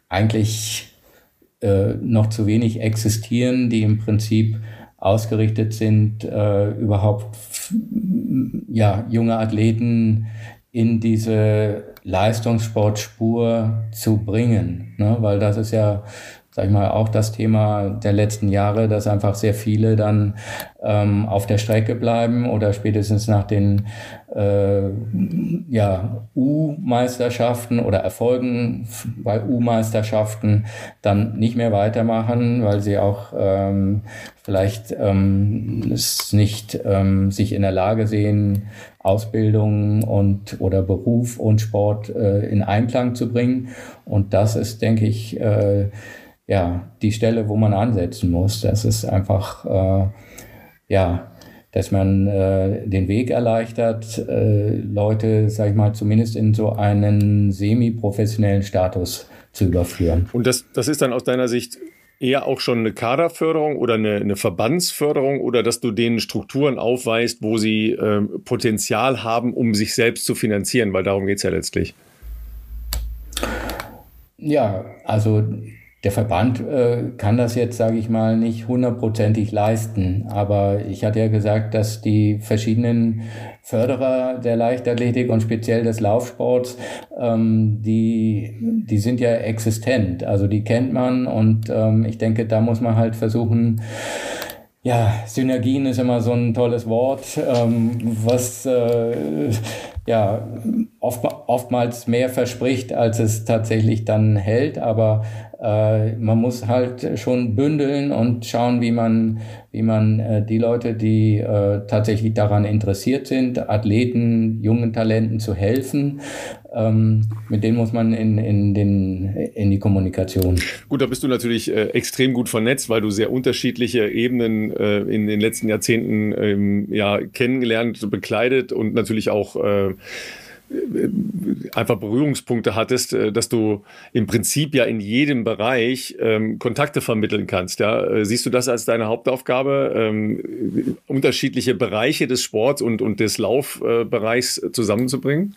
eigentlich äh, noch zu wenig existieren, die im Prinzip ausgerichtet sind, äh, überhaupt ja, junge Athleten in diese Leistungssportspur zu bringen, ne? Weil das ist ja, sag ich mal, auch das Thema der letzten Jahre, dass einfach sehr viele dann ähm, auf der Strecke bleiben oder spätestens nach den äh, ja, U-Meisterschaften oder Erfolgen bei U-Meisterschaften dann nicht mehr weitermachen, weil sie auch ähm, vielleicht ähm, es nicht ähm, sich in der Lage sehen, Ausbildung und oder Beruf und Sport äh, in Einklang zu bringen. Und das ist, denke ich, äh, ja, die Stelle, wo man ansetzen muss. Das ist einfach, äh, ja, dass man äh, den Weg erleichtert, äh, Leute, sag ich mal, zumindest in so einen semi-professionellen Status zu überführen. Und das, das ist dann aus deiner Sicht eher auch schon eine Kaderförderung oder eine, eine Verbandsförderung oder dass du denen Strukturen aufweist, wo sie äh, Potenzial haben, um sich selbst zu finanzieren, weil darum geht es ja letztlich. Ja, also der Verband äh, kann das jetzt, sage ich mal, nicht hundertprozentig leisten. Aber ich hatte ja gesagt, dass die verschiedenen Förderer der Leichtathletik und speziell des Laufsports, ähm, die, die sind ja existent. Also die kennt man und ähm, ich denke, da muss man halt versuchen, ja, Synergien ist immer so ein tolles Wort, ähm, was äh, ja oft, oftmals mehr verspricht, als es tatsächlich dann hält. Aber äh, man muss halt schon bündeln und schauen, wie man, wie man äh, die Leute, die äh, tatsächlich daran interessiert sind, Athleten, jungen Talenten zu helfen, ähm, mit denen muss man in, in, den, in die Kommunikation. Gut, da bist du natürlich äh, extrem gut vernetzt, weil du sehr unterschiedliche Ebenen äh, in den letzten Jahrzehnten ähm, ja, kennengelernt, bekleidet und natürlich auch äh, einfach Berührungspunkte hattest, dass du im Prinzip ja in jedem Bereich ähm, Kontakte vermitteln kannst. Ja? Siehst du das als deine Hauptaufgabe, ähm, unterschiedliche Bereiche des Sports und, und des Laufbereichs äh, zusammenzubringen?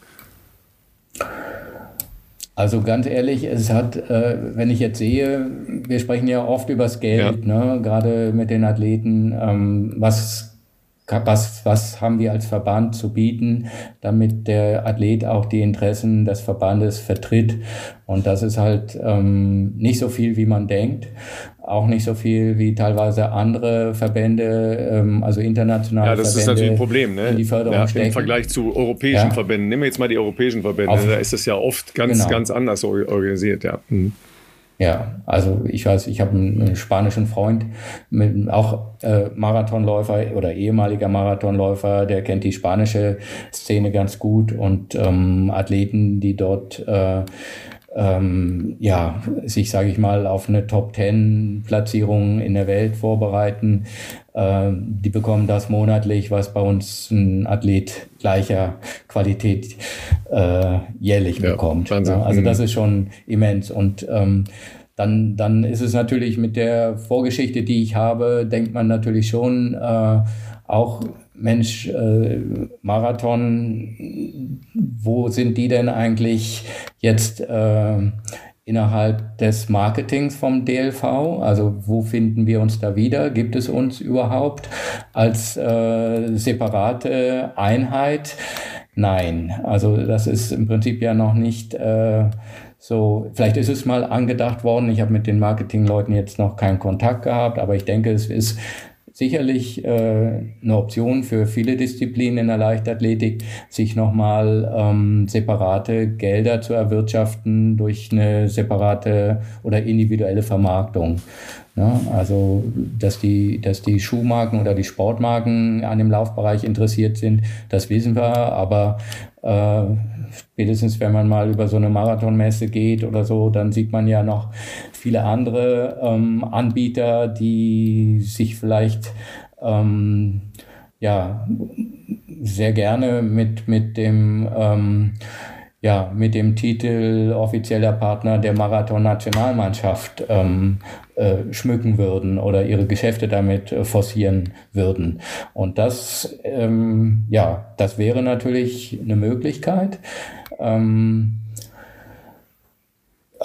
Also ganz ehrlich, es hat, äh, wenn ich jetzt sehe, wir sprechen ja oft übers Geld, ja. Ne? Gerade mit den Athleten, ähm, was Was, was haben wir als Verband zu bieten, damit der Athlet auch die Interessen des Verbandes vertritt? Und das ist halt ähm, nicht so viel, wie man denkt. Auch nicht so viel wie teilweise andere Verbände, ähm, also internationale Verbände. Ja, das Verbände, ist natürlich ein Problem, ne? In die Förderung ja, stecken. Im Vergleich zu europäischen ja. Verbänden. Nehmen wir jetzt mal die europäischen Verbände. Auf, da ist das ja oft ganz, genau. ganz anders organisiert, ja. Mhm. Ja, also ich weiß, ich habe einen spanischen Freund, mit, auch äh, Marathonläufer oder ehemaliger Marathonläufer, der kennt die spanische Szene ganz gut und ähm, Athleten, die dort äh, ähm, ja, sich, sage ich mal, auf eine Top-Ten-Platzierung in der Welt vorbereiten. Ähm, die bekommen das monatlich, was bei uns ein Athlet gleicher Qualität äh, jährlich ja, bekommt. Ja, also das ist schon immens. Und ähm, dann, dann ist es natürlich mit der Vorgeschichte, die ich habe, denkt man natürlich schon äh, auch, Mensch, äh, Marathon, wo sind die denn eigentlich jetzt äh, innerhalb des Marketings vom D L V? Also wo finden wir uns da wieder? Gibt es uns überhaupt als äh, separate Einheit? Nein, also das ist im Prinzip ja noch nicht äh, so, vielleicht ist es mal angedacht worden. Ich habe mit den Marketingleuten jetzt noch keinen Kontakt gehabt, aber ich denke, es ist sicherlich äh, eine Option für viele Disziplinen in der Leichtathletik, sich nochmal ähm, separate Gelder zu erwirtschaften durch eine separate oder individuelle Vermarktung. Ja, also, dass die, dass die Schuhmarken oder die Sportmarken an dem Laufbereich interessiert sind, das wissen wir, aber äh, spätestens wenn man mal über so eine Marathonmesse geht oder so, dann sieht man ja noch viele andere ähm, Anbieter, die sich vielleicht ähm, ja sehr gerne mit mit dem ähm, ja mit dem Titel offizieller Partner der Marathon-Nationalmannschaft ähm, äh, schmücken würden oder ihre Geschäfte damit äh, forcieren würden. Und das ähm, ja das wäre natürlich eine Möglichkeit. Ähm,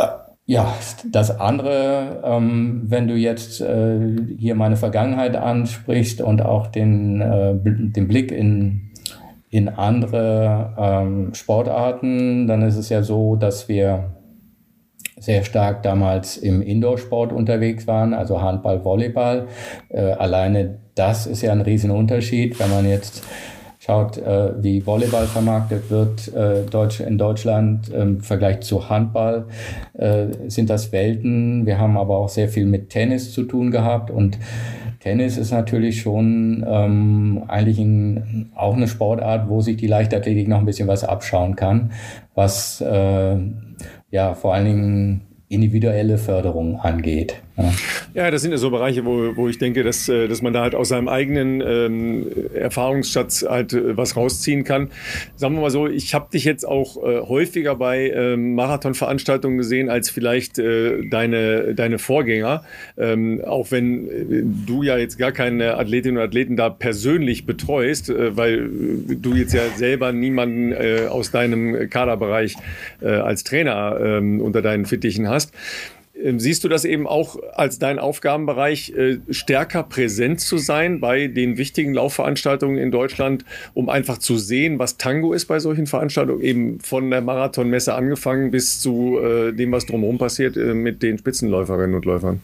Ja, das andere, ähm, wenn du jetzt äh, hier meine Vergangenheit ansprichst und auch den, äh, den Blick in, in andere ähm, Sportarten, dann ist es ja so, dass wir sehr stark damals im Indoor-Sport unterwegs waren, also Handball, Volleyball. Äh, alleine das ist ja ein Riesenunterschied, wenn man jetzt schaut, äh, wie Volleyball vermarktet wird äh, Deutsch, in Deutschland im Vergleich zu Handball, äh, sind das Welten. Wir haben aber auch sehr viel mit Tennis zu tun gehabt und Tennis ist natürlich schon ähm, eigentlich ein, auch eine Sportart, wo sich die Leichtathletik noch ein bisschen was abschauen kann, was äh, ja vor allen Dingen individuelle Förderung angeht. Ja. Ja, das sind ja so Bereiche, wo, wo ich denke, dass, dass man da halt aus seinem eigenen ähm, Erfahrungsschatz halt äh, was rausziehen kann. Sagen wir mal so, ich habe dich jetzt auch äh, häufiger bei ähm, Marathonveranstaltungen gesehen als vielleicht äh, deine, deine Vorgänger. Ähm, auch wenn äh, du ja jetzt gar keine Athletinnen und Athleten da persönlich betreust, äh, weil du jetzt ja selber niemanden äh, aus deinem Kaderbereich äh, als Trainer äh, unter deinen Fittichen hast. Siehst du das eben auch als dein Aufgabenbereich, äh, stärker präsent zu sein bei den wichtigen Laufveranstaltungen in Deutschland, um einfach zu sehen, was Tango ist bei solchen Veranstaltungen, eben von der Marathonmesse angefangen bis zu äh, dem, was drumherum passiert äh, mit den Spitzenläuferinnen und Läufern?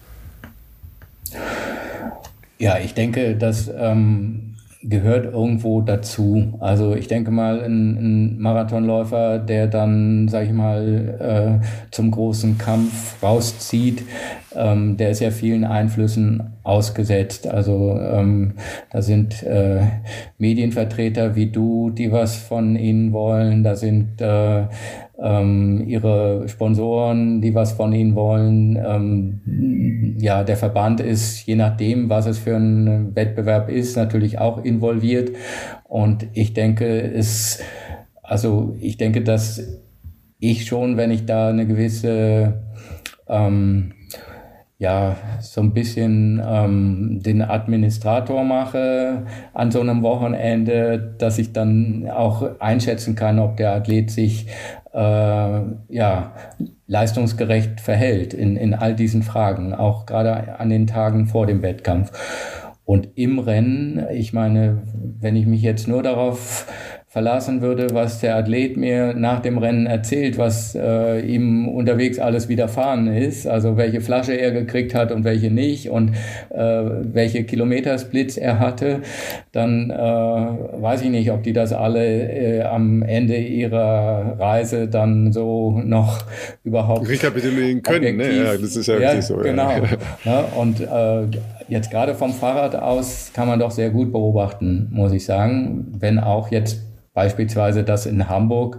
Ja, ich denke, dass ähm gehört irgendwo dazu. Also ich denke mal, ein, ein Marathonläufer, der dann, sag ich mal, äh, zum großen Kampf rauszieht, ähm, der ist ja vielen Einflüssen ausgesetzt. Also ähm, da sind äh, Medienvertreter wie du, die was von ihnen wollen. Da sind äh, ähm, ihre Sponsoren, die was von ihnen wollen. Ähm, ja, der Verband ist, je nachdem, was es für ein Wettbewerb ist, natürlich auch involviert. Und ich denke, es, also ich denke, dass ich schon, wenn ich da eine gewisse ähm, ja, so ein bisschen ähm, den Administrator mache an so einem Wochenende, dass ich dann auch einschätzen kann, ob der Athlet sich äh, ja, leistungsgerecht verhält in, in all diesen Fragen, auch gerade an den Tagen vor dem Wettkampf. Und im Rennen, ich meine, wenn ich mich jetzt nur darauf verlassen würde, was der Athlet mir nach dem Rennen erzählt, was äh, ihm unterwegs alles widerfahren ist, also welche Flasche er gekriegt hat und welche nicht und äh, welche Kilometersplits er hatte, dann äh, weiß ich nicht, ob die das alle äh, am Ende ihrer Reise dann so noch überhaupt rekapitulieren können. Ne? Ja, das ist ja, ja so. Genau. Ja. Ja, und äh, jetzt gerade vom Fahrrad aus kann man doch sehr gut beobachten, muss ich sagen, wenn auch jetzt beispielsweise das in Hamburg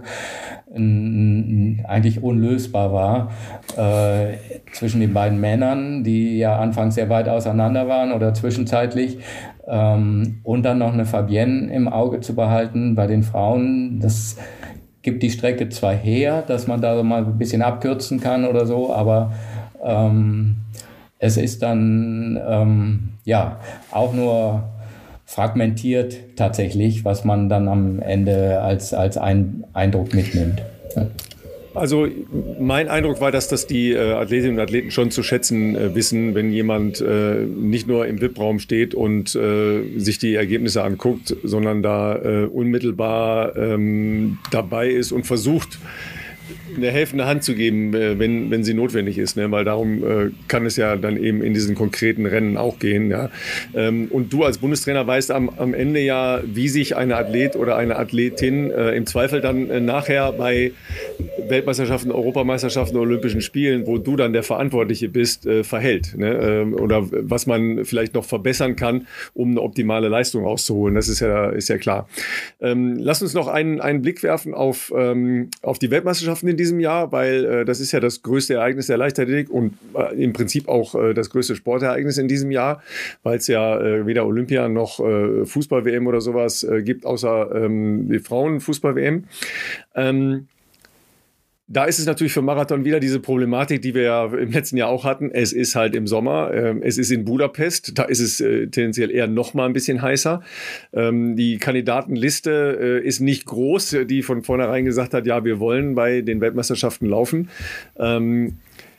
n, eigentlich unlösbar war äh, zwischen den beiden Männern, die ja anfangs sehr weit auseinander waren oder zwischenzeitlich, ähm, und dann noch eine Fabienne im Auge zu behalten bei den Frauen. Das gibt die Strecke zwar her, dass man da so mal ein bisschen abkürzen kann oder so, aber ähm, es ist dann ähm, ja auch nur fragmentiert tatsächlich, was man dann am Ende als, als ein Eindruck mitnimmt. Ja. Also mein Eindruck war, dass das die äh, Athletinnen und Athleten schon zu schätzen äh, wissen, wenn jemand äh, nicht nur im V I P-Raum steht und äh, sich die Ergebnisse anguckt, sondern da äh, unmittelbar ähm, dabei ist und versucht, eine helfende Hand zu geben, wenn, wenn sie notwendig ist, ne? Weil darum äh, kann es ja dann eben in diesen konkreten Rennen auch gehen. Ja? Ähm, und du als Bundestrainer weißt am, am Ende ja, wie sich eine Athlet oder eine Athletin äh, im Zweifel dann äh, nachher bei Weltmeisterschaften, Europameisterschaften, Olympischen Spielen, wo du dann der Verantwortliche bist, äh, verhält. Ne? Ähm, oder was man vielleicht noch verbessern kann, um eine optimale Leistung rauszuholen. Das ist ja, ist ja klar. Ähm, lass uns noch einen, einen Blick werfen auf, ähm, auf die Weltmeisterschaften in diesem Jahr, weil äh, das ist ja das größte Ereignis der Leichtathletik und äh, im Prinzip auch äh, das größte Sportereignis in diesem Jahr, weil es ja äh, weder Olympia noch äh, Fußball-W M oder sowas äh, gibt, außer ähm, die Frauen-Fußball-W M. Ähm, Da ist es natürlich für Marathon wieder diese Problematik, die wir ja im letzten Jahr auch hatten. Es ist halt im Sommer, ähm, es ist in Budapest, da ist es äh, tendenziell eher noch mal ein bisschen heißer. Ähm, die Kandidatenliste äh, ist nicht groß, die von vornherein gesagt hat, ja, wir wollen bei den Weltmeisterschaften laufen. Ähm,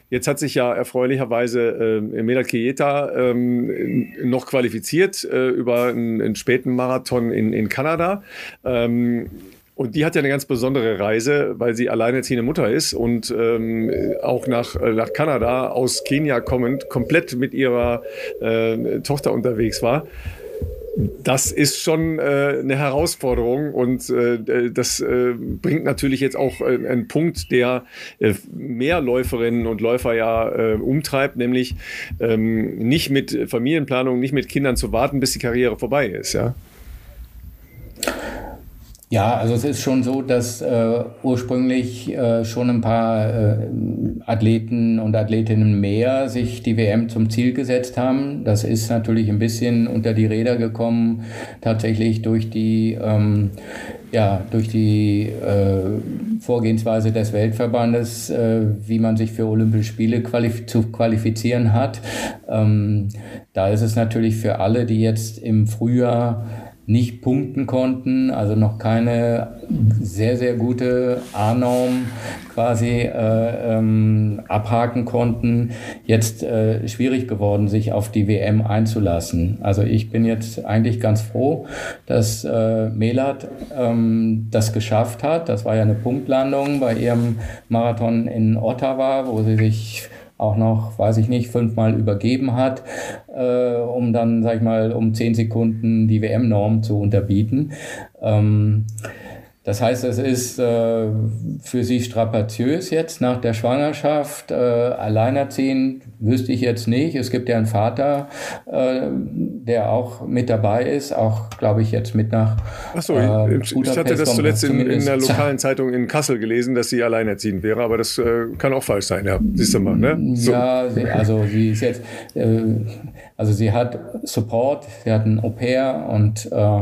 Jetzt hat sich ja erfreulicherweise äh, Melat Kejeta ähm, noch qualifiziert äh, über einen, einen späten Marathon in, in Kanada. Ähm, Und die hat ja eine ganz besondere Reise, weil sie alleinerziehende Mutter ist und ähm, auch nach, nach Kanada aus Kenia kommend komplett mit ihrer äh, Tochter unterwegs war. Das ist schon äh, eine Herausforderung und äh, das äh, bringt natürlich jetzt auch äh, einen Punkt, der äh, mehr Läuferinnen und Läufer ja äh, umtreibt, nämlich ähm, nicht mit Familienplanung, nicht mit Kindern zu warten, bis die Karriere vorbei ist, ja. Ja, also es ist schon so, dass äh, ursprünglich äh, schon ein paar äh, Athleten und Athletinnen mehr sich die W M zum Ziel gesetzt haben. Das ist natürlich ein bisschen unter die Räder gekommen, tatsächlich durch die ähm, ja durch die äh, Vorgehensweise des Weltverbandes, äh, wie man sich für Olympische Spiele qualif- zu qualifizieren hat. Ähm, da ist es natürlich für alle, die jetzt im Frühjahr nicht punkten konnten, also noch keine sehr, sehr gute A-Norm quasi äh, ähm, abhaken konnten, jetzt äh, schwierig geworden, sich auf die W M einzulassen. Also ich bin jetzt eigentlich ganz froh, dass äh, Melat ähm, das geschafft hat. Das war ja eine Punktlandung bei ihrem Marathon in Ottawa, wo sie sich auch noch, weiß ich nicht, fünfmal übergeben hat, äh, um dann, sag ich mal, um zehn Sekunden die W M-Norm zu unterbieten. Ähm, das heißt, es ist äh, für sie strapaziös jetzt nach der Schwangerschaft. Äh, alleinerziehend wüsste ich jetzt nicht. Es gibt ja einen Vater, äh, der auch mit dabei ist, auch, glaube ich, jetzt mit nach Ach so, äh, ich hatte das zuletzt in, in der lokalen Zeitung in Kassel gelesen, dass sie alleinerziehend wäre, aber das äh, kann auch falsch sein, ja. Siehst du mal, ne? So. Ja, sie, also sie ist jetzt, äh, also sie hat Support, sie hat ein Au-pair und äh,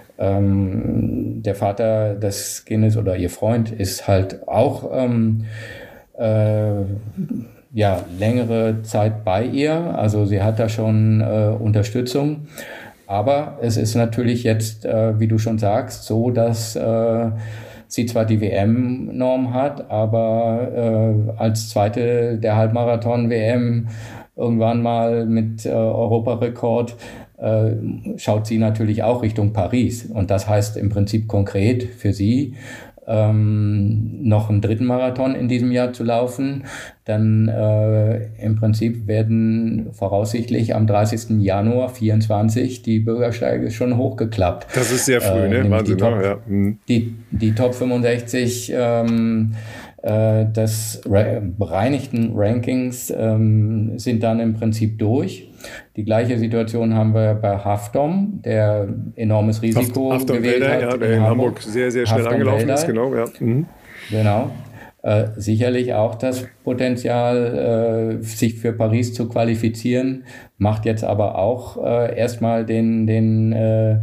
Ähm, der Vater des Kindes oder ihr Freund ist halt auch ähm, äh, ja, längere Zeit bei ihr. Also sie hat da schon äh, Unterstützung. Aber es ist natürlich jetzt, äh, wie du schon sagst, so, dass äh, sie zwar die W M-Norm hat, aber äh, als Zweite der Halbmarathon-W M irgendwann mal mit äh, Europarekord äh, schaut sie natürlich auch Richtung Paris. Und das heißt im Prinzip konkret für sie, ähm, noch einen dritten Marathon in diesem Jahr zu laufen. Dann äh, im Prinzip werden voraussichtlich am dreißigsten Januar vierundzwanzig die Bürgersteige schon hochgeklappt. Das ist sehr früh, äh, ne? Wahnsinn, die Top, ja. Mhm. Die, die Top fünfundsechzig ähm, äh, des ra- bereinigten Rankings ähm, sind dann im Prinzip durch. Die gleiche Situation haben wir bei Haftom, der enormes Risiko Haftom gewählt Wälder, hat. Ja, der in Hamburg, Hamburg sehr, sehr schnell Haftom angelaufen Wälder. ist, genau. Ja. Mhm. Genau. Äh, sicherlich auch das Potenzial, äh, sich für Paris zu qualifizieren, macht jetzt aber auch äh, erstmal den, den, äh,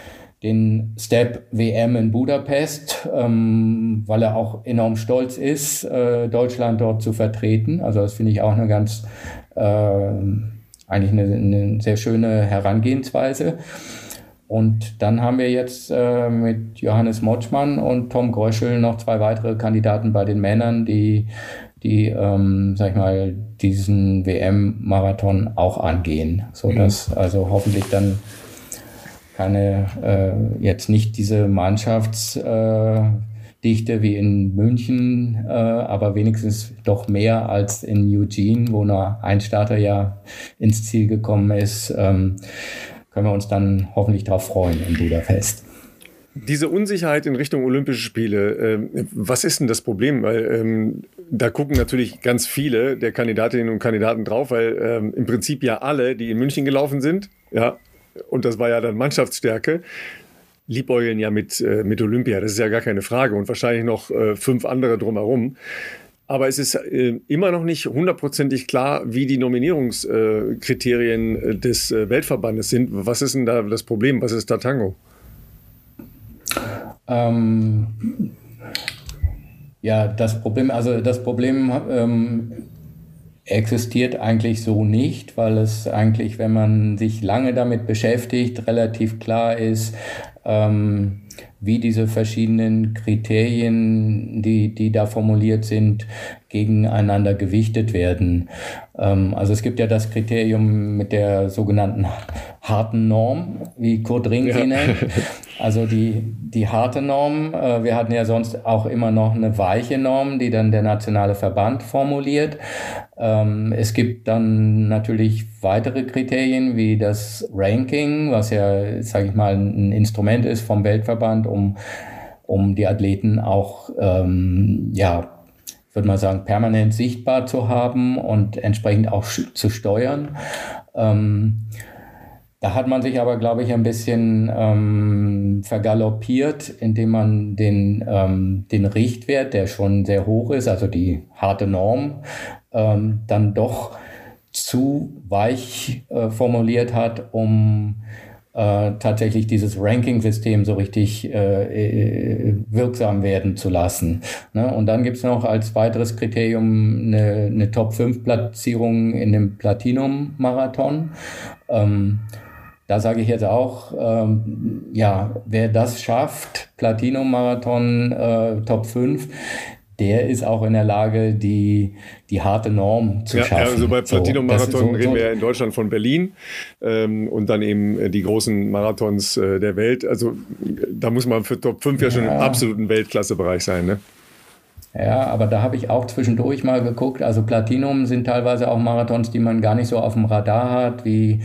den Step W M in Budapest, ähm, weil er auch enorm stolz ist, äh, Deutschland dort zu vertreten. Also das finde ich auch eine ganz, äh, eigentlich eine, eine sehr schöne Herangehensweise. Und dann haben wir jetzt äh, mit Johannes Motschmann und Tom Gröschel noch zwei weitere Kandidaten bei den Männern, die, die ähm, sag ich mal, diesen W M-Marathon auch angehen. Sodass mhm. also hoffentlich dann keine, äh, jetzt nicht diese Mannschaftsdichte äh, wie in München, äh, aber wenigstens doch mehr als in Eugene, wo nur ein Starter ja ins Ziel gekommen ist. Ähm, können wir uns dann hoffentlich darauf freuen in Budapest. Diese Unsicherheit in Richtung Olympische Spiele, äh, was ist denn das Problem? Weil ähm, da gucken natürlich ganz viele der Kandidatinnen und Kandidaten drauf, weil ähm, im Prinzip ja alle, die in München gelaufen sind, ja, und das war ja dann Mannschaftsstärke, liebäugeln ja mit, äh, mit Olympia, das ist ja gar keine Frage und wahrscheinlich noch äh, fünf andere drumherum. Aber es ist äh, immer noch nicht hundertprozentig klar, wie die Nominierungskriterien äh, des äh, Weltverbandes sind. Was ist denn da das Problem? Was ist da Tango? Ähm, ja, das Problem, also das Problem ähm, existiert eigentlich so nicht, weil es eigentlich, wenn man sich lange damit beschäftigt, relativ klar ist, ähm, wie diese verschiedenen Kriterien, die, die da formuliert sind, gegeneinander gewichtet werden. Ähm, also es gibt ja das Kriterium mit der sogenannten harten Norm, wie Kurt Ring sie ja. nennt. Also die, die harte Norm, äh, wir hatten ja sonst auch immer noch eine weiche Norm, die dann der nationale Verband formuliert. Ähm, es gibt dann natürlich weitere Kriterien wie das Ranking, was ja, sage ich mal, ein Instrument ist vom Weltverband, um, um die Athleten auch, ähm, ja, würde man sagen, permanent sichtbar zu haben und entsprechend auch zu steuern. Ähm, da hat man sich aber, glaube ich, ein bisschen ähm, vergaloppiert, indem man den, ähm, den Richtwert, der schon sehr hoch ist, also die harte Norm, ähm, dann doch zu weich äh, formuliert hat, um Äh, tatsächlich dieses Ranking-System so richtig äh, wirksam werden zu lassen. Ne? Und dann gibt's noch als weiteres Kriterium eine, eine Top fünf Platzierung in dem Platinum-Marathon. Ähm, da sage ich jetzt auch, ähm, ja, wer das schafft, Platinum-Marathon äh, Top fünf, der ist auch in der Lage, die, die harte Norm zu ja, schaffen. Ja, also bei Platinum-Marathon so, so, reden so, wir ja in Deutschland von Berlin ähm, und dann eben die großen Marathons äh, der Welt. Also da muss man für Top fünf ja, ja schon im absoluten Weltklassebereich sein, ne? Ja, aber da habe ich auch zwischendurch mal geguckt. Also Platinum sind teilweise auch Marathons, die man gar nicht so auf dem Radar hat, wie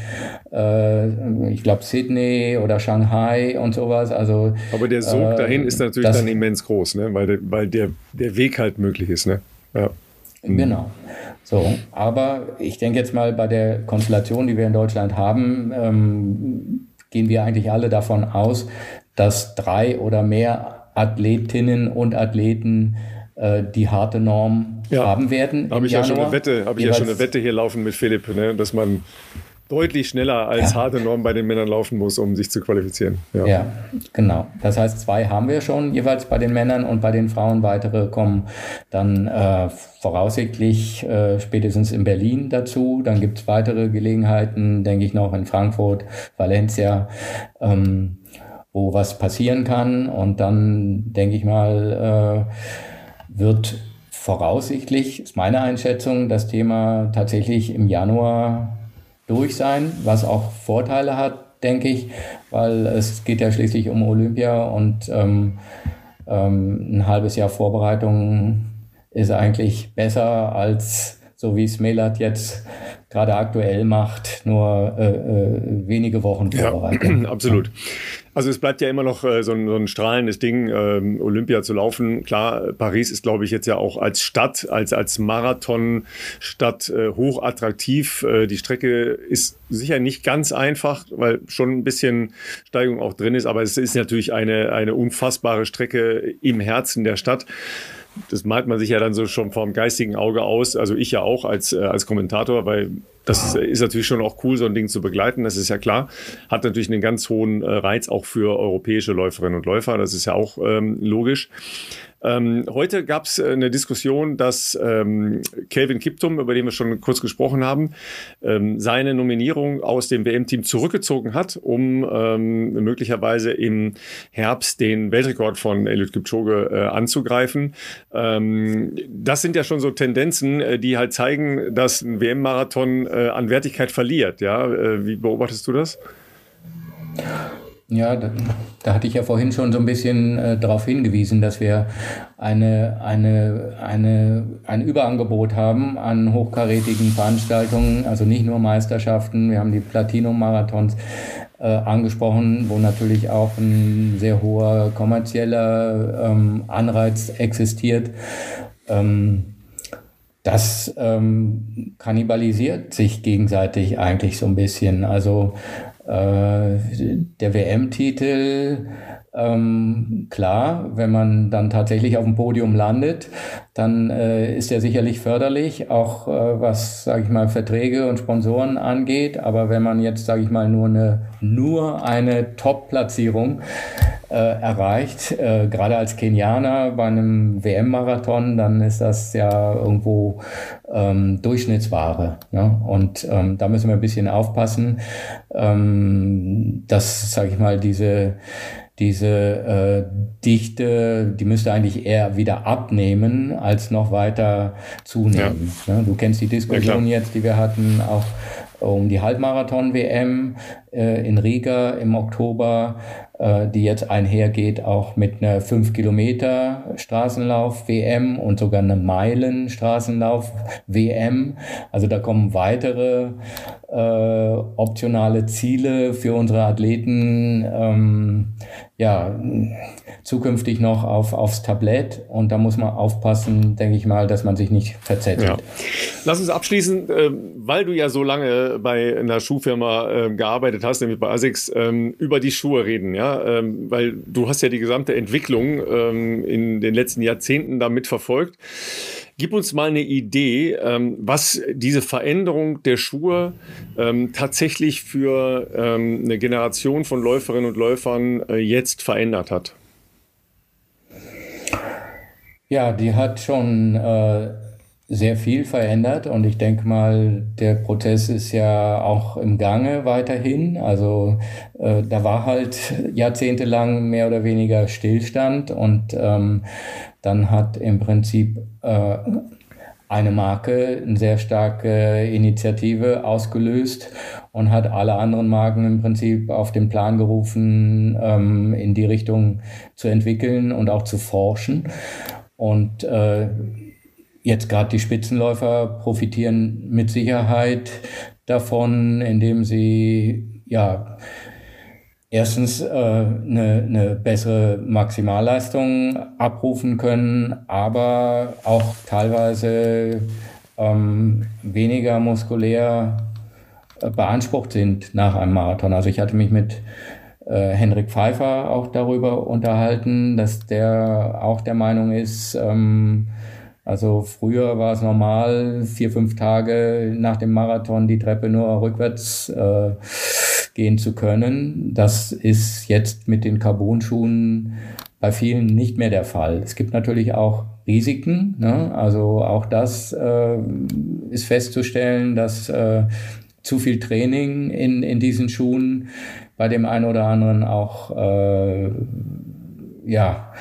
äh, ich glaube Sydney oder Shanghai und sowas. Also, aber der Sog äh, dahin ist natürlich das, dann immens groß, ne? Weil, der, weil der, der Weg halt möglich ist. Ne? Ja. Genau. So, aber ich denke jetzt mal bei der Konstellation, die wir in Deutschland haben, ähm, gehen wir eigentlich alle davon aus, dass drei oder mehr Athletinnen und Athleten die harte Norm ja. haben werden. Habe ich ja schon eine Wette, habe ich ja schon eine Wette hier laufen mit Philipp, ne, dass man deutlich schneller als ja. harte Norm bei den Männern laufen muss, um sich zu qualifizieren. Ja. ja, genau. Das heißt, zwei haben wir schon jeweils bei den Männern und bei den Frauen weitere kommen dann äh, voraussichtlich äh, spätestens in Berlin dazu. Dann gibt es weitere Gelegenheiten, denke ich noch in Frankfurt, Valencia, ähm, wo was passieren kann. Und dann denke ich mal, äh, wird voraussichtlich, ist meine Einschätzung, das Thema tatsächlich im Januar durch sein, was auch Vorteile hat, denke ich, weil es geht ja schließlich um Olympia und ähm, ähm, ein halbes Jahr Vorbereitung ist eigentlich besser als so wie es Melat jetzt gerade aktuell macht, nur äh, äh, wenige Wochen Vorbereitung. Ja, absolut. Also es bleibt ja immer noch äh, so, ein, so ein strahlendes Ding, ähm, Olympia zu laufen. Klar, Paris ist, glaube ich, jetzt ja auch als Stadt, als, als Marathonstadt äh, hoch attraktiv. Äh, die Strecke ist sicher nicht ganz einfach, weil schon ein bisschen Steigung auch drin ist, aber es ist natürlich eine, eine unfassbare Strecke im Herzen der Stadt. Das malt man sich ja dann so schon vom geistigen Auge aus, also ich ja auch als, äh, als Kommentator, weil das ist natürlich schon auch cool, so ein Ding zu begleiten, das ist ja klar. Hat natürlich einen ganz hohen äh, Reiz auch für europäische Läuferinnen und Läufer, das ist ja auch ähm, logisch. Ähm, heute gab es eine Diskussion, dass ähm, Kelvin Kiptum, über den wir schon kurz gesprochen haben, ähm, seine Nominierung aus dem W M-Team zurückgezogen hat, um ähm, möglicherweise im Herbst den Weltrekord von Eliud Kipchoge äh, anzugreifen. Ähm, das sind ja schon so Tendenzen, äh, die halt zeigen, dass ein W M-Marathon äh, an Wertigkeit verliert. Ja? Äh, wie beobachtest du das? Ja, da, da hatte ich ja vorhin schon so ein bisschen äh, darauf hingewiesen, dass wir eine, eine, eine, ein Überangebot haben an hochkarätigen Veranstaltungen, also nicht nur Meisterschaften. Wir haben die Platinum-Marathons äh, angesprochen, wo natürlich auch ein sehr hoher kommerzieller ähm, Anreiz existiert. Ähm, das ähm, kannibalisiert sich gegenseitig eigentlich so ein bisschen. Also der W M-Titel, ähm, klar, wenn man dann tatsächlich auf dem Podium landet, dann äh, ist er sicherlich förderlich, auch äh, was, sage ich mal, Verträge und Sponsoren angeht. Aber wenn man jetzt, sage ich mal, nur eine, nur eine Top-Platzierung äh, erreicht. Äh, gerade als Kenianer bei einem W M-Marathon, dann ist das ja irgendwo ähm, Durchschnittsware. Ne? Und ähm, da müssen wir ein bisschen aufpassen, ähm, dass, sage ich mal, diese Diese äh, Dichte, die müsste eigentlich eher wieder abnehmen, als noch weiter zunehmen. Ja. Ne? Du kennst die Diskussion ja, jetzt, die wir hatten, auch um die Halbmarathon-W M äh, in Riga im Oktober, äh, die jetzt einhergeht auch mit einer fünf Kilometer Straßenlauf-W M und sogar eine Meilen-Straßenlauf-W M. Also da kommen weitere äh, optionale Ziele für unsere Athleten ähm, ja, zukünftig noch auf, aufs Tablett, und da muss man aufpassen, denke ich mal, dass man sich nicht verzettelt. Ja. Lass uns abschließen, äh, weil du ja so lange bei einer Schuhfirma äh, gearbeitet hast, nämlich bei ASICS, ähm, über die Schuhe reden, ja, ähm, weil du hast ja die gesamte Entwicklung ähm, in den letzten Jahrzehnten da mitverfolgt. Gib uns mal eine Idee, ähm, was diese Veränderung der Schuhe ähm, tatsächlich für ähm, eine Generation von Läuferinnen und Läufern äh, jetzt verändert hat. Ja, die hat schon äh, sehr viel verändert, und ich denke mal, der Prozess ist ja auch im Gange weiterhin. Also äh, da war halt jahrzehntelang mehr oder weniger Stillstand, und ähm, dann hat im Prinzip äh, eine Marke eine sehr starke Initiative ausgelöst und hat alle anderen Marken im Prinzip auf den Plan gerufen, ähm, in die Richtung zu entwickeln und auch zu forschen. Und äh, jetzt gerade die Spitzenläufer profitieren mit Sicherheit davon, indem sie ja erstens äh, eine, eine bessere Maximalleistung abrufen können, aber auch teilweise ähm, weniger muskulär äh, beansprucht sind nach einem Marathon. Also ich hatte mich mit äh, Henrik Pfeiffer auch darüber unterhalten, dass der auch der Meinung ist, ähm, also früher war es normal, vier, fünf Tage nach dem Marathon die Treppe nur rückwärts äh, gehen zu können. Das ist jetzt mit den Carbon-Schuhen bei vielen nicht mehr der Fall. Es gibt natürlich auch Risiken, ne? Also auch das äh, ist festzustellen, dass äh, zu viel Training in, in diesen Schuhen bei dem einen oder anderen auch äh, ja,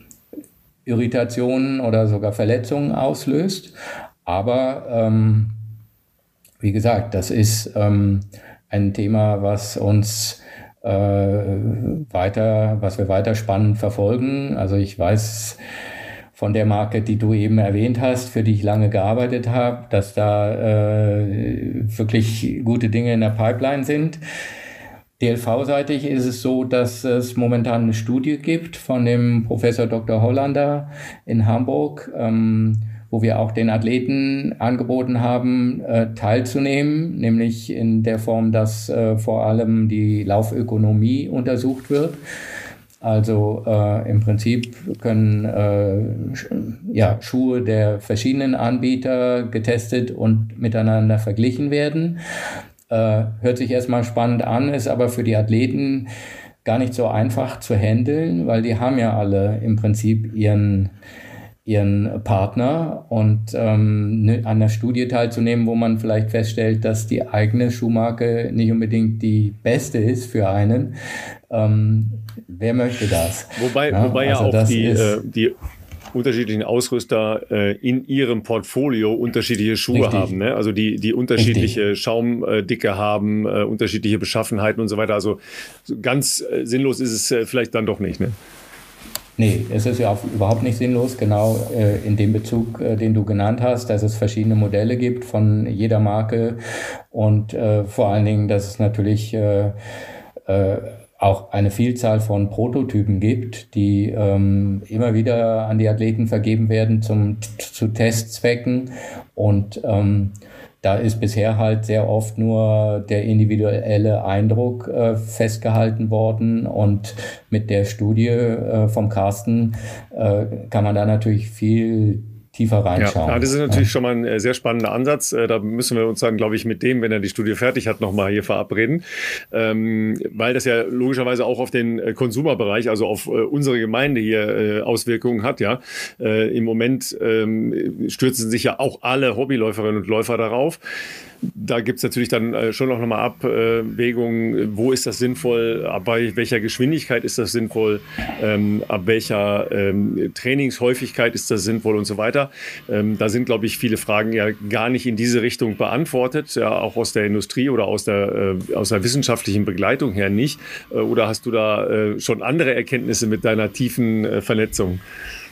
Irritationen oder sogar Verletzungen auslöst. Aber ähm, wie gesagt, das ist ähm, ein Thema, was uns äh, weiter, was wir weiter spannend verfolgen. Also ich weiß von der Marke, die du eben erwähnt hast, für die ich lange gearbeitet habe, dass da äh, wirklich gute Dinge in der Pipeline sind. D L V-seitig ist es so, dass es momentan eine Studie gibt von dem Professor Doktor Hollander in Hamburg, ähm, wo wir auch den Athleten angeboten haben, äh, teilzunehmen, nämlich in der Form, dass äh, vor allem die Laufökonomie untersucht wird. Also äh, im Prinzip können äh, sch- ja, Schuhe der verschiedenen Anbieter getestet und miteinander verglichen werden. Äh, hört sich erstmal spannend an, ist aber für die Athleten gar nicht so einfach zu handeln, weil die haben ja alle im Prinzip ihren ihren Partner, und ähm, ne, an der Studie teilzunehmen, wo man vielleicht feststellt, dass die eigene Schuhmarke nicht unbedingt die beste ist für einen. Ähm, wer möchte das? Wobei ja, wobei also ja auch die, äh, die unterschiedlichen Ausrüster äh, in ihrem Portfolio unterschiedliche Schuhe richtig. haben. Ne? Also die, die unterschiedliche richtig. Schaumdicke haben, äh, unterschiedliche Beschaffenheiten und so weiter. Also so ganz äh, sinnlos ist es äh, vielleicht dann doch nicht, ne? Nee, es ist ja auch überhaupt nicht sinnlos, genau äh, in dem Bezug, äh, den du genannt hast, dass es verschiedene Modelle gibt von jeder Marke, und äh, vor allen Dingen, dass es natürlich äh, äh, auch eine Vielzahl von Prototypen gibt, die ähm, immer wieder an die Athleten vergeben werden zum, zu Testzwecken, und ähm, da ist bisher halt sehr oft nur der individuelle Eindruck äh, festgehalten worden, und mit der Studie äh, vom Carsten äh, kann man da natürlich viel tiefer reinschauen. Ja, das ist natürlich ja. schon mal ein sehr spannender Ansatz. Da müssen wir uns dann, glaube ich, mit dem, wenn er die Studie fertig hat, nochmal hier verabreden. Ähm, weil das ja logischerweise auch auf den Konsumerbereich, also auf äh, unsere Gemeinde hier äh, Auswirkungen hat. Ja, äh, im Moment ähm, stürzen sich ja auch alle Hobbyläuferinnen und Läufer darauf. Da gibt es natürlich dann äh, schon auch nochmal Abwägungen, wo ist das sinnvoll, ab welcher Geschwindigkeit ist das sinnvoll, ähm, ab welcher ähm, Trainingshäufigkeit ist das sinnvoll und so weiter. Ähm, da sind, glaube ich, viele Fragen ja gar nicht in diese Richtung beantwortet, ja, auch aus der Industrie oder aus der, äh, aus der wissenschaftlichen Begleitung her nicht. Äh, oder hast du da äh, schon andere Erkenntnisse mit deiner tiefen äh, Vernetzung?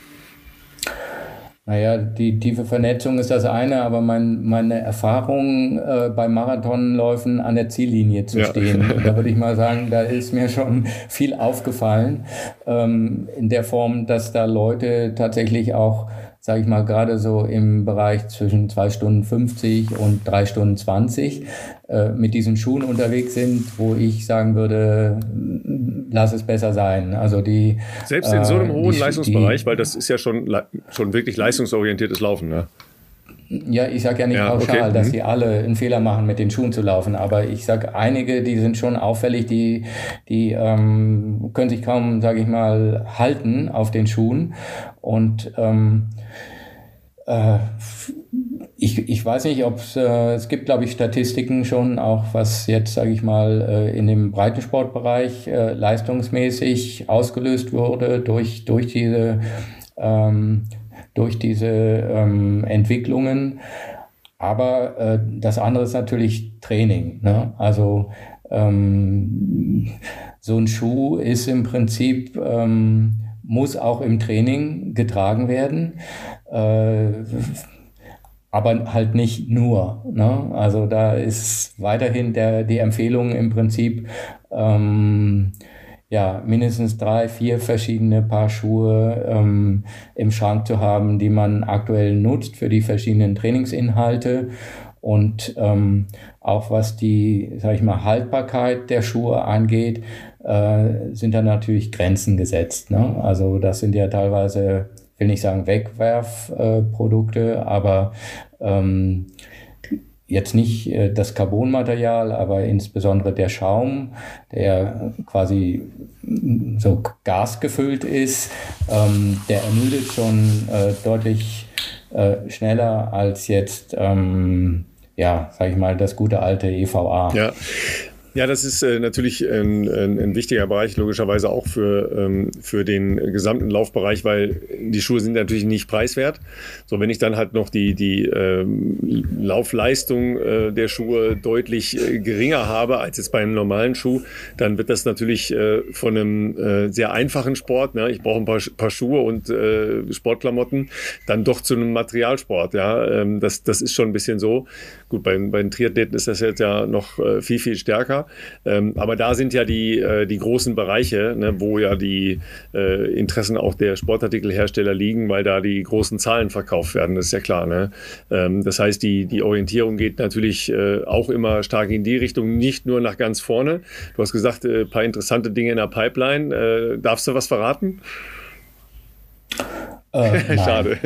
Naja, die tiefe Vernetzung ist das eine, aber mein, meine Erfahrung äh, bei Marathonläufen an der Ziellinie zu ja. stehen, da würde ich mal sagen, da ist mir schon viel aufgefallen, ähm, in der Form, dass da Leute tatsächlich auch, sage ich mal, gerade so im Bereich zwischen zwei Stunden fünfzig und drei Stunden zwanzig äh, mit diesen Schuhen unterwegs sind, wo ich sagen würde, lass es besser sein. Also die selbst in so einem äh, hohen die, Leistungsbereich, die, weil das ist ja schon, schon wirklich leistungsorientiertes Laufen, ne? Ja, ich sage ja nicht ja, pauschal, okay. dass sie alle einen Fehler machen, mit den Schuhen zu laufen, aber ich sage, einige, die sind schon auffällig, die, die ähm, können sich kaum, sage ich mal, halten auf den Schuhen und ähm, äh, ich, ich weiß nicht, ob äh, es gibt, glaube ich, Statistiken schon, auch was jetzt, sage ich mal, äh, in dem Breitensportbereich äh, leistungsmäßig ausgelöst wurde durch, durch diese ähm, durch diese ähm, Entwicklungen. Aber äh, das andere ist natürlich Training, ne? Also ähm, so ein Schuh ist im Prinzip, ähm, muss auch im Training getragen werden, äh, aber halt nicht nur, ne? Also da ist weiterhin der, die Empfehlung im Prinzip, ähm, ja, mindestens drei, vier verschiedene Paar Schuhe ähm, im Schrank zu haben, die man aktuell nutzt für die verschiedenen Trainingsinhalte. Und ähm, auch was die, sag ich mal, Haltbarkeit der Schuhe angeht, äh, sind da natürlich Grenzen gesetzt, ne? Also das sind ja teilweise, ich will nicht sagen Wegwerfprodukte, äh, aber ähm, jetzt nicht äh, das Carbonmaterial, aber insbesondere der Schaum, der quasi so gasgefüllt ist, ähm, der ermüdet schon äh, deutlich äh, schneller als jetzt, ähm, ja, sag ich mal, das gute alte E V A. Ja. Ja, das ist äh, natürlich ein, ein, ein wichtiger Bereich, logischerweise auch für, ähm, für den gesamten Laufbereich, weil die Schuhe sind natürlich nicht preiswert. So, wenn ich dann halt noch die, die ähm, Laufleistung äh, der Schuhe deutlich äh, geringer habe als jetzt bei einem normalen Schuh, dann wird das natürlich äh, von einem äh, sehr einfachen Sport, ne? Ich brauche ein paar, paar Schuhe und äh, Sportklamotten, dann doch zu einem Materialsport. Ja, ähm, das, das ist schon ein bisschen so. Gut, bei, bei den Triathleten ist das jetzt ja noch äh, viel, viel stärker. Ähm, aber da sind ja die, äh, die großen Bereiche, ne, wo ja die äh, Interessen auch der Sportartikelhersteller liegen, weil da die großen Zahlen verkauft werden, das ist ja klar. Ne? Ähm, das heißt, die, die Orientierung geht natürlich äh, auch immer stark in die Richtung, nicht nur nach ganz vorne. Du hast gesagt, ein äh, paar interessante Dinge in der Pipeline. Äh, darfst du was verraten? Äh, Schade.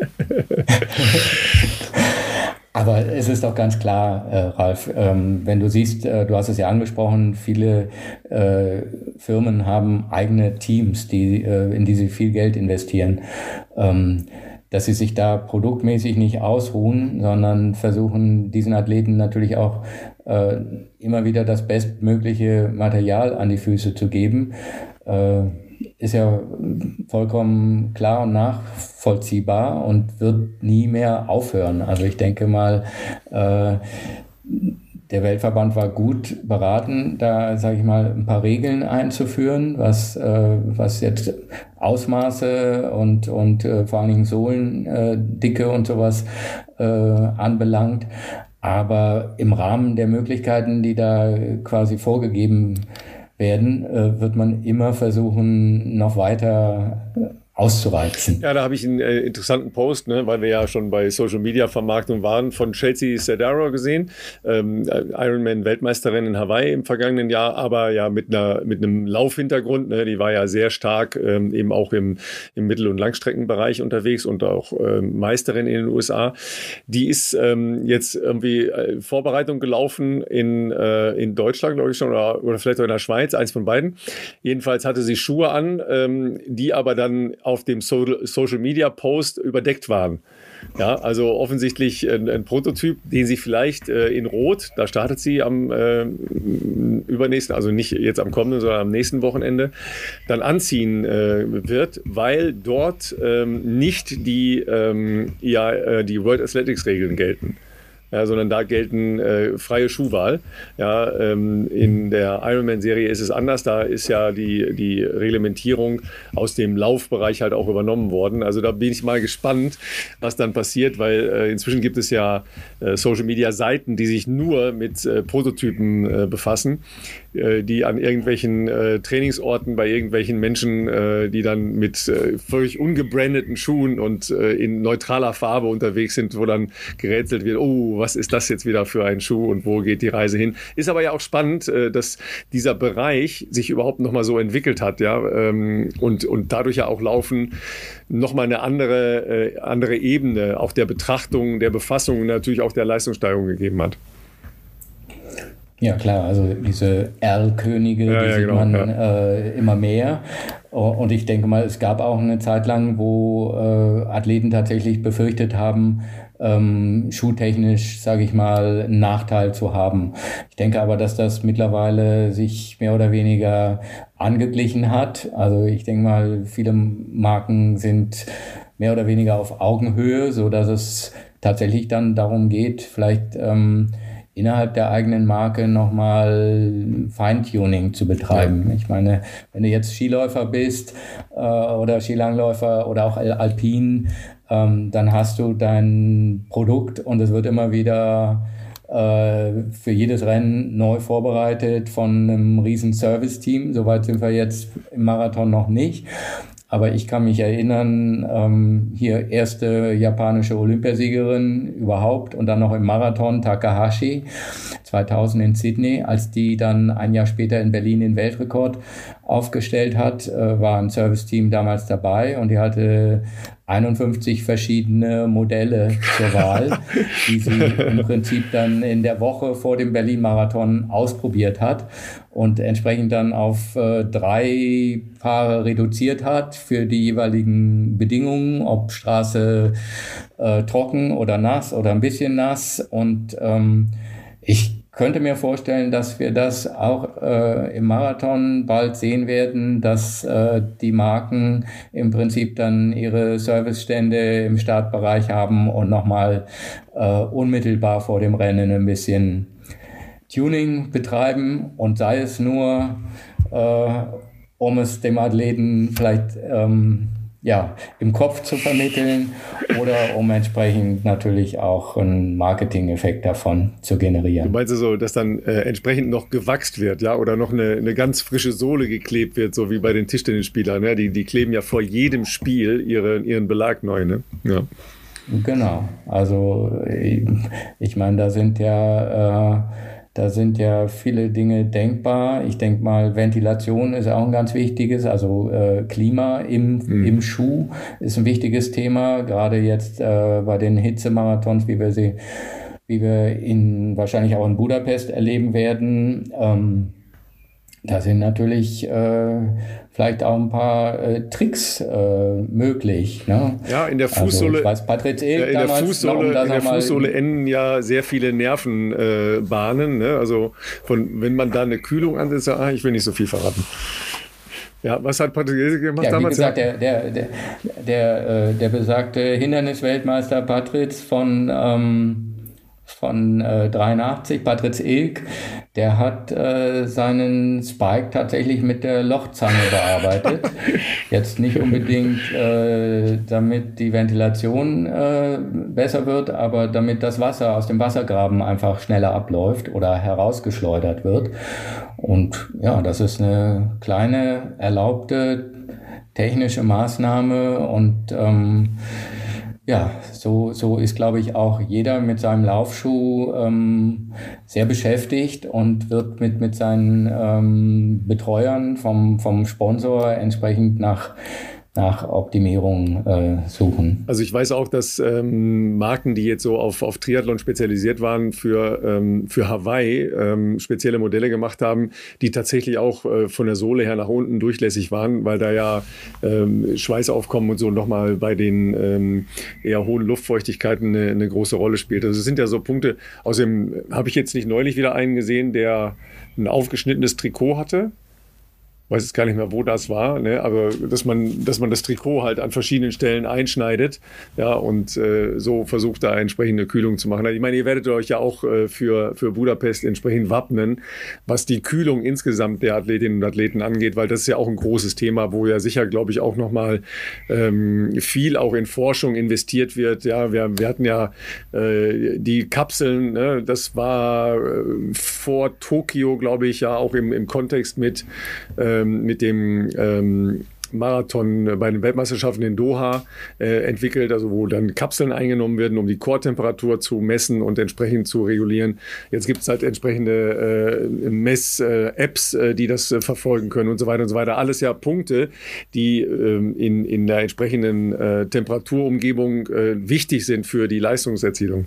Aber es ist doch ganz klar, äh, Ralf, ähm, wenn du siehst, äh, du hast es ja angesprochen, viele äh, Firmen haben eigene Teams, die, äh, in die sie viel Geld investieren, ähm, dass sie sich da produktmäßig nicht ausruhen, sondern versuchen, diesen Athleten natürlich auch äh, immer wieder das bestmögliche Material an die Füße zu geben. Äh, ist ja vollkommen klar und nachvollziehbar und wird nie mehr aufhören. Also ich denke mal, äh, der Weltverband war gut beraten, da, sage ich mal, ein paar Regeln einzuführen, was, äh, was jetzt Ausmaße und, und äh, vor allen Dingen Sohlendicke äh, und sowas äh, anbelangt. Aber im Rahmen der Möglichkeiten, die da quasi vorgegeben werden, äh, wird man immer versuchen, noch weiter auszureizen. Ja, da habe ich einen äh, interessanten Post, ne, weil wir ja schon bei Social Media Vermarktung waren, von Chelsea Sodaro gesehen, ähm, Ironman-Weltmeisterin in Hawaii im vergangenen Jahr, aber ja mit einer mit einem Laufhintergrund. Ne, die war ja sehr stark ähm, eben auch im, im Mittel- und Langstreckenbereich unterwegs und auch ähm, Meisterin in den U S A. Die ist ähm, jetzt irgendwie äh, Vorbereitung gelaufen in äh, in Deutschland, glaube ich schon, oder, oder vielleicht auch in der Schweiz, eins von beiden. Jedenfalls hatte sie Schuhe an, ähm, die aber dann auf dem so- Social Media Post überdeckt waren. Ja, also offensichtlich ein, ein Prototyp, den sie vielleicht äh, in Rot, da startet sie am äh, übernächsten, also nicht jetzt am kommenden, sondern am nächsten Wochenende, dann anziehen äh, wird, weil dort ähm, nicht die, ähm, ja, äh, die World Athletics Regeln gelten. Ja, sondern da gelten äh, freie Schuhwahl. Ja, ähm, in der Ironman-Serie ist es anders. Da ist ja die, die Reglementierung aus dem Laufbereich halt auch übernommen worden. Also da bin ich mal gespannt, was dann passiert, weil äh, inzwischen gibt es ja äh, Social-Media-Seiten, die sich nur mit äh, Prototypen äh, befassen, äh, die an irgendwelchen äh, Trainingsorten bei irgendwelchen Menschen, äh, die dann mit äh, völlig ungebrandeten Schuhen und äh, in neutraler Farbe unterwegs sind, wo dann gerätselt wird, oh, was ist das jetzt wieder für ein Schuh und wo geht die Reise hin? Ist aber ja auch spannend, dass dieser Bereich sich überhaupt nochmal so entwickelt hat, ja, und, und dadurch ja auch Laufen nochmal eine andere, andere Ebene auch der Betrachtung, der Befassung und natürlich auch der Leistungssteigerung gegeben hat. Ja klar, also diese R-Könige, ja, die ja, sieht genau, man ja. äh, immer mehr. Und ich denke mal, es gab auch eine Zeit lang, wo äh, Athleten tatsächlich befürchtet haben, ähm, schuhtechnisch, sage ich mal, einen Nachteil zu haben. Ich denke aber, dass das mittlerweile sich mehr oder weniger angeglichen hat. Also ich denke mal, viele Marken sind mehr oder weniger auf Augenhöhe, so dass es tatsächlich dann darum geht, vielleicht ähm, innerhalb der eigenen Marke nochmal Feintuning zu betreiben. Ja. Ich meine, wenn du jetzt Skiläufer bist äh, oder Skilangläufer oder auch Alpin, ähm, dann hast du dein Produkt und es wird immer wieder äh, für jedes Rennen neu vorbereitet von einem riesen Service-Team. Soweit sind wir jetzt im Marathon noch nicht. Aber ich kann mich erinnern, ähm, hier erste japanische Olympiasiegerin überhaupt und dann noch im Marathon Takahashi zweitausend in Sydney, als die dann ein Jahr später in Berlin den Weltrekord aufgestellt hat, äh, war ein Serviceteam damals dabei und die hatte einundfünfzig verschiedene Modelle zur Wahl, die sie im Prinzip dann in der Woche vor dem Berlin-Marathon ausprobiert hat und entsprechend dann auf äh, drei Paare reduziert hat für die jeweiligen Bedingungen, ob Straße äh, trocken oder nass oder ein bisschen nass. Und ähm, ich könnte mir vorstellen, dass wir das auch äh, im Marathon bald sehen werden, dass äh, die Marken im Prinzip dann ihre Servicestände im Startbereich haben und nochmal äh, unmittelbar vor dem Rennen ein bisschen Tuning betreiben und sei es nur, äh, um es dem Athleten vielleicht ähm, ja, im Kopf zu vermitteln oder um entsprechend natürlich auch einen Marketing-Effekt davon zu generieren. Du meinst so, dass dann äh, entsprechend noch gewachst wird, ja, oder noch eine, eine ganz frische Sohle geklebt wird, so wie bei den Tischtennisspielern, ne? Die, die kleben ja vor jedem Spiel ihre, ihren Belag neu, ne? Ja. Genau, also ich, ich meine, da sind ja äh, Da sind ja viele Dinge denkbar. Ich denke mal, Ventilation ist auch ein ganz wichtiges, also äh, Klima im, mhm. im Schuh ist ein wichtiges Thema, gerade jetzt äh, bei den Hitzemarathons, wie wir sie, wie wir ihn wahrscheinlich auch in Budapest erleben werden. Ähm, Da sind natürlich äh, vielleicht auch ein paar äh, Tricks äh, möglich. Ne? Ja, in der Fußsohle, also ich weiß, Patrick Ilk ja, in der Fußsohle, noch, um in der Fußsohle enden ja sehr viele Nervenbahnen. Äh, ne? Also von, wenn man da eine Kühlung ansetzt, ah, ich will nicht so viel verraten. Ja, was hat Patrick Ilk gemacht ja, damals? Wie gesagt, der, der, der, der, der besagte Hindernisweltmeister Patritz von ähm, von äh, dreiundachtzig, Patritz Ilk, der hat äh, seinen Spike tatsächlich mit der Lochzange bearbeitet. Jetzt nicht unbedingt, äh, damit die Ventilation äh, besser wird, aber damit das Wasser aus dem Wassergraben einfach schneller abläuft oder herausgeschleudert wird. Und ja, das ist eine kleine, erlaubte technische Maßnahme und ähm, ja, so, so ist, glaube ich, auch jeder mit seinem Laufschuh ähm, sehr beschäftigt und wird mit, mit seinen ähm, Betreuern vom, vom Sponsor entsprechend nach nach Optimierung äh, suchen. Also ich weiß auch, dass ähm, Marken, die jetzt so auf, auf Triathlon spezialisiert waren, für, ähm, für Hawaii ähm, spezielle Modelle gemacht haben, die tatsächlich auch äh, von der Sohle her nach unten durchlässig waren, weil da ja ähm, Schweißaufkommen und so nochmal bei den ähm, eher hohen Luftfeuchtigkeiten eine, eine große Rolle spielt. Also es sind ja so Punkte, außerdem habe ich jetzt nicht neulich wieder einen gesehen, der ein aufgeschnittenes Trikot hatte. Weiß jetzt gar nicht mehr, wo das war, ne? Aber dass man, dass man das Trikot halt an verschiedenen Stellen einschneidet, ja, und äh, so versucht, da entsprechende Kühlung zu machen. Ich meine, ihr werdet euch ja auch äh, für, für Budapest entsprechend wappnen, was die Kühlung insgesamt der Athletinnen und Athleten angeht, weil das ist ja auch ein großes Thema, wo ja sicher, glaube ich, auch nochmal ähm, viel auch in Forschung investiert wird. Ja, wir, wir hatten ja äh, die Kapseln, ne? Das war äh, vor Tokio, glaube ich, ja auch im, im Kontext mit äh, mit dem ähm, Marathon bei den Weltmeisterschaften in Doha äh, entwickelt, also wo dann Kapseln eingenommen werden, um die Core-Temperatur zu messen und entsprechend zu regulieren. Jetzt gibt es halt entsprechende äh, Mess-Apps, äh, die das äh, verfolgen können und so weiter und so weiter. Alles ja Punkte, die äh, in, in der entsprechenden äh, Temperaturumgebung äh, wichtig sind für die Leistungserzielung.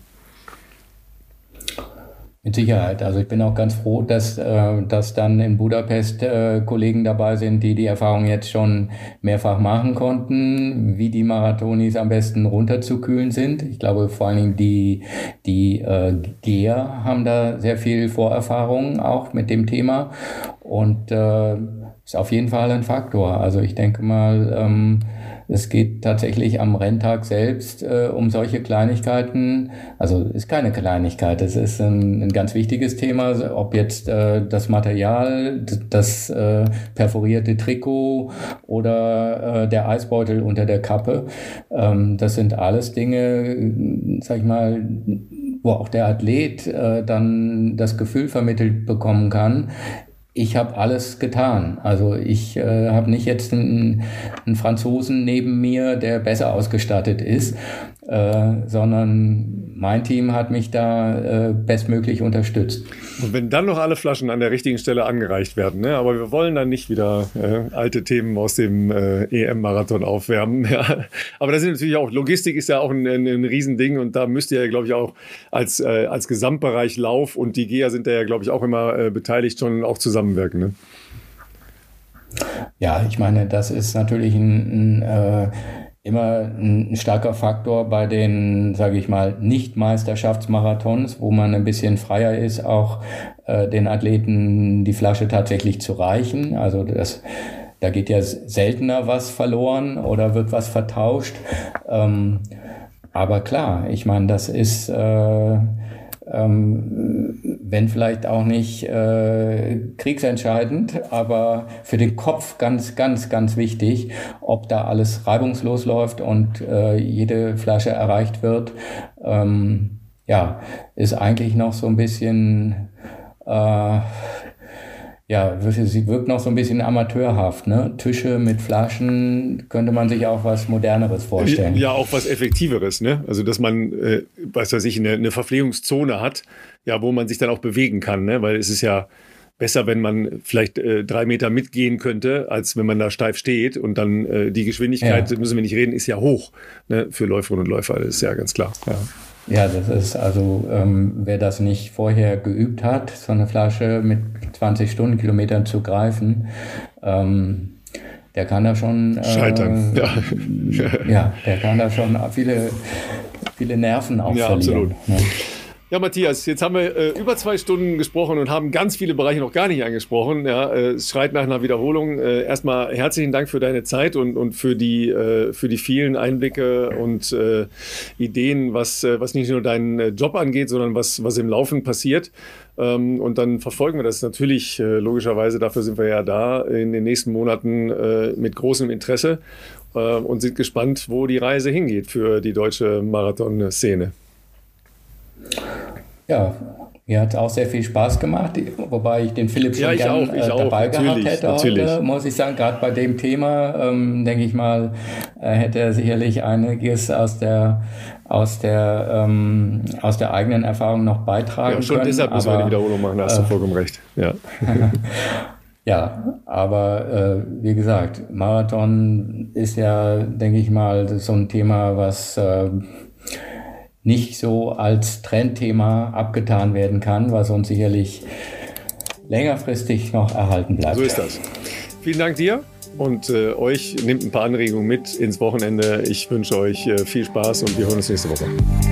Mit Sicherheit. Also ich bin auch ganz froh, dass, äh, dass dann in Budapest äh, Kollegen dabei sind, die die Erfahrung jetzt schon mehrfach machen konnten, wie die Marathonis am besten runterzukühlen sind. Ich glaube vor allen Dingen die, die äh, Geher haben da sehr viel Vorerfahrung auch mit dem Thema und äh, ist auf jeden Fall ein Faktor. Also ich denke mal, ähm, es geht tatsächlich am Renntag selbst äh, um solche Kleinigkeiten. Also ist keine Kleinigkeit, es ist ein, ein ganz wichtiges Thema, ob jetzt äh, das Material, das äh, perforierte Trikot oder äh, der Eisbeutel unter der Kappe. Ähm, das sind alles Dinge, sag ich mal, wo auch der Athlet äh, dann das Gefühl vermittelt bekommen kann, ich habe alles getan. Also ich äh, habe nicht jetzt einen, einen Franzosen neben mir, der besser ausgestattet ist, äh, sondern mein Team hat mich da äh, bestmöglich unterstützt. Und wenn dann noch alle Flaschen an der richtigen Stelle angereicht werden, ne? Aber wir wollen dann nicht wieder äh, alte Themen aus dem äh, E M-Marathon aufwärmen. Ja. Aber das ist natürlich auch, Logistik ist ja auch ein, ein, ein Riesending und da müsst ihr ja, glaube ich, auch als, äh, als Gesamtbereich Lauf und die G E A sind da ja, glaube ich, auch immer äh, beteiligt, schon auch zusammenwirken. Ne? Ja, ich meine, das ist natürlich ein, ein äh, immer ein starker Faktor bei den, sage ich mal, Nicht-Meisterschaftsmarathons, wo man ein bisschen freier ist, auch äh, den Athleten die Flasche tatsächlich zu reichen. Also das, da geht ja seltener was verloren oder wird was vertauscht. Ähm, aber klar, ich meine, das ist äh, Ähm, wenn vielleicht auch nicht äh, kriegsentscheidend, aber für den Kopf ganz, ganz, ganz wichtig, ob da alles reibungslos läuft und äh, jede Flasche erreicht wird. Ähm, ja, ist eigentlich noch so ein bisschen, äh, ja, sie wirkt noch so ein bisschen amateurhaft, ne? Tische mit Flaschen, könnte man sich auch was Moderneres vorstellen. Ja, auch was Effektiveres, ne? Also, dass man, äh, was weiß ich, eine, eine Verpflegungszone hat, ja, wo man sich dann auch bewegen kann, ne? Weil es ist ja besser, wenn man vielleicht äh, drei Meter mitgehen könnte, als wenn man da steif steht und dann äh, die Geschwindigkeit, ja. Müssen wir nicht reden, ist ja hoch, ne? Für Läuferinnen und Läufer, das ist ja ganz klar, ja. Ja, das ist also, ähm, wer das nicht vorher geübt hat, so eine Flasche mit zwanzig Stundenkilometern zu greifen, ähm, der kann da schon äh, scheitern. Ja. ja, der kann da schon viele, viele Nerven auch ja, verlieren. Absolut. Ne? Ja, Matthias, jetzt haben wir äh, über zwei Stunden gesprochen und haben ganz viele Bereiche noch gar nicht angesprochen. Ja, äh, es schreit nach einer Wiederholung. Äh, erstmal herzlichen Dank für deine Zeit und, und für, die, äh, für die vielen Einblicke und äh, Ideen, was, äh, was nicht nur deinen äh, Job angeht, sondern was, was im Laufen passiert. Ähm, und dann verfolgen wir das natürlich äh, logischerweise, dafür sind wir ja da, in den nächsten Monaten äh, mit großem Interesse äh, und sind gespannt, wo die Reise hingeht für die deutsche Marathon-Szene. Ja, Mir hat es auch sehr viel Spaß gemacht, wobei ich den Philipp schon ja, gern auch, äh, dabei auch, gehabt hätte natürlich. heute, muss ich sagen. Gerade bei dem Thema, ähm, denke ich mal, äh, hätte er sicherlich einiges aus der aus der ähm, aus der eigenen Erfahrung noch beitragen ja, schon können. Deshalb müssen wir die Wiederholung machen, da hast äh, du vollkommen recht. Ja, ja, aber äh, wie gesagt, Marathon ist ja, denke ich mal, so ein Thema, was äh, nicht so als Trendthema abgetan werden kann, was uns sicherlich längerfristig noch erhalten bleibt. so ist das. Vielen Dank dir und äh, euch. Nehmt ein paar Anregungen mit ins Wochenende. Ich wünsche euch äh, viel Spaß und wir hören uns nächste Woche.